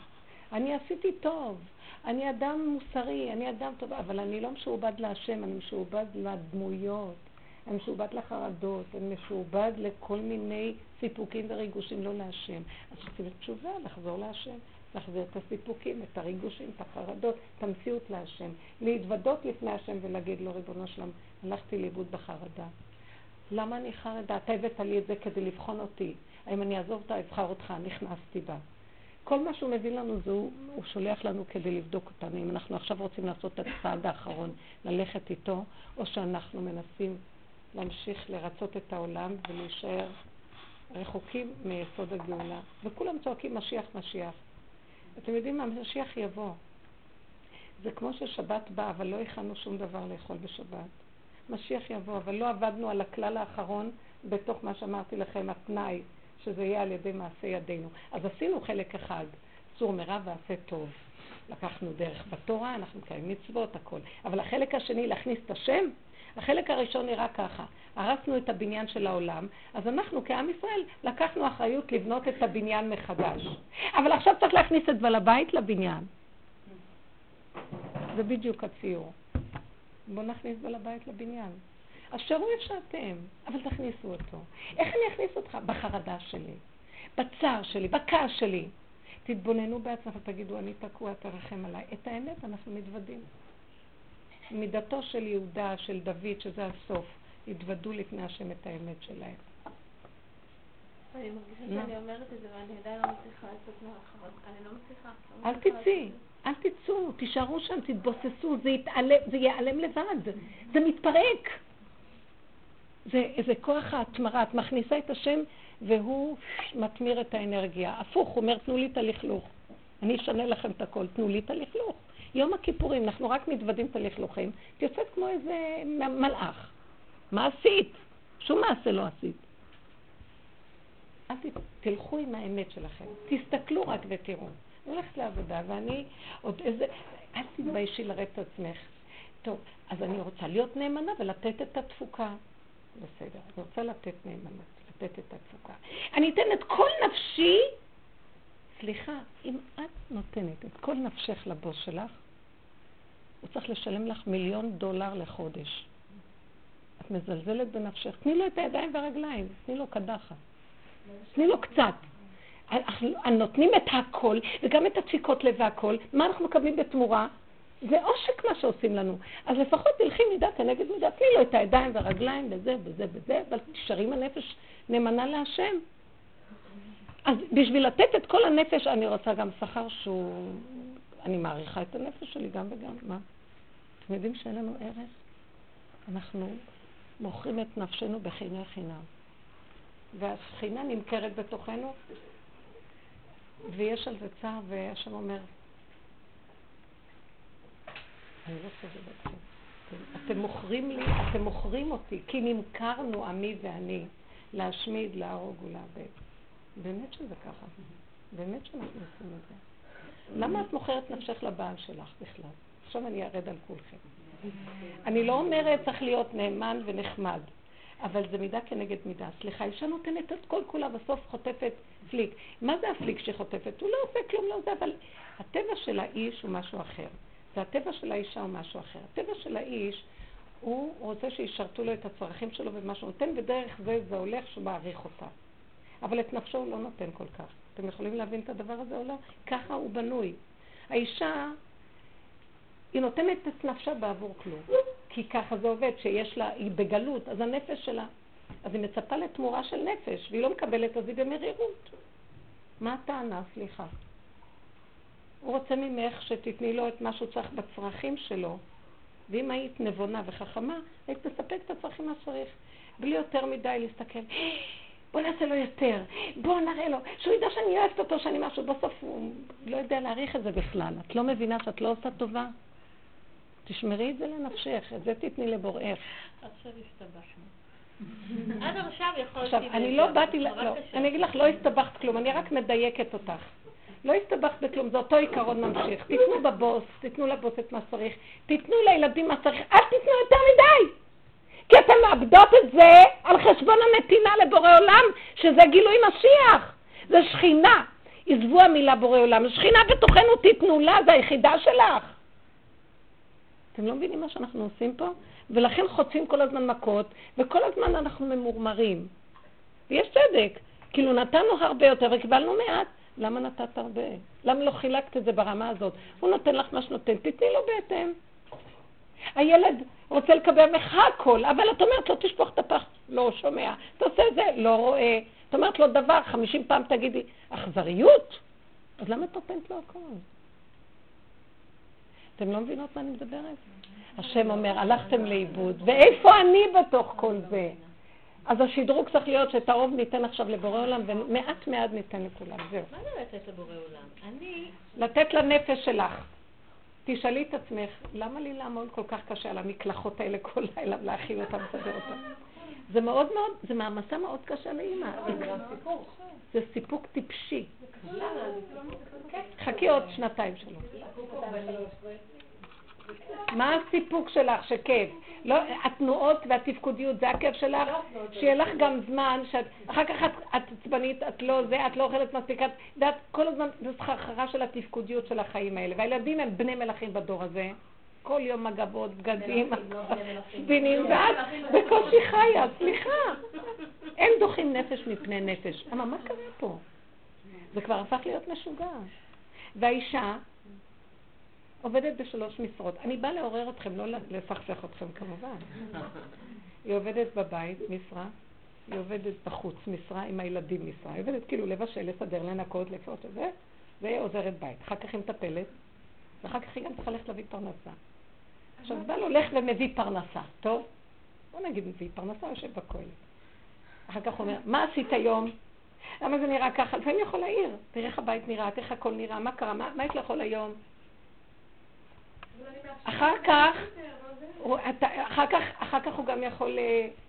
אני עשיתי טוב, אני אדם מוסרי, אני אדם טוב, אבל אני לא משועבד להשם, אני משועבד לדמויות, אני משועבד לחרדות, אני משועבד לכל מיני סיפוקים וריגושים, לא להשם. אז שצריך תשובה, לחזור להשם, להחזיר את הסיפוקים, את הריגושים, את החרדות, את המציאות להשם. להתוודות לפני השם ולהגיד לו, ריבונו שלם, הלכתי לאיבוד בחרדה. למה אני חרדה? אתה הבאת לי את זה כדי לבחון אותי. האם אני אעזוב אותה, אבחר אותך, נכנסתי בה. כל מה שהוא מביא לנו זה, הוא, הוא שולח לנו כדי לבדוק אותנו. אם אנחנו עכשיו רוצים לעשות את הצעד האחרון, ללכת איתו, או שאנחנו מנסים להמשיך לרצות את העולם ולהישאר רחוקים מיסוד הגאולה. וכולם צועקים משיח, משיח. אתם יודעים מה? משיח יבוא. זה כמו ששבת בא, אבל לא הכנו שום דבר לאכול בשבת. משיח יבוא, אבל לא עבדנו על הכלל האחרון בתוך מה שאמרתי לכם, התנאי, שזה יהיה על ידי מעשה ידינו. אז עשינו חלק אחד, צור מרע ועשה טוב. לקחנו דרך בתורה, אנחנו מקיים מצוות, הכל. אבל החלק השני, להכניס את השם, החלק הראשון נראה ככה. הרסנו את הבניין של העולם, אז אנחנו כעם ישראל לקחנו אחריות לבנות את הבניין מחדש. אבל עכשיו צריך להכניס את בעל הבית לבניין. זה בדיוק הציור. בואו נכניס בעל הבית לבניין. אז שרו שאתם, אבל תכניסו אותו. איך אני אכניס אותך? בחרדה שלי, בצער שלי, בכעס שלי. תתבוננו בעצמך ותגידו, אני תקוע, תרחם עליי. את האמת אנחנו מתוודים. מידתו של יהודה, של דוד, שזה הסוף, התוודו לפני השם את האמת שלהם. אני מרגישה שאני אומרת את זה, ואני עדיין לא מצליחה לעשות מהרחבות. אני לא מצליחה. אל תצאי, אל תצאו, תישארו שם, תתבוססו, זה יתעלם, זה ייעלם לבד. זה מתפרק. זה איזה כוח ההתמרה, את מכניסה את השם והוא מתמיר את האנרגיה. הפוך, הוא אומר, תנו לי את הלכלוך. אני אשנה לכם את הכל, תנו לי את הלכלוך. יום הכיפורים, אנחנו רק מתוודים את הלכלוכים, תיוצאת כמו איזה מלאך. מה עשית? שום מעשה לא עשית. אז תלכו עם האמת שלכם, תסתכלו רק ותראו. אני הולכת לעבודה ואני עוד איזה, אל תתביישי לראות את עצמך. טוב, אז אני רוצה להיות נאמנה ולתת את התפוקה. בסדר, אני רוצה לתת נאמנות, לתת את התפוקה. אני אתן את כל נפשי, סליחה, אם את נותנת את כל נפשך לבוס שלך, הוא צריך לשלם לך מיליון דולר לחודש. את מזלזלת בנפשך, תני לו את הידיים והרגליים, תני לו קדחה. תני לו קצת. נותנים את הכל, וגם את הציקות לב והכל, מה אנחנו מקבלים בתמורה? זה עושק מה שעושים לנו. אז לפחות תלכי מידה כנגד מידה, תני לו את הידיים והרגליים, בזה, בזה, בזה, אבל תשארי עם הנפש נאמנה להשם. אז בשביל לתת את כל הנפש, אני רוצה גם שכר שהוא... אני מעריכה את הנפש שלי גם וגם. מה? אתם יודעים שאין לנו ערך? אנחנו מוכרים את נפשנו בחיני חינם. והחינה נמכרת בתוכנו, ויש על זה צער, והשם אומר, אני לא חושבת בעצם. אתם מוכרים לי, אתם מוכרים אותי, כי נמכרנו עמי ואני להשמיד, להרוג ולאבד. באמת שזה ככה. באמת שאנחנו עושים את זה. למה את מוכרת נפשך לבעל שלך בכלל? עכשיו אני ארד על כולכם. אני לא אומרת צריך להיות נאמן ונחמד, אבל זה מידה כנגד מידה. סליחה, אישה נותנת את כל כולה, בסוף חוטפת פליק. מה זה הפליק שחוטפת? הוא לא עושה כלום, לא זה, אבל הטבע של האיש הוא משהו אחר. והטבע של האישה הוא משהו אחר. הטבע של האיש, הוא רוצה שישרתו לו את הצרכים שלו ומה שהוא נותן, ודרך זה זה הולך שהוא מעריך אותה. אבל את נפשו הוא לא נותן כל כך. אתם יכולים להבין את הדבר הזה או לא? ככה הוא בנוי. האישה, היא נותנת את נפשה בעבור כלום. כי ככה זה עובד, שיש לה, היא בגלות, אז הנפש שלה, אז היא מצפה לתמורה של נפש, והיא לא מקבלת, אז היא במרירות. מה הטענה? סליחה. הוא רוצה ממך שתתני לו את מה שהוא צריך בצרכים שלו, ואם היית נבונה וחכמה, היית מספק את הצרכים מה צריך, בלי יותר מדי להסתכל, בוא נעשה לו יותר, בוא נראה לו, שהוא ידע שאני אוהבת אותו, שאני משהו, בסוף הוא לא יודע להעריך את זה בכלל. את לא מבינה שאת לא עושה טובה? תשמרי את זה לנפשך, את זה תתני לבוראך. עכשיו הסתבכנו. עד עכשיו יכול עכשיו, אני לא באתי, לא, אני אגיד לך, לא הסתבכת כלום, אני רק מדייקת אותך. לא הסתבכת בכלום, זה אותו עיקרון ממשיך. תיתנו בבוס, תיתנו לבוס את מה צריך, תיתנו לילדים מה צריך, אל תיתנו יותר מדי! כי אתם מאבדות את זה על חשבון הנתינה לבורא עולם, שזה גילוי משיח. זה שכינה. עזבו המילה בורא עולם, השכינה בתוכנו תיתנו לה, זה היחידה שלך. אתם לא מבינים מה שאנחנו עושים פה? ולכן חוצים כל הזמן מכות, וכל הזמן אנחנו ממורמרים. ויש צדק, כאילו נתנו הרבה יותר וקיבלנו מעט. למה נתת הרבה? למה לא חילקת את זה ברמה הזאת? הוא נותן לך מה שנותן, תתני לו בהתאם. הילד רוצה לקבל ממך הכל, אבל את אומרת לו תשפוך את הפח, לא שומע. תעשה את זה, לא רואה. את אומרת לו דבר, חמישים פעם תגידי, אכזריות? אז למה את נותנת לו הכל? אתם לא מבינות מה אני מדברת? השם אומר, הלכתם לאיבוד, ואיפה אני בתוך כל זה? אז השדרוג צריך להיות שאת הרוב ניתן עכשיו לבורא עולם, ומעט מעט ניתן לכולם, זהו. מה זה לתת לבורא עולם? אני... לתת לנפש שלך. תשאלי את עצמך, למה לי לעמוד כל כך קשה על המקלחות האלה כל לילה, להכין אותם, לסדר אותם? זה מאוד מאוד, זה מעמסה מאוד קשה לאמא. זה סיפוק טיפשי. חכי עוד שנתיים שלוש. מה הסיפוק שלך שכיף? לא, התנועות והתפקודיות זה הכיף שלך, שיהיה לך גם זמן, אחר כך את עצבנית, את לא זה, את לא אוכלת מספיק, את יודעת, כל הזמן זה סחרחרה של התפקודיות של החיים האלה, והילדים הם בני מלכים בדור הזה, כל יום מגבות, בגדים, ספינים, ואת בקושי חיה, סליחה. הם דוחים נפש מפני נפש. אבל מה קרה פה? זה כבר הפך להיות משוגע. והאישה עובדת בשלוש משרות. אני באה לעורר אתכם, לא לסכסך אתכם כמובן. היא עובדת בבית, משרה, היא עובדת בחוץ, משרה, עם הילדים משרה. היא עובדת כאילו לבשל, לסדר, לנקות, לפות את זה, והיא עוזרת בית. אחר כך היא מטפלת, ואחר כך היא גם צריכה ללכת להביא פרנסה. עכשיו, בעל הולך ומביא פרנסה, טוב? בוא נגיד מביא פרנסה, יושב בכולל. אחר כך הוא אומר, מה עשית היום? למה זה נראה ככה? לפעמים יכול להעיר. תראה איך הבית נראה, תראה איך הכל נראה, מה קרה? מה, מה יש לך היום? אחר כך, הוא, אחר כך, אחר כך הוא גם יכול,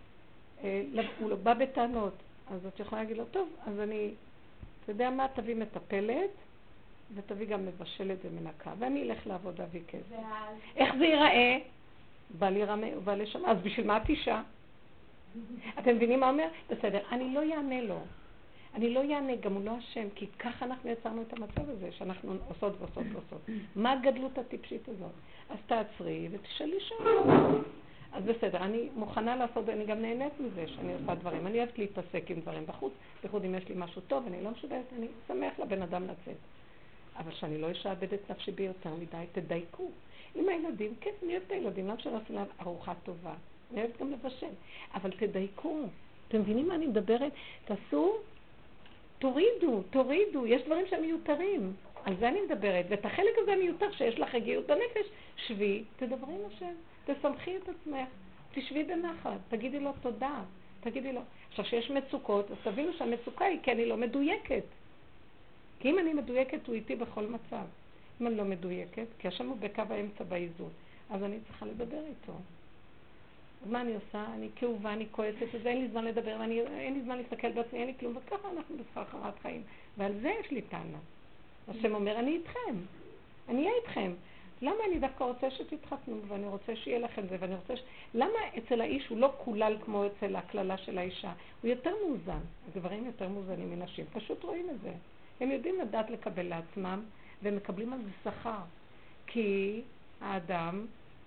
הוא בא בטענות. אז את יכולה להגיד לו, טוב, אז אני, אתה יודע מה, תביא מטפלת, ותביא גם מבשלת ומנקה, ואני אלך לעבוד להביא כסף. איך זה ייראה? בא לי רמה, בא לשם, אז בשביל מה את אישה? אתם מבינים מה אומר? בסדר, אני לא יענה לו. אני לא יענה, גם הוא לא השם, כי ככה אנחנו יצרנו את המצב הזה, שאנחנו עושות ועושות ועושות. מה הגדלות הטיפשית הזאת? אז תעצרי ותשאלי שם. אז בסדר, אני מוכנה לעשות, אני גם נהנית מזה שאני עושה דברים. אני אוהבת להתעסק עם דברים בחוץ, בייחוד אם יש לי משהו טוב, אני לא משובדת, אני שמח לבן אדם לצאת. אבל שאני לא אשעבד את נפשי ביותר מדי, תדייקו. עם הילדים, כן, אני אוהבת את הילדים, למה שאני עושה להם ארוחה טובה. אני אוהבת גם לבשל. אבל תדייקו. אתם מבינים מה אני מדברת? תעשו, תורידו, תורידו. יש דברים שהם מיותרים. על זה אני מדברת. ואת החלק הזה המיותר שיש לך רגיעות בנפש, שבי, תדברי עם השם. תסמכי את עצמך. תשבי בנחת. תגידי לו תודה. תגידי לו. עכשיו שיש מצוקות, אז תבינו שהמצוקה היא כי אני לא מדויקת. כי אם אני מדויקת, הוא איתי בכל מצב. אם אני לא מדויקת, כי השם הוא בקו האמצע באיזון, אז אני צריכה לדבר איתו. אז מה אני עושה? אני כאובה, אני כועסת, אז אין לי זמן לדבר, ואני, אין לי זמן להסתכל בעצמי, אין לי כלום, וככה אנחנו בסחרחרת חיים. ועל זה יש לי טענה. השם אומר, אני איתכם. אני אהיה איתכם. למה אני דווקא רוצה שתתחתנו, ואני רוצה שיהיה לכם זה, ואני רוצה ש... למה אצל האיש הוא לא כולל כמו אצל הכללה של האישה? הוא יותר מאוזן. הגברים יותר מאוזנים מנשים. פשוט רואים את זה. הם יודעים לדעת לקבל לעצמם, והם מקבלים על זה שכר. כי האדם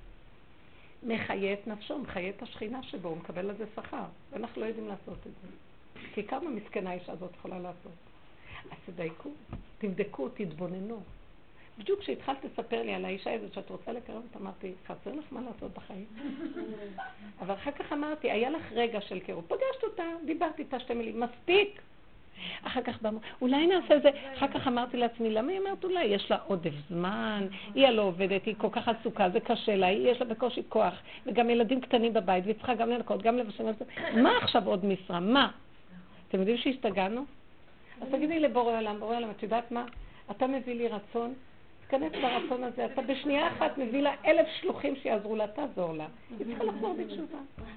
מחיה את נפשו, מחיה את השכינה שבו, הוא מקבל על זה שכר. ואנחנו לא יודעים לעשות את זה. כי כמה מסכנה האישה הזאת יכולה לעשות. אז תדייקו, תבדקו, תתבוננו. בדיוק כשהתחלת לספר לי על האישה הזאת שאת רוצה לקרב, אמרתי, חסר לך מה לעשות בחיים. אבל אחר כך אמרתי, היה לך רגע של קירוב. פגשת אותה, דיברתי איתה שתי מילים, מספיק. אחר כך באמר, אולי נעשה זה, אחר כך אמרתי לעצמי, למה היא אמרת אולי? יש לה עודף זמן, היא לא עובדת, היא כל כך עסוקה, זה קשה לה, יש לה בקושי כוח, וגם ילדים קטנים בבית, והיא צריכה גם לנקות, גם לבשל, מה עכשיו עוד משרה? מה? אתם יודעים שהשתגענו? אז תגידי לבורא עולם, בורא עולם, את יודעת מה? אתה מביא לי רצון, תכנס ברצון הזה, אתה בשנייה אחת מביא לה אלף שלוחים שיעזרו לה, תעזור לה. היא צריכה לחזור בתשובה.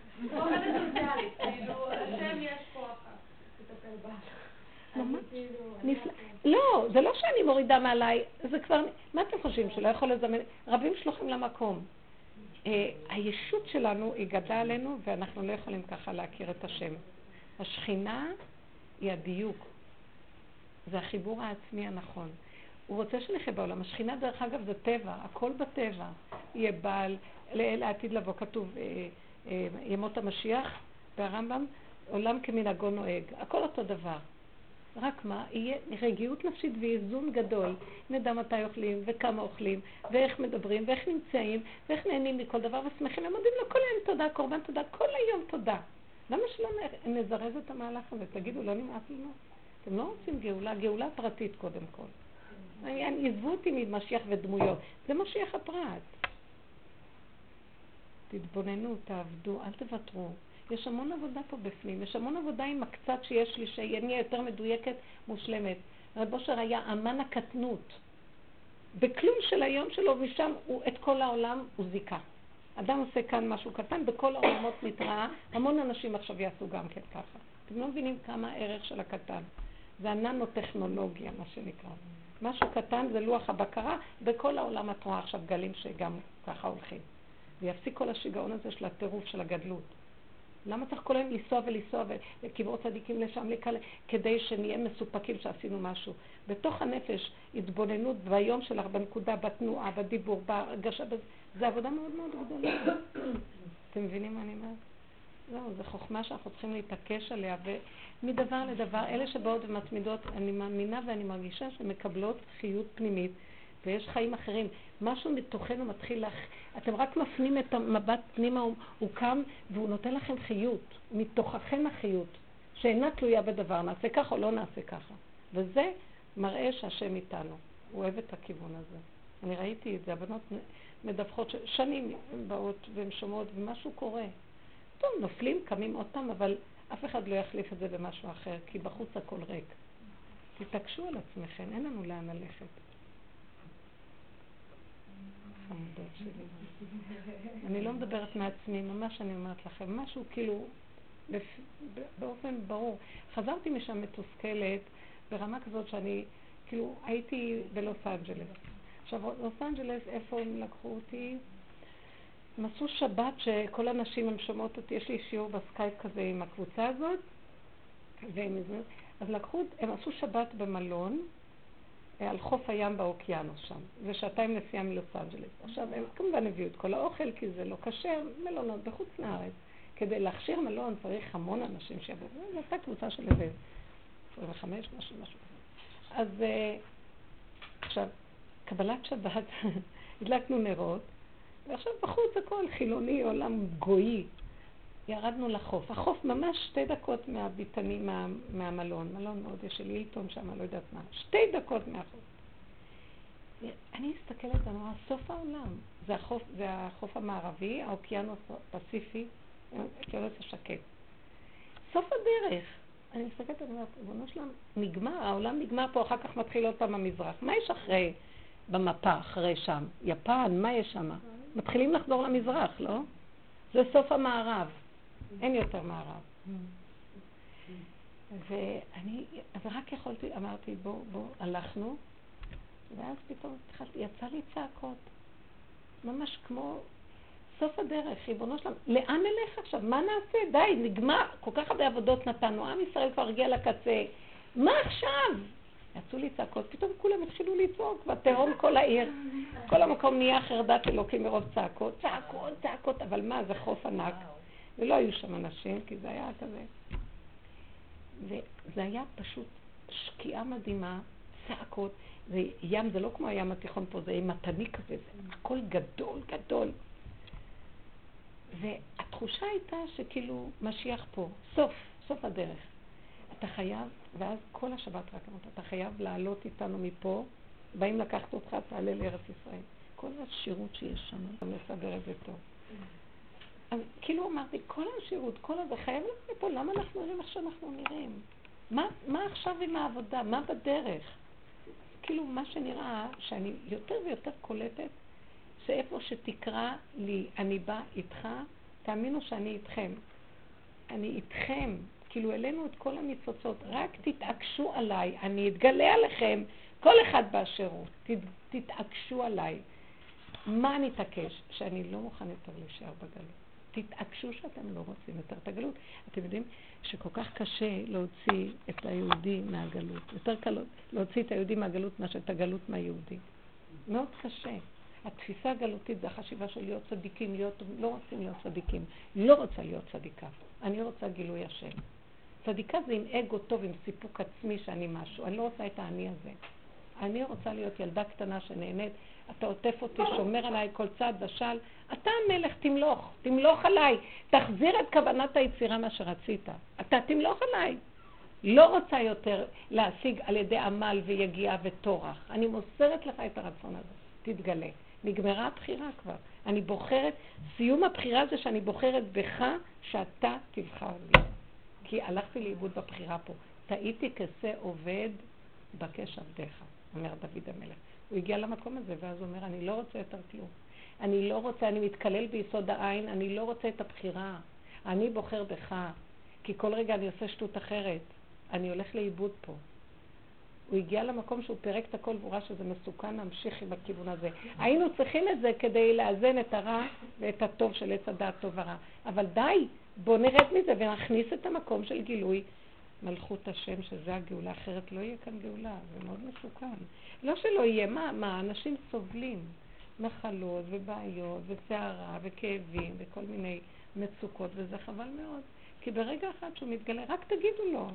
כאילו, השם יש פה אחת, תטפל בה. לא, זה לא שאני מורידה מעליי, זה כבר, מה אתם חושבים שלא יכול לזמן? רבים שלוחים למקום. הישות שלנו היא גדלה עלינו ואנחנו לא יכולים ככה להכיר את השם. השכינה היא הדיוק. זה החיבור העצמי הנכון. הוא רוצה שנחיה בעולם. השכינה דרך אגב זה טבע, הכל בטבע. יהיה בעל, לעתיד לבוא כתוב אה, אה, ימות המשיח והרמב"ם, עולם כמנהגו נוהג. הכל אותו דבר. רק מה, יהיה רגיעות נפשית ואיזון גדול. נדע מתי אוכלים וכמה אוכלים, ואיך מדברים, ואיך נמצאים, ואיך נהנים מכל דבר, ושמחים ומודים לו כל היום תודה, קורבן תודה, כל היום תודה. למה שלא נזרז את המהלך הזה? תגידו, לא נמאס לנו? אתם לא רוצים גאולה, גאולה פרטית קודם כל. עזבו אותי ממשיח ודמויות. זה משיח הפרט. תתבוננו, תעבדו, אל תוותרו. יש המון עבודה פה בפנים. יש המון עבודה עם הקצת שיש לי, שיהיה יותר מדויקת, מושלמת. רב אושר היה אמן הקטנות. בכלום של היום שלו, ושם הוא, את כל העולם הוא זיקה. אדם עושה כאן משהו קטן, בכל העולמות מתראה. המון אנשים עכשיו יעשו גם כן ככה. אתם לא מבינים כמה הערך של הקטן. זה הננו-טכנולוגיה, מה שנקרא. משהו קטן זה לוח הבקרה, בכל העולם את רואה עכשיו גלים שגם ככה הולכים. ויפסיק כל השיגעון הזה של הטירוף של הגדלות. למה צריך כל היום לנסוע ולנסוע ולקברות צדיקים לשם לכאלה, כדי שנהיה מסופקים שעשינו משהו? בתוך הנפש, התבוננות ביום שלך, בנקודה, בתנועה, בדיבור, בהרגשה, זה עבודה מאוד מאוד גדולה. אתם מבינים מה אני אומרת? זהו, זו חוכמה שאנחנו צריכים להתעקש עליה, ומדבר לדבר, אלה שבאות ומתמידות, אני מאמינה ואני מרגישה שמקבלות חיות פנימית, ויש חיים אחרים. משהו מתוכנו מתחיל לך, אתם רק מפנים את המבט פנימה, הוא, הוא קם והוא נותן לכם חיות, מתוככם החיות, שאינה תלויה בדבר, נעשה ככה או לא נעשה ככה. וזה מראה שהשם איתנו, הוא אוהב את הכיוון הזה. אני ראיתי את זה, הבנות מדווחות שנים באות והן שומעות ומשהו קורה. טוב, נופלים, קמים עוד פעם, אבל אף אחד לא יחליף את זה במשהו אחר, כי בחוץ הכל ריק. תתעקשו על עצמכם, אין לנו לאן ללכת. חמודות שלי. אני לא מדברת מעצמי, ממש אני אומרת לכם, משהו כאילו, באופן ברור. חזרתי משם מתוסכלת, ברמה כזאת שאני, כאילו, הייתי בלוס אנג'לס. עכשיו, לוס אנג'לס, איפה הם לקחו אותי? הם עשו שבת שכל הנשים הם שומעות אותי, יש לי שיעור בסקייפ כזה עם הקבוצה הזאת, והם, אז לקחו, הם עשו שבת במלון, על חוף הים באוקיינוס שם, זה שעתיים נסיעה מלוס אנג'לס. עכשיו, הם כמובן הביאו את כל האוכל, כי זה לא כשר, מלונות בחוץ לארץ. כדי להכשיר מלון צריך המון אנשים שיבואו. זו הייתה קבוצה של איזה עשרים וחמש, משהו, משהו. אז עכשיו, קבלת שבת, הדלקנו נרות, ועכשיו בחוץ הכל חילוני, עולם גוי. ירדנו לחוף. החוף ממש שתי דקות מהביתנים, מה, מהמלון. מלון מאוד יש של אילטון שם, לא יודעת מה. שתי דקות מהחוף. אני מסתכלת, אני רואה, סוף העולם. זה החוף, זה החוף המערבי, האוקיינוס הפסיפי, האוקיינוס השקט. סוף הדרך. אני מסתכלת, אני אומרת, בנו שלנו נגמר, העולם נגמר פה, אחר כך מתחיל עוד פעם המזרח. מה יש אחרי, במפה, אחרי שם? יפן, מה יש שם? מתחילים לחזור למזרח, לא? זה סוף המערב. אין יותר מערב. ואני, אז רק יכולתי, אמרתי, בוא, בוא, הלכנו, ואז פתאום התחלתי, יצא לי צעקות. ממש כמו סוף הדרך, ריבונו שלנו. לאן נלך עכשיו? מה נעשה? די, נגמר. כל כך הרבה עבודות נתנו. עם ישראל כבר הגיע לקצה. מה עכשיו? יצאו לי צעקות. פתאום כולם התחילו לצעוק, ותהום כל העיר. כל המקום נהיה חרדת אלוקים מרוב צעקות. צעקות, צעקות. אבל מה? זה חוף ענק. ולא היו שם אנשים, כי זה היה כזה. וזה היה פשוט שקיעה מדהימה, צעקות. זה ים, זה לא כמו הים התיכון פה, זה ים מתני כזה. זה הכל גדול, גדול. והתחושה הייתה שכאילו משיח פה, סוף, סוף הדרך. אתה חייב, ואז כל השבת רק אמרת, אתה חייב לעלות איתנו מפה, באים לקחת אותך, תעלה לארץ ישראל. כל השירות שיש שם, אתה מסדר את זה טוב. אז כאילו אמרתי, כל השירות, כל הזה חייב לנו פה, למה אנחנו נראים איך שאנחנו נראים? מה, מה עכשיו עם העבודה? מה בדרך? כאילו מה שנראה, שאני יותר ויותר קולטת, שאיפה שתקרא לי, אני בא איתך, תאמינו שאני איתכם. אני איתכם, כאילו אלינו את כל הניצוצות, רק תתעקשו עליי, אני אתגלה עליכם, כל אחד באשר הוא, תת, תתעקשו עליי. מה אני תעקש? שאני לא מוכן יותר להישאר בגלות. תתעקשו שאתם לא רוצים יותר את הגלות. אתם יודעים שכל כך קשה להוציא את היהודי מהגלות. יותר קל להוציא את היהודי מהגלות מאשר את הגלות מהיהודי. מאוד קשה. התפיסה הגלותית זה החשיבה של להיות צדיקים, להיות, לא רוצים להיות צדיקים. לא רוצה להיות צדיקה. אני רוצה גילוי השם. צדיקה זה עם אגו טוב, עם סיפוק עצמי שאני משהו. אני לא רוצה את האני הזה. אני רוצה להיות ילדה קטנה שנהנית. אתה עוטף אותי, שומר עליי כל צעד ושל. אתה המלך, תמלוך, תמלוך עליי. תחזיר את כוונת היצירה מה שרצית. אתה תמלוך עליי. לא רוצה יותר להשיג על ידי עמל ויגיעה וטורח. אני מוסרת לך את הרצון הזה. תתגלה. נגמרה הבחירה כבר. אני בוחרת, סיום הבחירה זה שאני בוחרת בך שאתה תבחר לי. כי הלכתי לאיבוד בבחירה פה. טעיתי כסה עובד בקש עבדיך, אומר דוד המלך. הוא הגיע למקום הזה ואז הוא אומר, אני לא רוצה יותר כלום. אני לא רוצה, אני מתקלל ביסוד העין, אני לא רוצה את הבחירה. אני בוחר בך. כי כל רגע אני עושה שטות אחרת. אני הולך לאיבוד פה. הוא הגיע למקום שהוא פירק את הכל והוא ראה שזה מסוכן להמשיך עם הכיוון הזה. היינו צריכים את זה כדי לאזן את הרע ואת הטוב של עץ הדעת טוב ורע. אבל די, בוא נרד מזה ונכניס את המקום של גילוי מלכות השם, שזה הגאולה, אחרת לא יהיה כאן גאולה, זה מאוד מסוכן. לא שלא יהיה, מה, מה, אנשים סובלים, מחלות ובעיות וצערה וכאבים וכל מיני מצוקות, וזה חבל מאוד. כי ברגע אחד שהוא מתגלה, רק תגידו לו.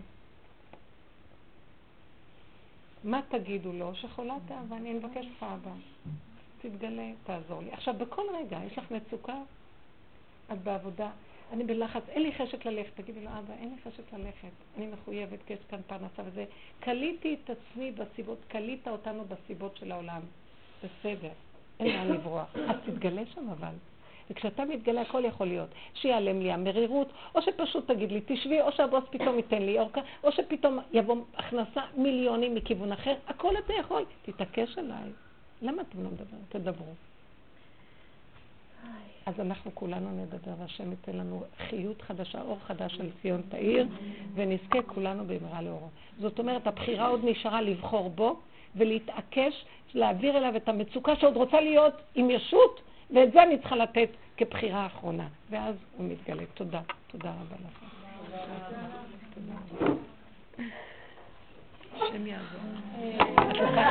מה תגידו לו? שחולת אהבה, אני מבקש לך אבא. תתגלה, תעזור לי. עכשיו, בכל רגע, יש לך מצוקה, את בעבודה, אני בלחץ, אין לי חשק ללכת. תגידי לו, אבא, אין לי חשק ללכת. אני מחויבת, כי יש כאן פרנסה וזה. קליתי את עצמי בסיבות, קלית אותנו בסיבות של העולם. בסדר, אין מה לברוח. אז תתגלה שם אבל. וכשאתה מתגלה, הכל יכול להיות. שיעלם לי המרירות, או שפשוט תגיד לי, תשבי, או שהבוס פתאום ייתן לי אורכה, או שפתאום יבוא הכנסה מיליונים מכיוון אחר. הכל אתה יכול. תתעקש עליי. למה אתם לא מדברים? תדברו. אז אנחנו כולנו נדבר, והשם ייתן לנו חיות חדשה, אור חדש של ציון תאיר, ונזכה כולנו במהרה לאורו. זאת אומרת, הבחירה עוד נשארה לבחור בו, ולהתעקש, להעביר אליו את המצוקה שעוד רוצה להיות עם ישות, ואת זה אני צריכה לתת כבחירה האחרונה. ואז הוא מתגלה. תודה. תודה רבה לך. תודה רבה. השם יעזור.